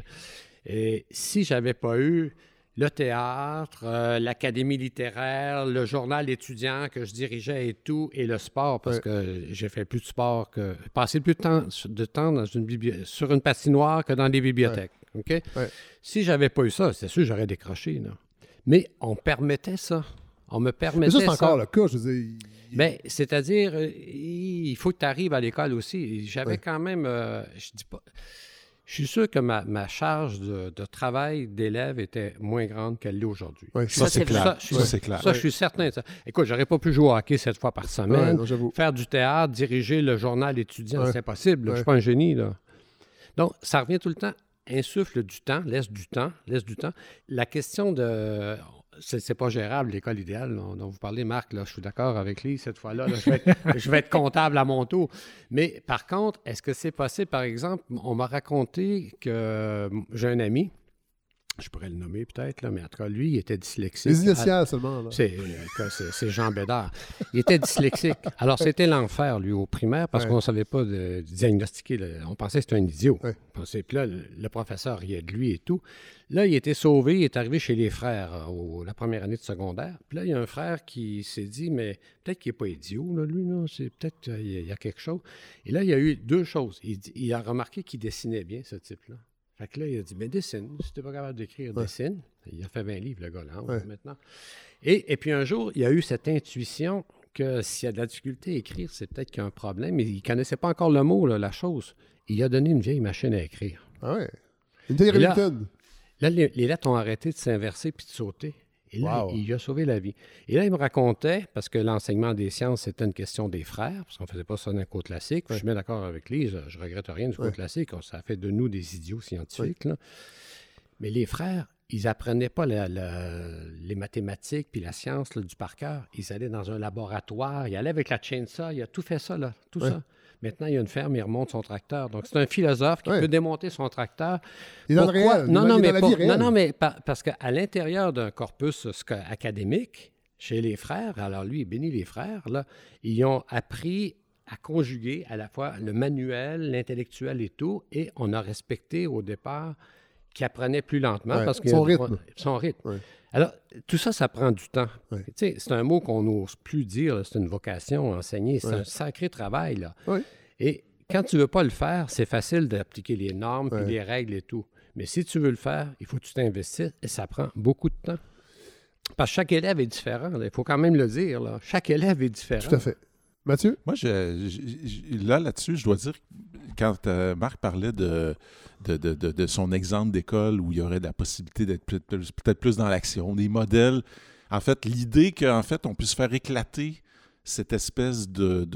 Et si je n'avais pas eu le théâtre, l'académie littéraire, le journal étudiant que je dirigeais et tout, et le sport, parce que j'ai fait plus de sport que... Passé plus de temps dans sur une patinoire que dans des bibliothèques. OK? Si je n'avais pas eu ça, c'est sûr j'aurais décroché, là. Mais on permettait ça. On me permettait ça. Mais ça, c'est encore le cas, je veux dire... Bien, c'est-à-dire, il faut que tu arrives à l'école aussi. J'avais quand même, je suis sûr que ma charge de travail d'élève était moins grande qu'elle l'est aujourd'hui. Oui, ça, c'est clair. Ça, je suis certain. Écoute, j'aurais pas pu jouer au hockey 7 fois par semaine. Faire du théâtre, diriger le journal étudiant, c'est impossible. Je suis pas un génie, là. Donc, ça revient tout le temps. Insuffle du temps, laisse du temps. La question de... C'est pas gérable, l'école idéale dont vous parlez, Marc. Là, je suis d'accord avec lui cette fois-là. Là, je vais être comptable à mon tour. Mais par contre, est-ce que c'est possible, par exemple, on m'a raconté que j'ai un ami, je pourrais le nommer peut-être, là, mais en tout cas, lui, il était dyslexique. Les initiales seulement. Là. C'est Jean Bédard. Il était dyslexique. Alors, c'était l'enfer, lui, au primaire, parce qu'on ne savait pas diagnostiquer. On pensait que c'était un idiot. Puis là, le professeur riait de lui et tout. Là, il était sauvé, il est arrivé chez les frères la première année de secondaire. Puis là, il y a un frère qui s'est dit, mais peut-être qu'il n'est pas idiot, là, lui. Là. C'est peut-être il y a quelque chose. Et là, il y a eu 2 choses. Il a remarqué qu'il dessinait bien, ce type-là. Fait que là, il a dit, mais dessine. Si tu n'es pas capable d'écrire, dessine. Il a fait 20 livres, le gars, là, maintenant. Et puis un jour, il a eu cette intuition que s'il y a de la difficulté à écrire, c'est peut-être qu'il y a un problème. Mais il ne connaissait pas encore le mot, là, la chose. Il a donné une vieille machine à écrire. Ah ouais. Une vieille Remington. Là, les lettres ont arrêté de s'inverser puis de sauter. Et là, il lui a sauvé la vie. Et là, il me racontait, parce que l'enseignement des sciences, c'était une question des frères, parce qu'on ne faisait pas ça dans le cours classique. Je suis bien d'accord avec lui, je ne regrette rien du cours classique. Ça fait de nous des idiots scientifiques. Là. Mais les frères, ils n'apprenaient pas les mathématiques puis la science là, du par cœur. Ils allaient dans un laboratoire, ils allaient avec la chainsaw, il a tout fait ça, là, tout ça. Maintenant, il y a une ferme, il remonte son tracteur. Donc, c'est un philosophe qui peut démonter son tracteur. Il est dans le réel. Non, mais parce qu'à l'intérieur d'un corpus académique, chez les frères, alors lui, il bénit les frères, là, ils ont appris à conjuguer à la fois le manuel, l'intellectuel et tout, et on a respecté au départ qu'il apprenait plus lentement. Parce que son rythme. Ouais. Alors, tout ça, ça prend du temps. Ouais. Tu sais, c'est un mot qu'on n'ose plus dire, là, c'est une vocation, enseigner, c'est un sacré travail, là. Ouais. Et quand tu ne veux pas le faire, c'est facile d'appliquer les normes, puis les règles et tout. Mais si tu veux le faire, il faut que tu t'investisses, et ça prend beaucoup de temps. Parce que chaque élève est différent, là. Il faut quand même le dire, là. Chaque élève est différent. Tout à fait. Mathieu? Moi, là-dessus, je dois dire, quand Marc parlait de son exemple d'école où il y aurait la possibilité d'être peut-être plus dans l'action, des modèles, en fait, l'idée qu'en fait, on puisse faire éclater cette espèce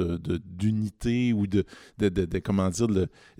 d'unité ou comment dire,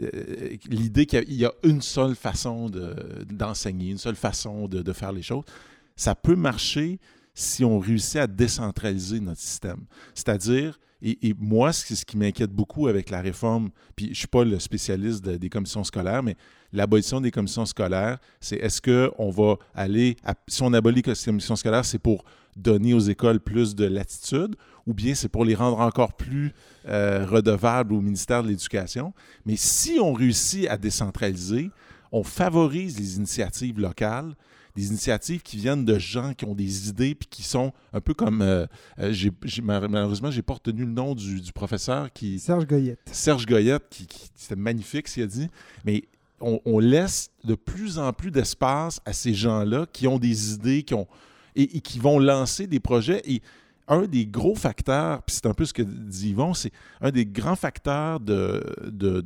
l'idée qu'il y a une seule façon d'enseigner, une seule façon de faire les choses, ça peut marcher si on réussit à décentraliser notre système. C'est-à-dire, et moi, ce qui m'inquiète beaucoup avec la réforme, puis je ne suis pas le spécialiste des commissions scolaires, mais l'abolition des commissions scolaires, c'est est-ce qu'on va aller, si on abolit les commissions scolaires, c'est pour donner aux écoles plus de latitude, ou bien c'est pour les rendre encore plus redevables au ministère de l'Éducation. Mais si on réussit à décentraliser, on favorise les initiatives locales, des initiatives qui viennent de gens qui ont des idées puis qui sont un peu comme... malheureusement, je n'ai pas retenu le nom du professeur qui... Serge Goyette. Serge Goyette, c'était magnifique ce qu'il a dit. Mais on laisse de plus en plus d'espace à ces gens-là qui ont des idées et qui vont lancer des projets. Et un des gros facteurs, puis c'est un peu ce que dit Yvon, c'est un des grands facteurs de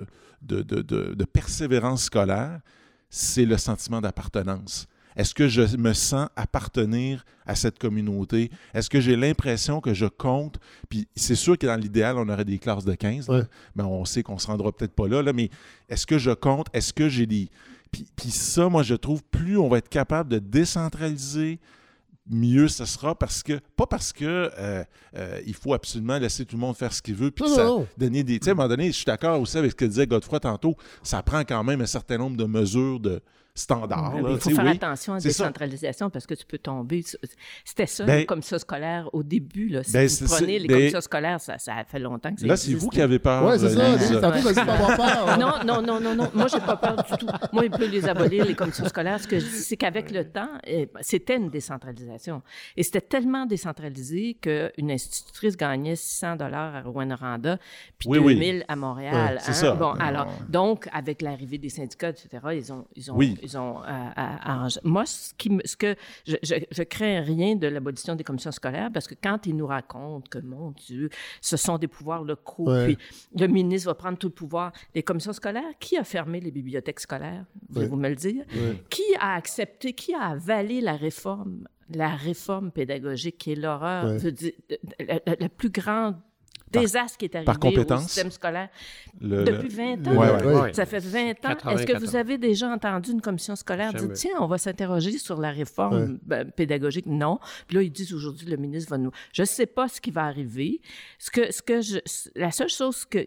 persévérance scolaire, c'est le sentiment d'appartenance. Est-ce que je me sens appartenir à cette communauté? Est-ce que j'ai l'impression que je compte? Puis c'est sûr que dans l'idéal, on aurait des classes de 15, mais on sait qu'on ne se rendra peut-être pas là, mais est-ce que je compte? Est-ce que j'ai des... Puis ça, moi, je trouve, plus on va être capable de décentraliser, mieux ce sera, pas parce que il faut absolument laisser tout le monde faire ce qu'il veut, puis donner des... Tu sais, à un moment donné, je suis d'accord aussi avec ce que disait Godefroy tantôt, ça prend quand même un certain nombre de mesures de standard. Il faut faire attention à la décentralisation parce que tu peux tomber. C'était ça, les commissions scolaires au début. Là, si vous prenez les commissions scolaires, ça fait longtemps que ça existe. Là, c'est vous qui avez peur. Oui, c'est ça. Tantôt, vas-y pas avoir peur. Non. Moi, j'ai pas peur du tout. Moi, il peut les abolir, les commissions scolaires. Ce que je dis, c'est qu'avec le temps, c'était une décentralisation. Et c'était tellement décentralisé qu'une institutrice gagnait $600 à Rouyn-Noranda puis 2000 à Montréal. C'est ça. Bon, alors, donc, avec l'arrivée des syndicats, etc., ils ont arrangé. Moi, je crains rien de l'abolition des commissions scolaires parce que quand ils nous racontent que, mon Dieu, ce sont des pouvoirs locaux, puis le ministre va prendre tout le pouvoir, les commissions scolaires, qui a fermé les bibliothèques scolaires? Voulez-vous me le dire? Qui a accepté, qui a avalé la réforme pédagogique qui est l'horreur, la plus grande désastre qui est arrivé au système scolaire depuis 20 ans. Ça fait 20 ans. Est-ce que vous avez déjà entendu une commission scolaire dire « Tiens, on va s'interroger sur la réforme pédagogique ». Non. Puis là, ils disent aujourd'hui, le ministre va nous... Je ne sais pas ce qui va arriver. La seule chose que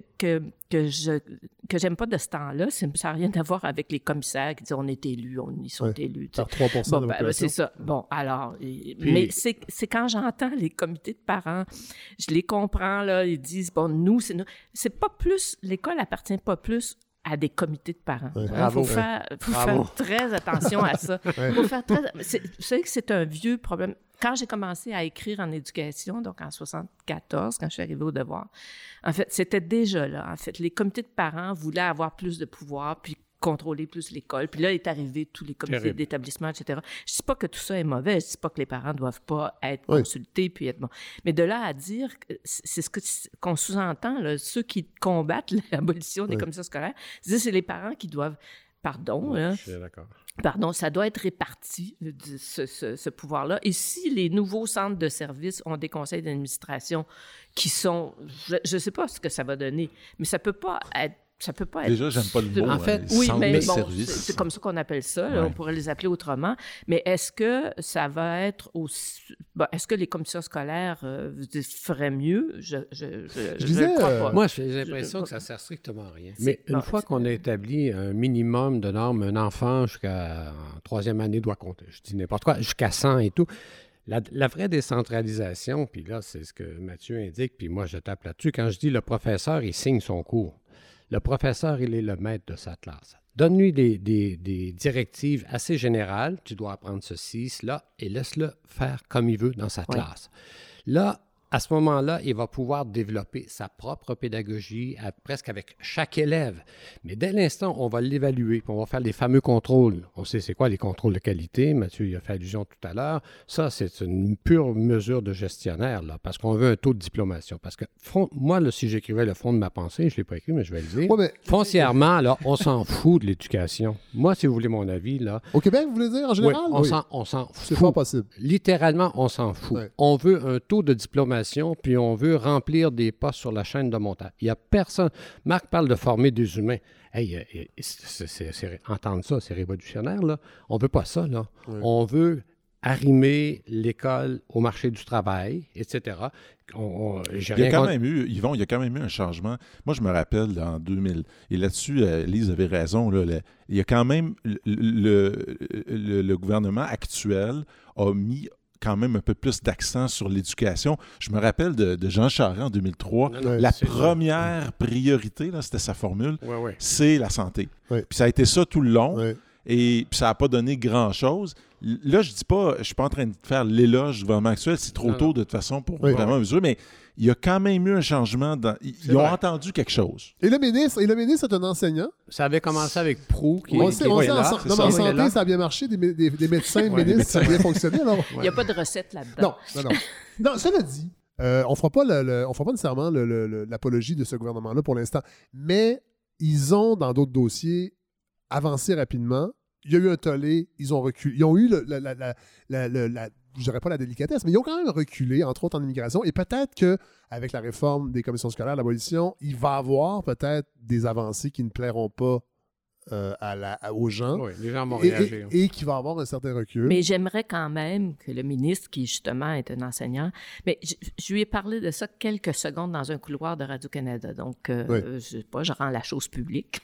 j'aime pas de ce temps-là, ça n'a rien à voir avec les commissaires qui disent « On est élus, ils sont élus ». Par 3% de la population. C'est ça. Bon, alors... mais c'est quand j'entends les comités de parents, je les comprends, là, ils disent, bon, nous, c'est pas plus, l'école appartient pas plus à des comités de parents. Il faut faire très attention à ça. Vous savez que c'est un vieux problème. Quand j'ai commencé à écrire en éducation, donc en 1974, quand je suis arrivée au Devoir, en fait, c'était déjà là. En fait, les comités de parents voulaient avoir plus de pouvoir, puis contrôler plus l'école. Puis là, est arrivé tous les comités d'établissement, etc. Je ne dis pas que tout ça est mauvais. Je ne dis pas que les parents ne doivent pas être consultés puis être bons. Mais de là à dire, c'est qu'on sous-entend, là, ceux qui combattent l'abolition des commissions scolaires, c'est les parents qui doivent... Pardon. Je suis d'accord. Pardon, ça doit être réparti, ce pouvoir-là. Et si les nouveaux centres de services ont des conseils d'administration qui sont... Je ne sais pas ce que ça va donner, mais ça ne peut pas être ça peut pas être... Déjà, j'aime pas le mot. En fait, oui, mais bon, c'est comme ça qu'on appelle ça. Là, on pourrait les appeler autrement. Mais est-ce que ça va être aussi... Bon, est-ce que les commissions scolaires feraient mieux? Je disais, crois pas. Moi, j'ai l'impression que ça sert strictement à rien. Mais une fois qu'on a établi un minimum de normes, un enfant jusqu'à troisième année doit compter. Je dis n'importe quoi, jusqu'à 100 et tout. La vraie décentralisation, puis là, c'est ce que Mathieu indique, puis moi, je tape là-dessus. Quand je dis le professeur, il signe son cours. Le professeur, il est le maître de sa classe. Donne-lui des directives assez générales. Tu dois apprendre ceci, cela, et laisse-le faire comme il veut dans sa classe. Là, à ce moment-là, il va pouvoir développer sa propre pédagogie presque avec chaque élève. Mais dès l'instant, on va l'évaluer, puis on va faire les fameux contrôles. On sait c'est quoi les contrôles de qualité. Mathieu y a fait allusion tout à l'heure. Ça, c'est une pure mesure de gestionnaire, là, parce qu'on veut un taux de diplomation. Parce que moi, là, si j'écrivais le fond de ma pensée, je ne l'ai pas écrit, mais je vais le dire. Ouais, mais... Foncièrement, là, on s'en fout de l'éducation. Moi, si vous voulez mon avis, là... Au Québec, vous voulez dire, en général? Oui, on s'en fout. C'est pas possible. Littéralement, on s'en fout. Ouais. On veut un taux de diplomation, puis on veut remplir des postes sur la chaîne de montage. Il n'y a personne... Marc parle de former des humains. Hey, entendre ça, c'est révolutionnaire, là. On ne veut pas ça, là. Oui. On veut arrimer l'école au marché du travail, etc. Il y a quand même eu, Yvon, il y a quand même eu un changement. Moi, je me rappelle en 2000, et là-dessus, Lise avait raison, là, il y a quand même... Le gouvernement actuel a mis quand même un peu plus d'accent sur l'éducation. Je me rappelle de Jean Charest en 2003. La première priorité, là, c'était sa formule, c'est la santé. Ouais. Puis ça a été ça tout le long. Ouais. Et puis ça n'a pas donné grand-chose. Là, je ne suis pas en train de faire l'éloge du gouvernement actuel. C'est trop tôt, de toute façon, pour vraiment mesurer. Mais il y a quand même eu un changement. Ils ont entendu quelque chose. Et le ministre est un enseignant. Ça avait commencé avec Proulx. En santé, ça a bien marché. Des médecins, ministres, ça a bien fonctionné. Il n'y a pas de recette là-dedans. Non, cela dit, on ne fera pas nécessairement l'apologie de ce gouvernement-là pour l'instant. Mais ils ont, dans d'autres dossiers, avancé rapidement. Il y a eu un tollé, ils ont reculé. Ils ont eu je dirais pas la délicatesse, mais ils ont quand même reculé, entre autres en immigration. Et peut-être qu'avec la réforme des commissions scolaires, l'abolition, il va y avoir peut-être des avancées qui ne plairont pas aux gens. Oui, les gens vont réagir. Et qu'il va y avoir un certain recul. Mais j'aimerais quand même que le ministre, qui justement est un enseignant, mais je lui ai parlé de ça quelques secondes dans un couloir de Radio-Canada. Donc, je sais pas, je rends la chose publique.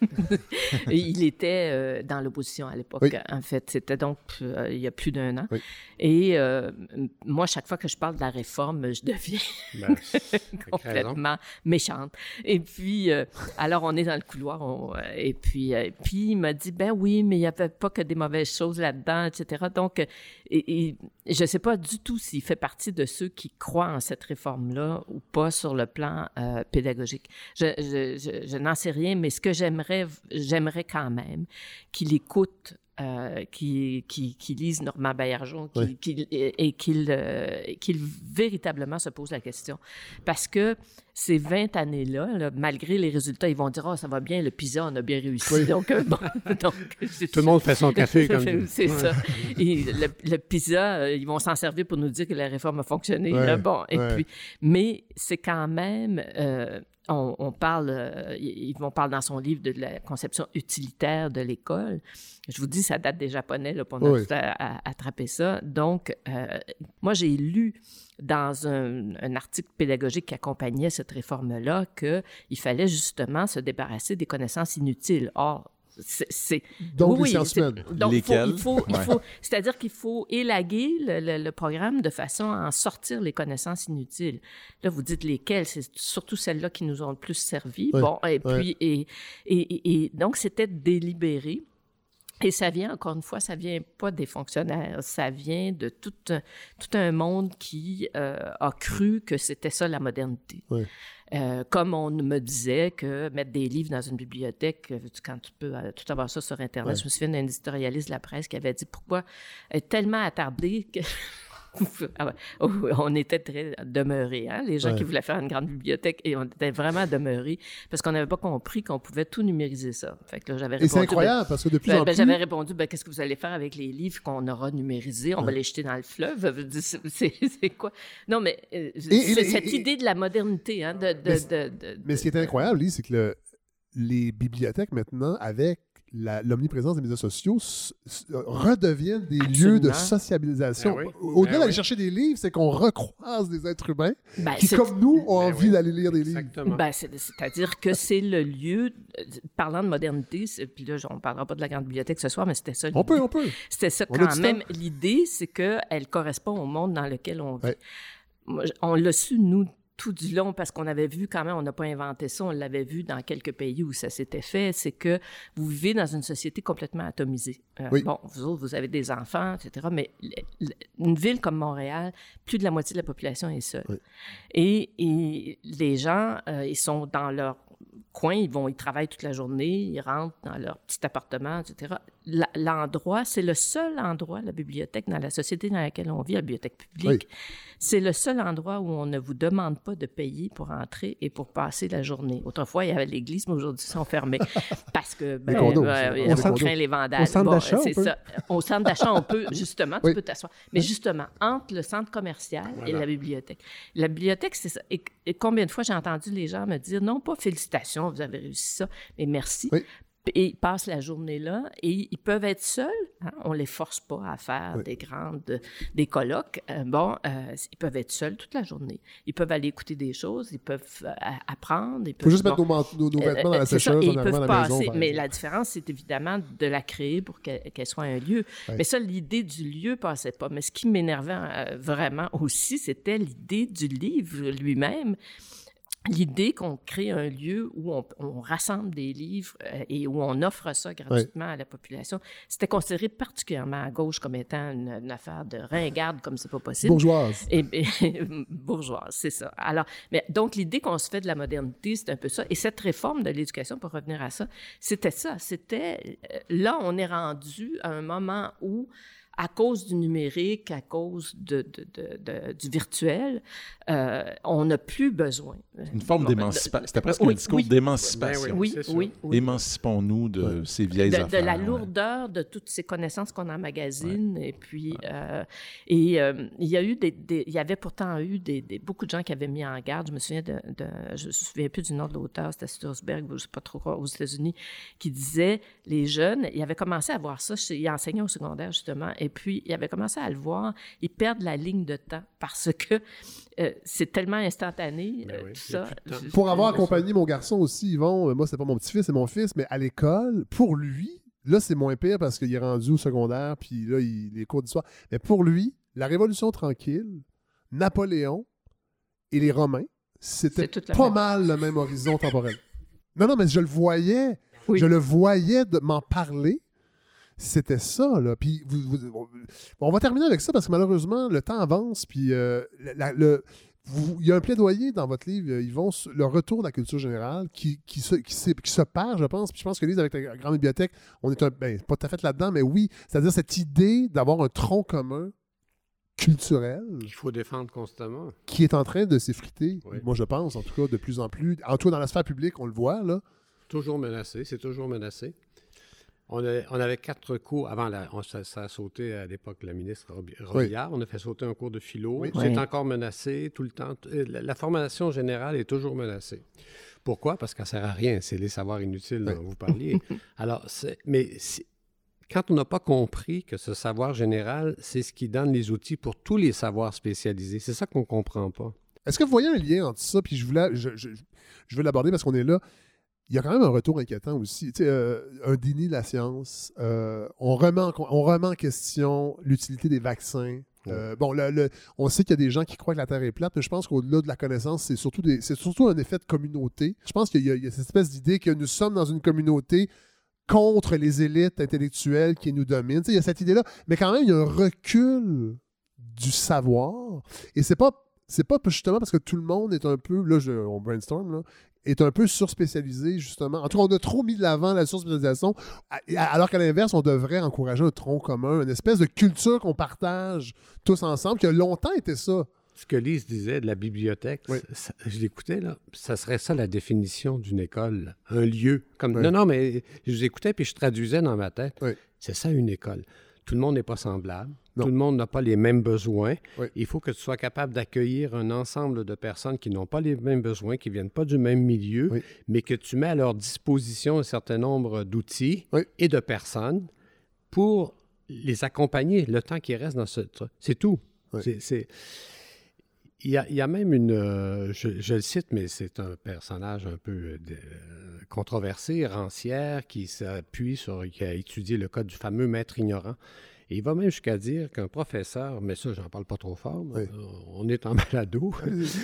Il était dans l'opposition à l'époque. Oui. En fait, c'était donc il y a plus d'1 an. Oui. Et moi, chaque fois que je parle de la réforme, je deviens complètement méchante. Et puis, alors, on est dans le couloir, et puis il m'a dit, ben oui, mais il n'y avait pas que des mauvaises choses là-dedans, etc. Donc, je ne sais pas du tout s'il fait partie de ceux qui croient en cette réforme-là ou pas sur le plan pédagogique. Je n'en sais rien, mais ce que j'aimerais quand même qu'il écoute qui lise Normand Baillargeon qu'il véritablement se pose la question. Parce que ces 20 années-là, malgré les résultats, ils vont dire « Ah, ça va bien, le PISA, on a bien réussi. Oui. » Donc, tout le monde fait son café comme c'est ça. Et le PISA, ils vont s'en servir pour nous dire que la réforme a fonctionné. Ouais. Là, bon, et puis, mais c'est quand même... On parle, Yvon parle dans son livre de la conception utilitaire de l'école. Je vous dis, ça date des Japonais, là, puis on a tout attrapé ça. Donc, moi, j'ai lu dans un article pédagogique qui accompagnait cette réforme-là qu'il fallait justement se débarrasser des connaissances inutiles. Or, donc, les sciences humaines. Donc, il faut c'est-à-dire qu'il faut élaguer le programme de façon à en sortir les connaissances inutiles. Là, vous dites lesquelles, c'est surtout celles-là qui nous ont le plus servi. Oui. Bon, et puis, et donc, c'était délibéré. Et ça vient, encore une fois, ça vient pas des fonctionnaires, ça vient de tout un monde qui a cru que c'était ça la modernité. Oui. Comme on me disait que mettre des livres dans une bibliothèque, quand tu peux tout avoir ça sur Internet, je me souviens d'un éditorialiste de la presse qui avait dit pourquoi être tellement attardé que... on était très demeurés, hein? Les gens qui voulaient faire une grande bibliothèque, et on était vraiment demeurés parce qu'on n'avait pas compris qu'on pouvait tout numériser ça. Fait que là, j'avais répondu, et c'est incroyable parce que de plus en plus... J'avais répondu, qu'est-ce que vous allez faire avec les livres qu'on aura numérisés? On va les jeter dans le fleuve? C'est quoi? Non, mais c'est cette idée de la modernité. Hein, mais ce qui est incroyable, Lise, c'est que les bibliothèques maintenant, avec l'omniprésence des médias sociaux, redeviennent des lieux de sociabilisation. Au-delà d'aller chercher des livres, c'est qu'on recroise des êtres humains qui, comme nous, ont envie d'aller lire des livres. C'est-à-dire que c'est le lieu, parlant de modernité, puis là, on ne parlera pas de la grande bibliothèque ce soir, mais c'était ça. On peut. C'était ça quand même. L'idée, c'est qu'elle correspond au monde dans lequel on vit. On l'a su, nous, tout du long, parce qu'on avait vu quand même, on n'a pas inventé ça, on l'avait vu dans quelques pays où ça s'était fait, c'est que vous vivez dans une société complètement atomisée. Bon, vous autres, vous avez des enfants, etc., mais une ville comme Montréal, plus de la moitié de la population est seule. Et les gens, ils sont dans leur coin, ils travaillent toute la journée, ils rentrent dans leur petit appartement, etc. L'endroit, c'est le seul endroit, la bibliothèque, dans la société dans laquelle on vit, la bibliothèque publique, c'est le seul endroit où on ne vous demande pas de payer pour entrer et pour passer la journée. Autrefois, il y avait l'église, mais aujourd'hui, ils sont fermés parce que on craint les vandales. Au centre d'achat, c'est ça. Au centre d'achat, on peut, justement, tu peux t'asseoir. Mais justement, entre le centre commercial et la bibliothèque. La bibliothèque, c'est ça. Et combien de fois j'ai entendu les gens me dire, non, pas félicitations, vous avez réussi ça, mais merci. Et ils passent la journée là et ils peuvent être seuls. Hein? On ne les force pas à faire des colloques. Ils peuvent être seuls toute la journée. Ils peuvent aller écouter des choses, ils peuvent apprendre. Il faut juste mettre nos vêtements dans la sécheuse et en ils arrivant peuvent à la passer. maison. Mais la différence, c'est évidemment de la créer pour qu'elle soit un lieu. Mais ça, l'idée du lieu ne passait pas. Mais ce qui m'énervait vraiment aussi, c'était l'idée du livre lui-même. L'idée qu'on crée un lieu où on rassemble des livres et où on offre ça gratuitement à la population, c'était considéré particulièrement à gauche comme étant une affaire de ringarde, comme c'est pas possible. Bourgeoise. Bourgeoise, c'est ça. Alors, mais donc, l'idée qu'on se fait de la modernité, c'est un peu ça. Et cette réforme de l'éducation, pour revenir à ça, c'était ça. C'était... Là, on est rendu à un moment où, à cause du numérique, à cause du virtuel, on n'a plus besoin. Une forme d'émancipation. C'était presque un discours d'émancipation. Oui. Émancipons-nous de ces vieilles affaires. De la lourdeur de toutes ces connaissances qu'on emmagasine. Et puis, il y avait pourtant eu beaucoup de gens qui avaient mis en garde. Je me souviens je me souviens plus du nom de l'auteur, c'était Sturzberg, je ne sais pas trop quoi, aux États-Unis, qui disait, les jeunes, ils avaient commencé à voir ça, il enseignait au secondaire, justement, et puis, il avait commencé à le voir, ils perdent la ligne de temps parce que c'est tellement instantané, tout ça. Pour avoir accompagné mon garçon aussi, Yvon, moi, c'est pas mon petit-fils, c'est mon fils, mais à l'école, pour lui, là, c'est moins pire parce qu'il est rendu au secondaire, puis là, les cours d'histoire. Mais pour lui, la Révolution tranquille, Napoléon et les Romains, c'était pas mal le même horizon temporel. Non, mais je le voyais. Je le voyais m'en parler. C'était ça, là. Puis, on va terminer avec ça parce que malheureusement, le temps avance. Puis, il y a un plaidoyer dans votre livre, Yvon, le retour de la culture générale qui se perd, je pense. Puis, je pense que Lise, avec la grande bibliothèque, on est pas tout à fait là-dedans, mais oui, c'est-à-dire cette idée d'avoir un tronc commun culturel. Qu'il faut défendre constamment. Qui est en train de s'effriter. Oui. Moi, je pense, en tout cas, de plus en plus. En tout cas, dans la sphère publique, on le voit, là. Toujours menacé, c'est toujours menacé. On avait 4 cours, avant, ça a sauté à l'époque, la ministre Robillard, on a fait sauter un cours de philo, c'est encore menacé tout le temps. La formation générale est toujours menacée. Pourquoi? Parce qu'elle ne sert à rien, c'est les savoirs inutiles dont vous parliez. Alors, quand on n'a pas compris que ce savoir général, c'est ce qui donne les outils pour tous les savoirs spécialisés, c'est ça qu'on ne comprend pas. Est-ce que vous voyez un lien entre ça, puis je veux l'aborder parce qu'on est là. Il y a quand même un retour inquiétant aussi. Un déni de la science. On remet en question l'utilité des vaccins. On sait qu'il y a des gens qui croient que la Terre est plate, mais je pense qu'au-delà de la connaissance, c'est surtout un effet de communauté. Je pense qu'il y a cette espèce d'idée que nous sommes dans une communauté contre les élites intellectuelles qui nous dominent. Il y a cette idée-là. Mais quand même, il y a un recul du savoir. Et c'est pas justement parce que tout le monde est un peu... Là, on brainstorm, là. Est un peu surspécialisé, justement. En tout cas, on a trop mis de l'avant la surspécialisation, alors qu'à l'inverse, on devrait encourager un tronc commun, une espèce de culture qu'on partage tous ensemble, qui a longtemps été ça. Ce que Lise disait de la bibliothèque, je l'écoutais, là, ça serait ça la définition d'une école, un lieu. Non, mais je vous écoutais puis je traduisais dans ma tête. Oui. C'est ça une école. Tout le monde n'est pas semblable. Tout le monde n'a pas les mêmes besoins. Oui. Il faut que tu sois capable d'accueillir un ensemble de personnes qui n'ont pas les mêmes besoins, qui ne viennent pas du même milieu, mais que tu mets à leur disposition un certain nombre d'outils et de personnes pour les accompagner le temps qu'ils restent dans ce... C'est tout. Oui. Il y a même une... je le cite, mais c'est un personnage un peu controversé, Rancière, qui s'appuie sur... qui a étudié le cas du fameux maître ignorant. Et il va même jusqu'à dire qu'un professeur, mais ça, j'en parle pas trop fort, on est en balado,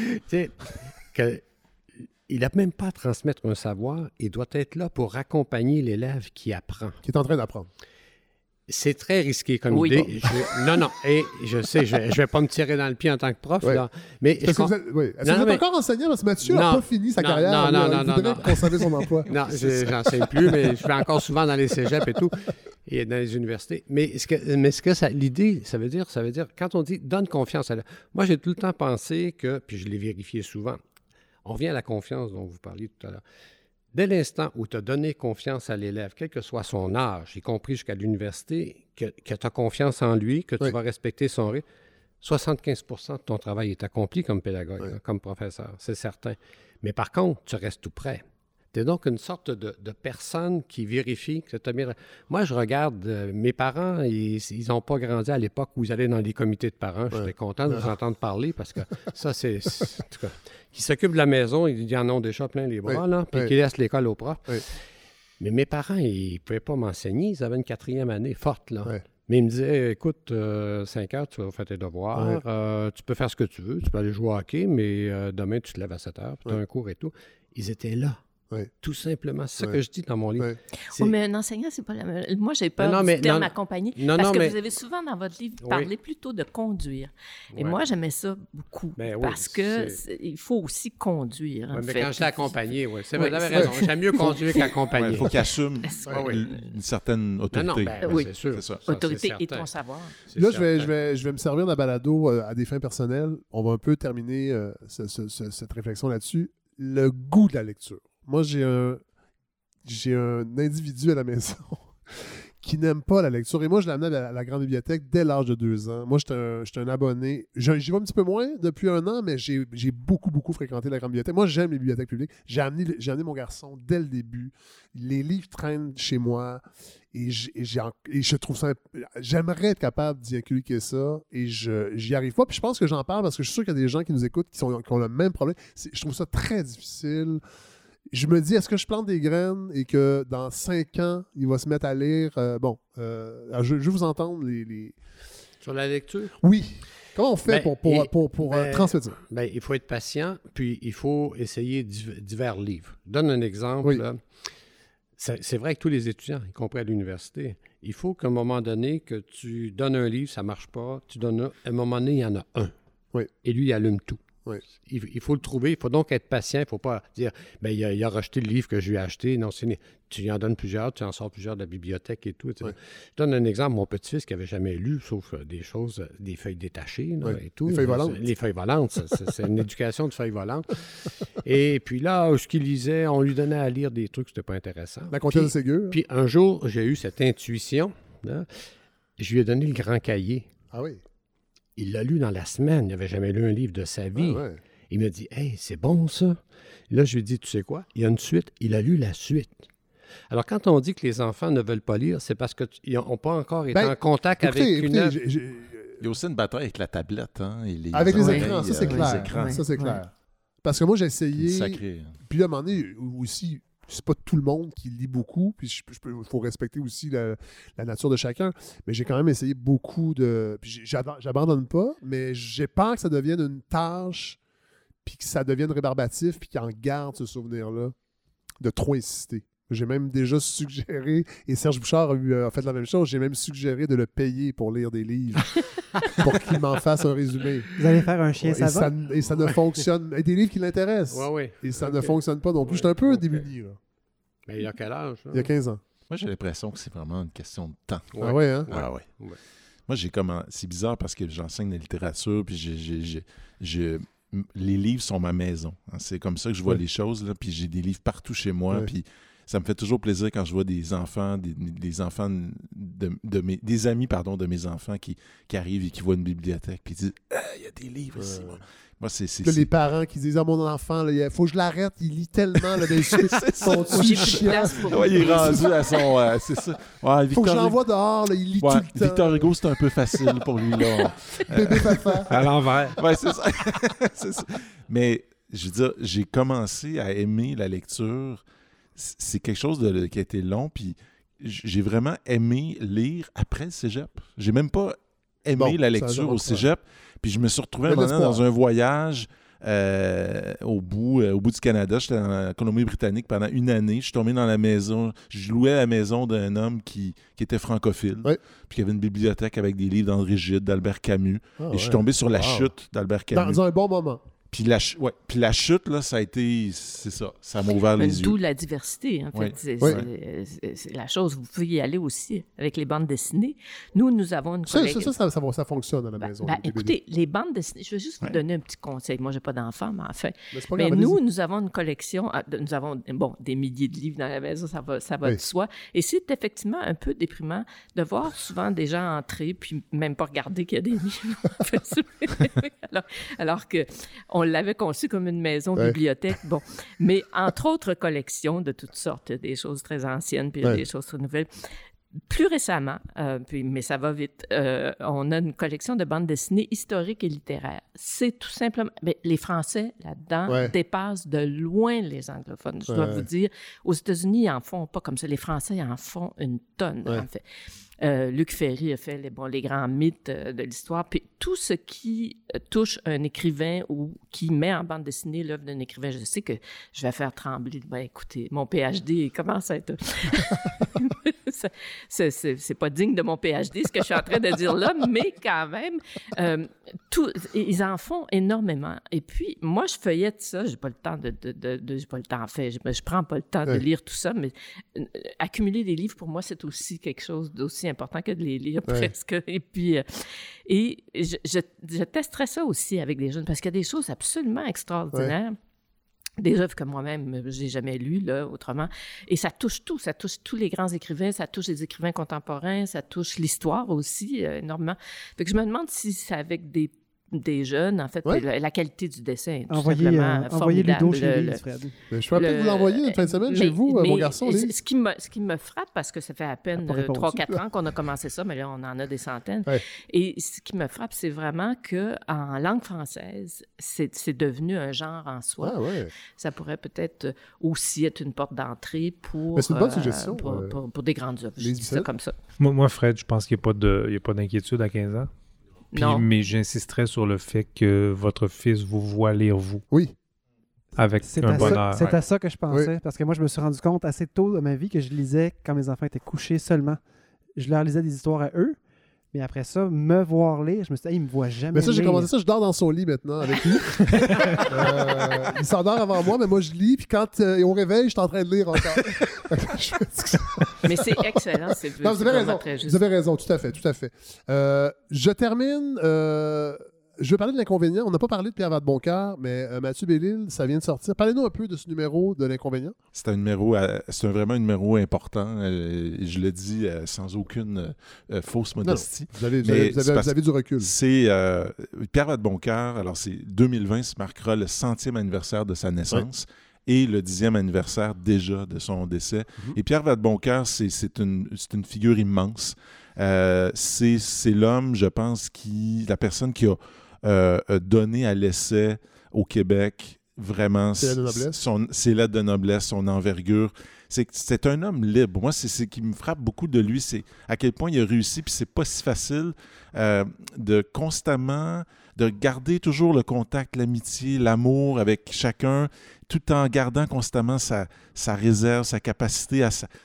il n'a même pas à transmettre un savoir, il doit être là pour accompagner l'élève qui apprend. Qui est en train d'apprendre. C'est très risqué comme idée. Non, et je sais, je vais pas me tirer dans le pied en tant que prof, là, mais... Est-ce que vous êtes encore enseignant? Parce que Mathieu n'a pas fini sa carrière. Il voudrait conserver son emploi. Non, j'enseigne plus, mais je vais encore souvent dans les cégeps et tout, et dans les universités. Mais l'idée, ça veut dire, quand on dit « donne confiance à l'élève », moi, j'ai tout le temps pensé que, puis je l'ai vérifié souvent, on revient à la confiance dont vous parliez tout à l'heure. Dès l'instant où tu as donné confiance à l'élève, quel que soit son âge, y compris jusqu'à l'université, que tu as confiance en lui, que tu vas respecter son rythme, 75 % de ton travail est accompli comme pédagogue, comme professeur, c'est certain. Mais par contre, tu restes tout près. Tu es donc une sorte de personne qui vérifie que tu as bien... Moi, je regarde, mes parents, ils n'ont pas grandi à l'époque où ils allaient dans les comités de parents. J'étais content de vous entendre parler parce que ça, c'est... En tout cas, qui s'occupent de la maison, ils en ont déjà plein les bras, là, puis qui laissent l'école aux profs. Mais mes parents, ils ne pouvaient pas m'enseigner. Ils avaient une 4e année forte, là. Mais ils me disaient, écoute, 5 heures, tu vas faire tes devoirs, tu peux faire ce que tu veux, tu peux aller jouer au hockey, mais demain, tu te lèves à 7 heures, puis tu as un cours et tout. Ils étaient là. Tout simplement. C'est ça que je dis dans mon livre. Mais un enseignant, c'est pas la même... Moi, j'ai peur du terme accompagner. Parce que vous avez souvent dans votre livre parlé plutôt de conduire. Et moi, j'aimais ça beaucoup. Parce qu'il faut aussi conduire. Mais quand je dis accompagner, vous avez raison. J'aime mieux conduire qu'accompagner. Il faut qu'il assume une certaine autorité. C'est sûr. C'est ça. Autorité et ton savoir. Là, je vais me servir de la balado à des fins personnelles. On va un peu terminer cette réflexion là-dessus. Le goût de la lecture. Moi, j'ai un individu à la maison qui n'aime pas la lecture. Et moi, je l'ai amené à la grande bibliothèque dès l'âge de 2 ans. Moi, j'étais un abonné. J'y vais un petit peu moins depuis 1 an, mais j'ai beaucoup, beaucoup fréquenté la grande bibliothèque. Moi, j'aime les bibliothèques publiques. J'ai amené mon garçon dès le début. Les livres traînent chez moi. Et je trouve ça... J'aimerais être capable d'y inculquer ça. Et j'y arrive pas. Puis je pense que j'en parle parce que je suis sûr qu'il y a des gens qui nous écoutent qui ont le même problème. Je trouve ça très difficile. Je me dis, est-ce que je plante des graines et que dans 5 ans, il va se mettre à lire... je veux vous entendre les... Sur la lecture? Oui. Comment on fait pour transmettre ça? Il faut être patient, puis il faut essayer divers livres. Je donne un exemple. Oui. Là. C'est vrai que tous les étudiants, y compris à l'université, il faut qu'à un moment donné, que tu donnes un livre, ça ne marche pas, à un moment donné, il y en a un. Oui. Et lui, il allume tout. Oui. Il faut le trouver. Il faut donc être patient. Il ne faut pas dire il a rejeté le livre que je lui ai acheté. Non, tu lui en donnes plusieurs, tu en sors plusieurs de la bibliothèque et tout. Oui. Je donne un exemple. Mon petit-fils qui n'avait jamais lu, sauf des feuilles détachées et tout. Les feuilles volantes. Les feuilles volantes. C'est une éducation de feuilles volantes. Et puis là, ce qu'il lisait, on lui donnait à lire des trucs qui n'étaient pas intéressants. La comtesse de Ségur. Puis un jour, j'ai eu cette intuition. Là, je lui ai donné le grand cahier. Ah oui. Il l'a lu dans la semaine. Il n'avait jamais lu un livre de sa vie. Ah ouais. Il m'a dit « Hey, c'est bon ça! » Là, je lui ai dit « Tu sais quoi? Il y a une suite. » Il a lu la suite. Alors, quand on dit que les enfants ne veulent pas lire, c'est parce qu'ils n'ont pas encore été en contact avec une œuvre. Il y a aussi une bataille avec la tablette. Hein, avec les écrans, ça c'est clair. Ça c'est clair. Parce que moi, j'ai essayé... Sacré. Puis là, à un moment donné, aussi... C'est pas tout le monde qui lit beaucoup, puis il faut respecter aussi la nature de chacun, mais j'ai quand même essayé beaucoup de... Puis j'abandonne pas, mais j'ai peur que ça devienne une tâche, puis que ça devienne rébarbatif, puis qu'il en garde ce souvenir-là, de trop insister. J'ai même déjà suggéré, et Serge Bouchard a fait la même chose, j'ai même suggéré de le payer pour lire des livres, pour qu'il m'en fasse un résumé. Vous allez faire un chien savant? Et ça ne fonctionne... Et des livres qui l'intéressent. Ouais. Et ça ne fonctionne pas non plus. J'étais un peu démuni, là. Mais il y a quel âge? Hein? Il y a 15 ans. Moi, j'ai l'impression que c'est vraiment une question de temps. Ouais. Ah ouais, hein? Ouais. Moi, c'est bizarre parce que j'enseigne la littérature, puis les livres sont ma maison. Hein. C'est comme ça que je vois les choses, là, puis j'ai des livres partout chez moi, puis ça me fait toujours plaisir quand je vois des enfants, des enfants des amis de mes enfants qui arrivent et qui voient une bibliothèque puis disent il y a des livres ici. Moi, c'est les parents qui disent à mon enfant, il faut que je l'arrête, il lit tellement là, des choses. Il est rendu à son. c'est ça. Ouais, il faut que je l'envoie dehors, là, il lit tout le temps. Victor Hugo, c'est un peu facile pour lui. Là. Bébé papa. À l'envers. Ouais, c'est ça. C'est ça. Mais je veux dire, j'ai commencé à aimer la lecture. C'est quelque chose qui a été long, puis j'ai vraiment aimé lire après le cégep. J'ai même pas aimé la lecture au cégep. Puis je me suis retrouvé dans un voyage au bout du Canada. J'étais en Colombie-Britannique pendant une année. Je suis tombé dans la maison. Je louais la maison d'un homme qui était francophile. Oui. Puis qui avait une bibliothèque avec des livres d'André Gide, d'Albert Camus. Et je suis tombé sur La Chute d'Albert Camus. Dans un bon moment. Puis la chute, là, ça a été... C'est ça. Ça m'a ouvert les yeux. D'où la diversité, en fait. C'est la chose. Vous pouvez y aller aussi avec les bandes dessinées. Nous avons une collection... Ça fonctionne à la maison. Écoutez, les bandes dessinées... Je vais juste vous donner un petit conseil. Moi, je n'ai pas d'enfant, mais enfin... Mais nous avons une collection... Nous avons, des milliers de livres dans la maison. Ça va de soi. Et c'est effectivement un peu déprimant de voir souvent des gens entrer puis même pas regarder qu'il y a des livres. alors que... On l'avait conçu comme une maison bibliothèque. Bon, mais entre autres collections de toutes sortes, des choses très anciennes puis des choses très nouvelles. Plus récemment, mais ça va vite, on a une collection de bandes dessinées historiques et littéraires. C'est tout simplement... Mais les Français, là-dedans, dépassent de loin les anglophones. Je dois vous dire, aux États-Unis, ils en font pas comme ça. Les Français, ils en font une tonne, en fait. Luc Ferry a fait les grands mythes de l'histoire. Puis tout ce qui touche un écrivain ou qui met en bande dessinée l'œuvre d'un écrivain, je sais que je vais faire trembler. Écoutez, mon PhD commence à être... c'est pas digne de mon PhD, ce que je suis en train de dire là, mais quand même, ils en font énormément. Et puis, moi, je feuillette ça. J'ai pas le temps j'ai pas le temps, en fait. Je prends pas le temps de lire tout ça, mais accumuler des livres, pour moi, c'est aussi quelque chose d'aussi important que de les lire presque. Et puis, je testerai ça aussi avec des jeunes parce qu'il y a des choses absolument extraordinaires. Des œuvres que moi-même, je n'ai jamais lues, là, autrement. Et ça touche tout. Ça touche tous les grands écrivains, ça touche les écrivains contemporains, ça touche l'histoire aussi, énormément. Fait que je me demande si c'est avec des jeunes, en fait, la qualité du dessin est tout simplement formidable. Envoyez Ludo chez Lise, Fred. Je peux peut-être vous l'envoyer une fin de semaine chez vous, mon garçon. Ce qui me frappe, parce que ça fait à peine 3-4 ans qu'on a commencé ça, mais là, on en a des centaines. Et ce qui me frappe, c'est vraiment qu'en langue française, c'est devenu un genre en soi. Ça pourrait peut-être aussi être une porte d'entrée pour, c'est une bonne suggestion, pour des grandes œuvres. Je dis ça comme ça. Moi, Fred, je pense qu'il n'y a pas d'inquiétude à 15 ans. Mais j'insisterais sur le fait que votre fils vous voit lire vous. Oui. Avec un bonheur. C'est à ça que je pensais. Parce que moi, je me suis rendu compte assez tôt dans ma vie que je lisais quand mes enfants étaient couchés seulement. Je leur lisais des histoires à eux. Mais après ça, me voir lire, je me suis dit, il me voit jamais. Mais ça, j'ai commencé ça, je dors dans son lit maintenant avec lui. Il s'endort avant moi, mais moi, je lis. Puis quand on réveille, je suis en train de lire encore. Mais c'est excellent. Non, vous avez raison. Vous avez raison, tout à fait. Je termine. Je vais parler de l'inconvénient. On n'a pas parlé de Pierre Vadeboncoeur, mais Mathieu Bellil, ça vient de sortir. Parlez-nous un peu de ce numéro de l'inconvénient. C'est vraiment un numéro important. Je le dis sans aucune fausse modestie. Non, vous avez du recul. C'est Pierre Vadeboncoeur. Alors, c'est 2020, ça marquera le 100e anniversaire de sa naissance. Et le 10e anniversaire déjà de son décès. Et Pierre Vadeboncoeur, c'est une figure immense. C'est l'homme, je pense, la personne qui a donné à l'essai au Québec vraiment c'est l'aide de noblesse, son envergure. C'est un homme libre. Moi, c'est ce qui me frappe beaucoup de lui, c'est à quel point il a réussi, puis c'est pas si facile de constamment, de garder toujours le contact, l'amitié, l'amour avec chacun, tout en gardant constamment sa réserve, sa capacité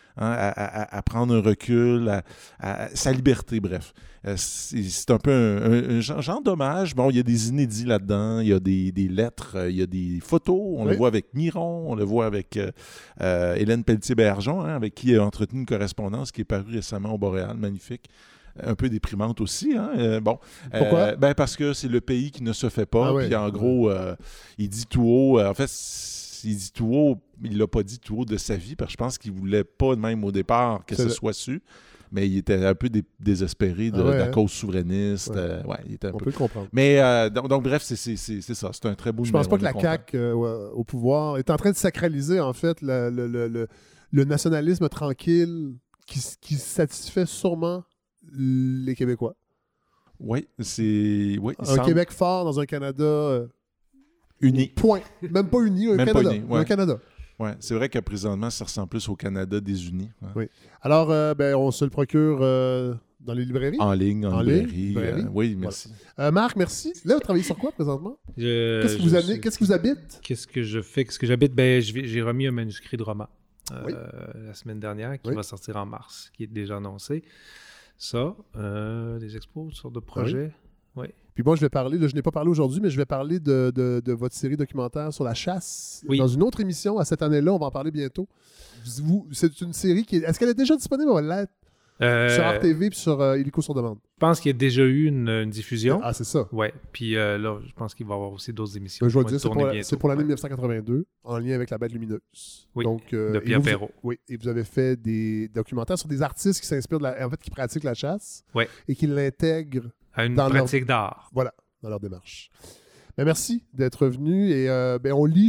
à prendre un recul, sa liberté, bref. C'est un peu un genre d'hommage. Bon, il y a des inédits là-dedans, il y a des lettres, il y a des photos. On le voit avec Miron, on le voit avec Hélène Pelletier-Bergeon, avec qui il a entretenu une correspondance qui est parue récemment au Boréal, magnifique. Un peu déprimante aussi. Pourquoi? Parce que c'est le pays qui ne se fait pas. Puis en gros, il dit tout haut, en fait, il dit tout haut, il l'a pas dit tout haut de sa vie, parce que je pense qu'il voulait pas, même au départ, que ce soit su. Mais il était un peu désespéré de la cause souverainiste. Il était un peu... peut le comprendre. Mais donc bref, c'est ça. C'est un très beau numéro. Je pense pas que la CAQ, au pouvoir, est en train de sacraliser, en fait, le nationalisme tranquille qui satisfait sûrement les Québécois. Oui, c'est... Oui, un Québec fort dans un Canada... uni. Point. Même pas uni, un Canada. Pas uni, ouais. Un Canada. Oui, c'est vrai que présentement, ça ressemble plus au Canada des Unis. Ouais. Oui. Alors, on se le procure dans les librairies? En ligne, en librairie. Oui, merci. Voilà. Marc, merci. Là, vous travaillez sur quoi présentement? Qu'est-ce qui vous habite? Qu'est-ce que je fais? Qu'est-ce que j'habite? J'ai remis un manuscrit de roman la semaine dernière qui va sortir en mars, qui est déjà annoncé. Ça, des expos, toutes sortes de projets. Oui. Puis moi, je vais parler, je n'ai pas parlé aujourd'hui, mais je vais parler de votre série documentaire sur la chasse. Dans une autre émission à cette année-là, on va en parler bientôt. C'est une série qui est... Est-ce qu'elle est déjà disponible? On va l'être sur RTV et sur Illico sur demande. Je pense qu'il y a déjà eu une diffusion. Ah, c'est ça. Oui. Puis là, je pense qu'il va y avoir aussi d'autres émissions. Je vais dire, c'est pour l'année 1982, en lien avec La Bête lumineuse. Oui, donc, de Pierre Perrault. Oui, et vous avez fait des documentaires sur des artistes qui s'inspirent qui pratiquent la chasse et qui l'intègrent à une pratique d'art. Voilà, dans leur démarche. Ben, merci d'être venu. Et on lit,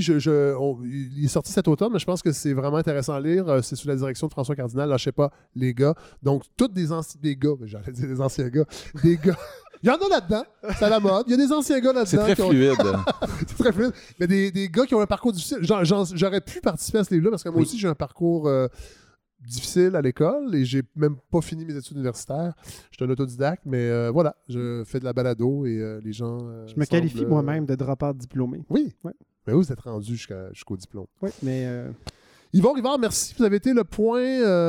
il est sorti cet automne, mais je pense que c'est vraiment intéressant à lire. C'est sous la direction de François Cardinal. Lâchez pas les gars. Donc, tous des gars, j'allais dire des anciens gars, des gars. Il y en a là-dedans, c'est à la mode. Il y a des anciens gars là-dedans. C'est très fluide. C'est très fluide. Mais des gars qui ont un parcours difficile. J'aurais pu participer à ce livre-là parce que moi aussi, j'ai un parcours difficile à l'école et j'ai même pas fini mes études universitaires. Je suis un autodidacte, mais voilà, je fais de la balado et les gens je me qualifie moi-même de dropout diplômé. Oui, mais vous êtes rendu jusqu'au diplôme. Oui, mais... Yvon Rivard, merci. Vous avez été le point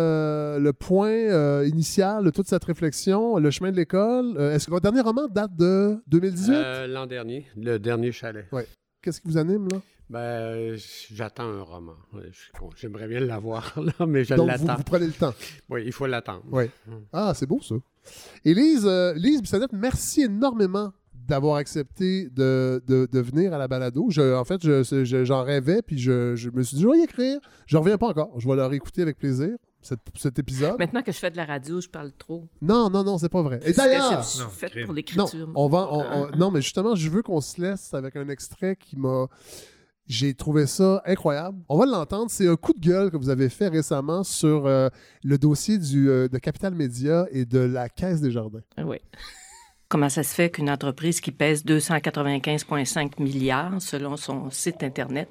initial de toute cette réflexion, le chemin de l'école. Est-ce que votre dernier roman date de 2018? L'an dernier, le dernier chalet. Oui. Qu'est-ce qui vous anime, là? J'attends un roman. J'aimerais bien l'avoir, là, mais l'attends. Donc, vous prenez le temps. Oui, il faut l'attendre. Oui. Ah, c'est beau, ça. Et Lise Bissonnette, merci énormément d'avoir accepté de venir à la balado. J'en rêvais, puis je me suis dit, je vais y écrire. Je reviens pas encore. Je vais le réécouter avec plaisir, cet épisode. Maintenant que je fais de la radio, je parle trop. Non, c'est pas vrai. Et d'ailleurs... Je suis faite pour l'écriture. Non, mais justement, je veux qu'on se laisse avec un extrait qui m'a... J'ai trouvé ça incroyable. On va l'entendre. C'est un coup de gueule que vous avez fait récemment sur le dossier de Capital Média et de la Caisse des Jardins. Oui. Comment ça se fait qu'une entreprise qui pèse 295,5 milliards, selon son site Internet,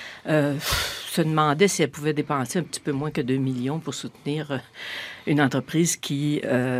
se demandait si elle pouvait dépenser un petit peu moins que 2 millions pour soutenir une entreprise qui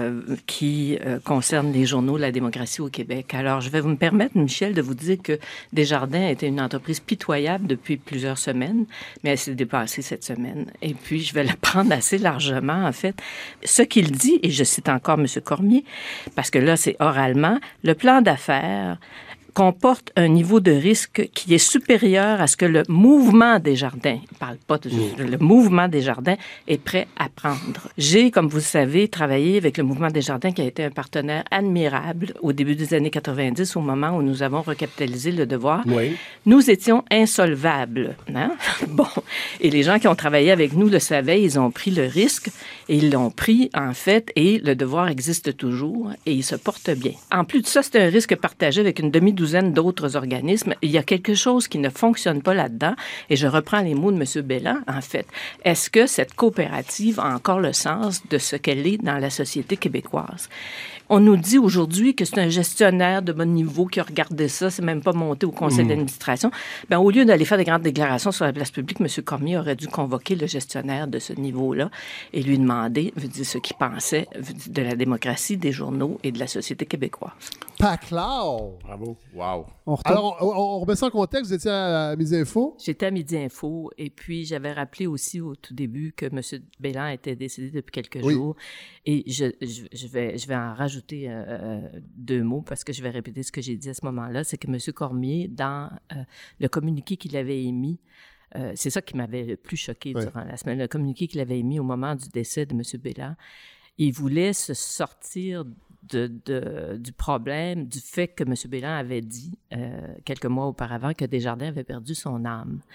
concerne les journaux de la démocratie au Québec. Alors, je vais me permettre, Michel, de vous dire que Desjardins était une entreprise pitoyable depuis plusieurs semaines, mais elle s'est dépassée cette semaine. Et puis, je vais la prendre assez largement, en fait. Ce qu'il dit, et je cite encore M. Cormier, parce que là, c'est oralement, le plan d'affaires comporte un niveau de risque qui est supérieur à ce que le mouvement Desjardins, il ne parle pas de le mouvement Desjardins, est prêt à prendre. J'ai, comme vous le savez, travaillé avec le mouvement Desjardins qui a été un partenaire admirable au début des années 90, au moment où nous avons recapitalisé le Devoir. Oui. Nous étions insolvables. Hein? Bon. Et les gens qui ont travaillé avec nous le savaient, ils ont pris le risque et ils l'ont pris, en fait, et le Devoir existe toujours et il se porte bien. En plus de ça, c'est un risque partagé avec une demi-douzaine d'autres organismes. Il y a quelque chose qui ne fonctionne pas là-dedans, et je reprends les mots de M. Belland, en fait. Est-ce que cette coopérative a encore le sens de ce qu'elle est dans la société québécoise? On nous dit aujourd'hui que c'est un gestionnaire de bon niveau qui a regardé ça, c'est même pas monté au conseil d'administration. Bien, au lieu d'aller faire des grandes déclarations sur la place publique, M. Cormier aurait dû convoquer le gestionnaire de ce niveau-là et lui demander ce qu'il pensait de la démocratie, des journaux et de la société québécoise. Paclao! Bravo. Wow. Alors, on remet ça en contexte. Vous étiez à Midi Info? J'étais à Midi Info, et puis j'avais rappelé aussi au tout début que M. Belland était décédé depuis quelques jours. Et je vais en rajouter 2 mots parce que je vais répéter ce que j'ai dit à ce moment-là. C'est que M. Cormier, dans le communiqué qu'il avait émis, c'est ça qui m'avait le plus choqué durant la semaine, le communiqué qu'il avait émis au moment du décès de M. Belland, il voulait se sortir du problème, du fait que M. Belland avait dit quelques mois auparavant que Desjardins avait perdu son âme.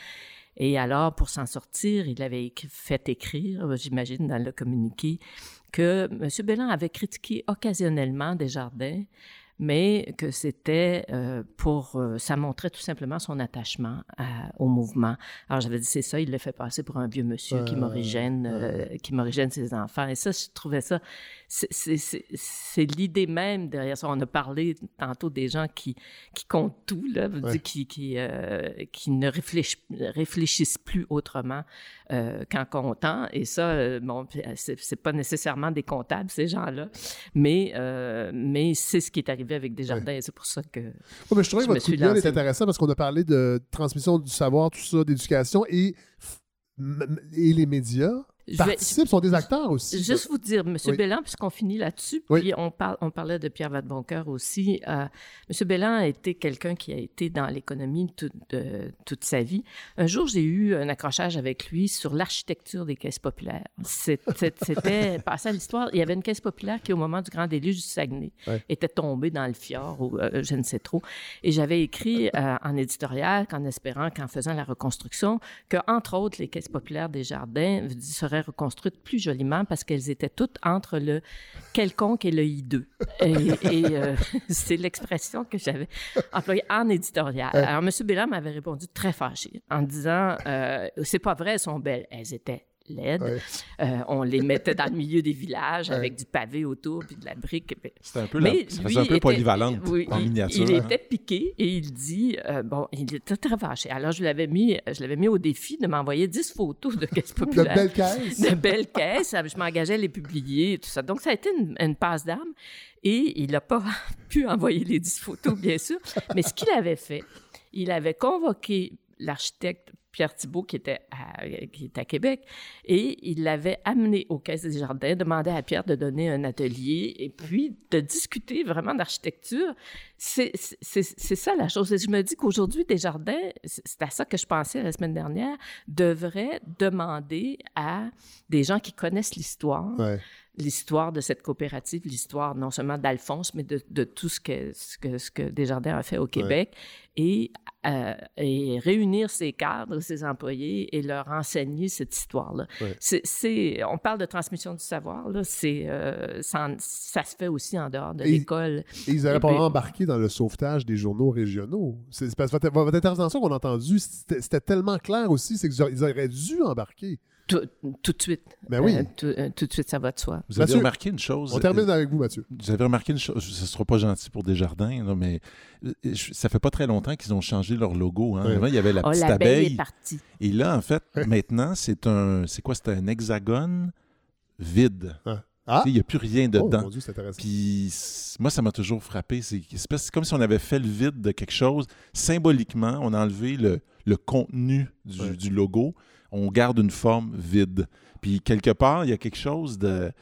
Et alors, pour s'en sortir, il avait fait écrire, j'imagine, dans le communiqué, que M. Belland avait critiqué occasionnellement Desjardins, mais que c'était ça montrait tout simplement son attachement au mouvement. Alors, j'avais dit, c'est ça, il l'a fait passer pour un vieux monsieur qui morigène ses enfants. Et ça, je trouvais ça, c'est l'idée même derrière ça. On a parlé tantôt des gens qui comptent tout, là, qui ne réfléchissent plus autrement qu'en comptant. Et ça, bon, c'est pas nécessairement des comptables, ces gens-là, mais c'est ce qui est arrivé avec Desjardins, et c'est pour ça que mais je trouvais que votre coup de gueule est intéressant parce qu'on a parlé de transmission du savoir, tout ça, d'éducation, et les médias participent, sont des acteurs aussi. Juste vous dire, M. Belland, puisqu'on finit là-dessus, puis on parlait de Pierre Vadeboncoeur aussi. M. Belland a été quelqu'un qui a été dans l'économie toute sa vie. Un jour, j'ai eu un accrochage avec lui sur l'architecture des caisses populaires. C'était passé à l'histoire. Il y avait une caisse populaire qui, au moment du grand déluge du Saguenay, était tombée dans le fjord, ou je ne sais trop. Et j'avais écrit en éditorial qu'en espérant qu'en faisant la reconstruction, qu'entre autres, les caisses populaires des Jardins seraient reconstruites plus joliment parce qu'elles étaient toutes entre le quelconque et le hideux. Et c'est l'expression que j'avais employée en éditorial. Alors, M. Belland m'avait répondu très fâché en disant c'est pas vrai, elles sont belles. Elles étaient laides. On les mettait dans le milieu des villages avec du pavé autour puis de la brique. C'était un peu ça faisait un peu polyvalente en miniature. Il était piqué et il dit il était très fâché. Alors je l'avais mis au défi de m'envoyer 10 photos de caisses populaires. De belles caisses. Je m'engageais à les publier et tout ça. Donc ça a été une passe d'armes et il n'a pas pu envoyer les 10 photos, bien sûr. Mais ce qu'il avait fait, il avait convoqué l'architecte Pierre Thibault, qui était à Québec, et il l'avait amené aux Caisses des Jardins, demandé à Pierre de donner un atelier et puis de discuter vraiment d'architecture. C'est ça la chose. Et je me dis qu'aujourd'hui, Desjardins, c'est à ça que je pensais la semaine dernière, devrait demander à des gens qui connaissent l'histoire, l'histoire de cette coopérative, l'histoire non seulement d'Alphonse, mais de tout ce que Desjardins a fait au Québec, et réunir ses cadres, ses employés et leur enseigner cette histoire-là. On parle de transmission du savoir, là, ça se fait aussi en dehors de l'école. Et ils n'auraient pas embarqué dans le sauvetage des journaux régionaux. C'est parce que votre intervention qu'on a entendue, c'était tellement clair aussi, c'est qu'ils auraient dû embarquer. Tout de suite. Ben oui. Tout de suite, ça va de soi. Vous avez remarqué une chose. On termine avec vous, Mathieu. Vous avez remarqué une chose. Ce ne sera pas gentil pour Desjardins, là, mais ça fait pas très longtemps qu'ils ont changé leur logo. Hein. Avant, il y avait la petite abeille. Est partie. Et là, en fait, maintenant, c'est un hexagone vide. Il n'y a plus rien dedans. Mon Dieu, c'est intéressant. Puis moi, ça m'a toujours frappé. C'est comme si on avait fait le vide de quelque chose. Symboliquement, on a enlevé le contenu du logo. On garde une forme vide. Puis quelque part, il y a quelque chose de...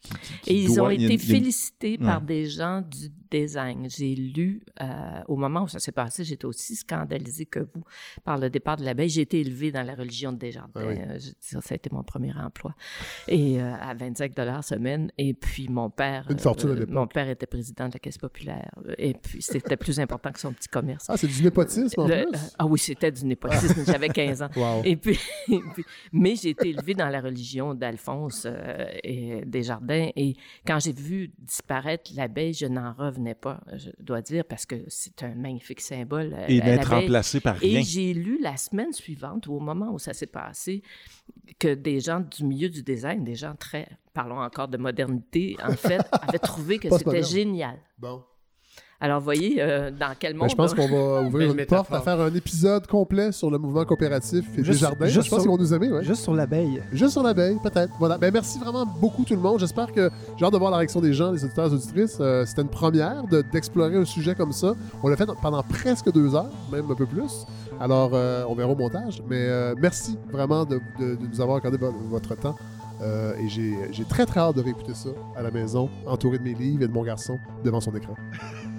Et ils ont été félicités par des gens du design. J'ai lu, au moment où ça s'est passé, j'étais aussi scandalisée que vous par le départ de l'abeille. J'ai été élevée dans la religion de Desjardins. Ça a été mon premier emploi. Et à 25 $ semaine. Et puis mon père... Une fortune à l'époque. Mon père était président de la Caisse populaire. Et puis c'était plus important que son petit commerce. Ah, c'est du népotisme en plus? Ah oui, c'était du népotisme. J'avais 15 ans. Wow. Et puis, mais j'ai été élevée dans la religion d'Alphonse et Desjardins. Et quand j'ai vu disparaître l'abeille, je n'en revenais pas, je dois dire, parce que c'est un magnifique symbole. Et d'être remplacé par rien. Et j'ai lu la semaine suivante, ou au moment où ça s'est passé, que des gens du milieu du design, des gens très, parlons encore de modernité, en fait, avaient trouvé que c'était génial. Bon. Alors, vous voyez, dans quel monde... Je pense qu'on va ouvrir une porte à faire un épisode complet sur le mouvement coopératif et Desjardins. Je pense qu'ils vont nous aimer. Juste sur l'abeille. Juste sur l'abeille, peut-être. Voilà. Ben, merci vraiment beaucoup tout le monde. J'espère que j'ai hâte de voir la réaction des gens, des auditeurs et auditrices. C'était une première d'explorer un sujet comme ça. On l'a fait pendant presque 2 heures, même un peu plus. Alors, on verra au montage. Mais merci vraiment de nous avoir accordé votre temps. Et j'ai très, très hâte de réécouter ça à la maison, entouré de mes livres et de mon garçon devant son écran.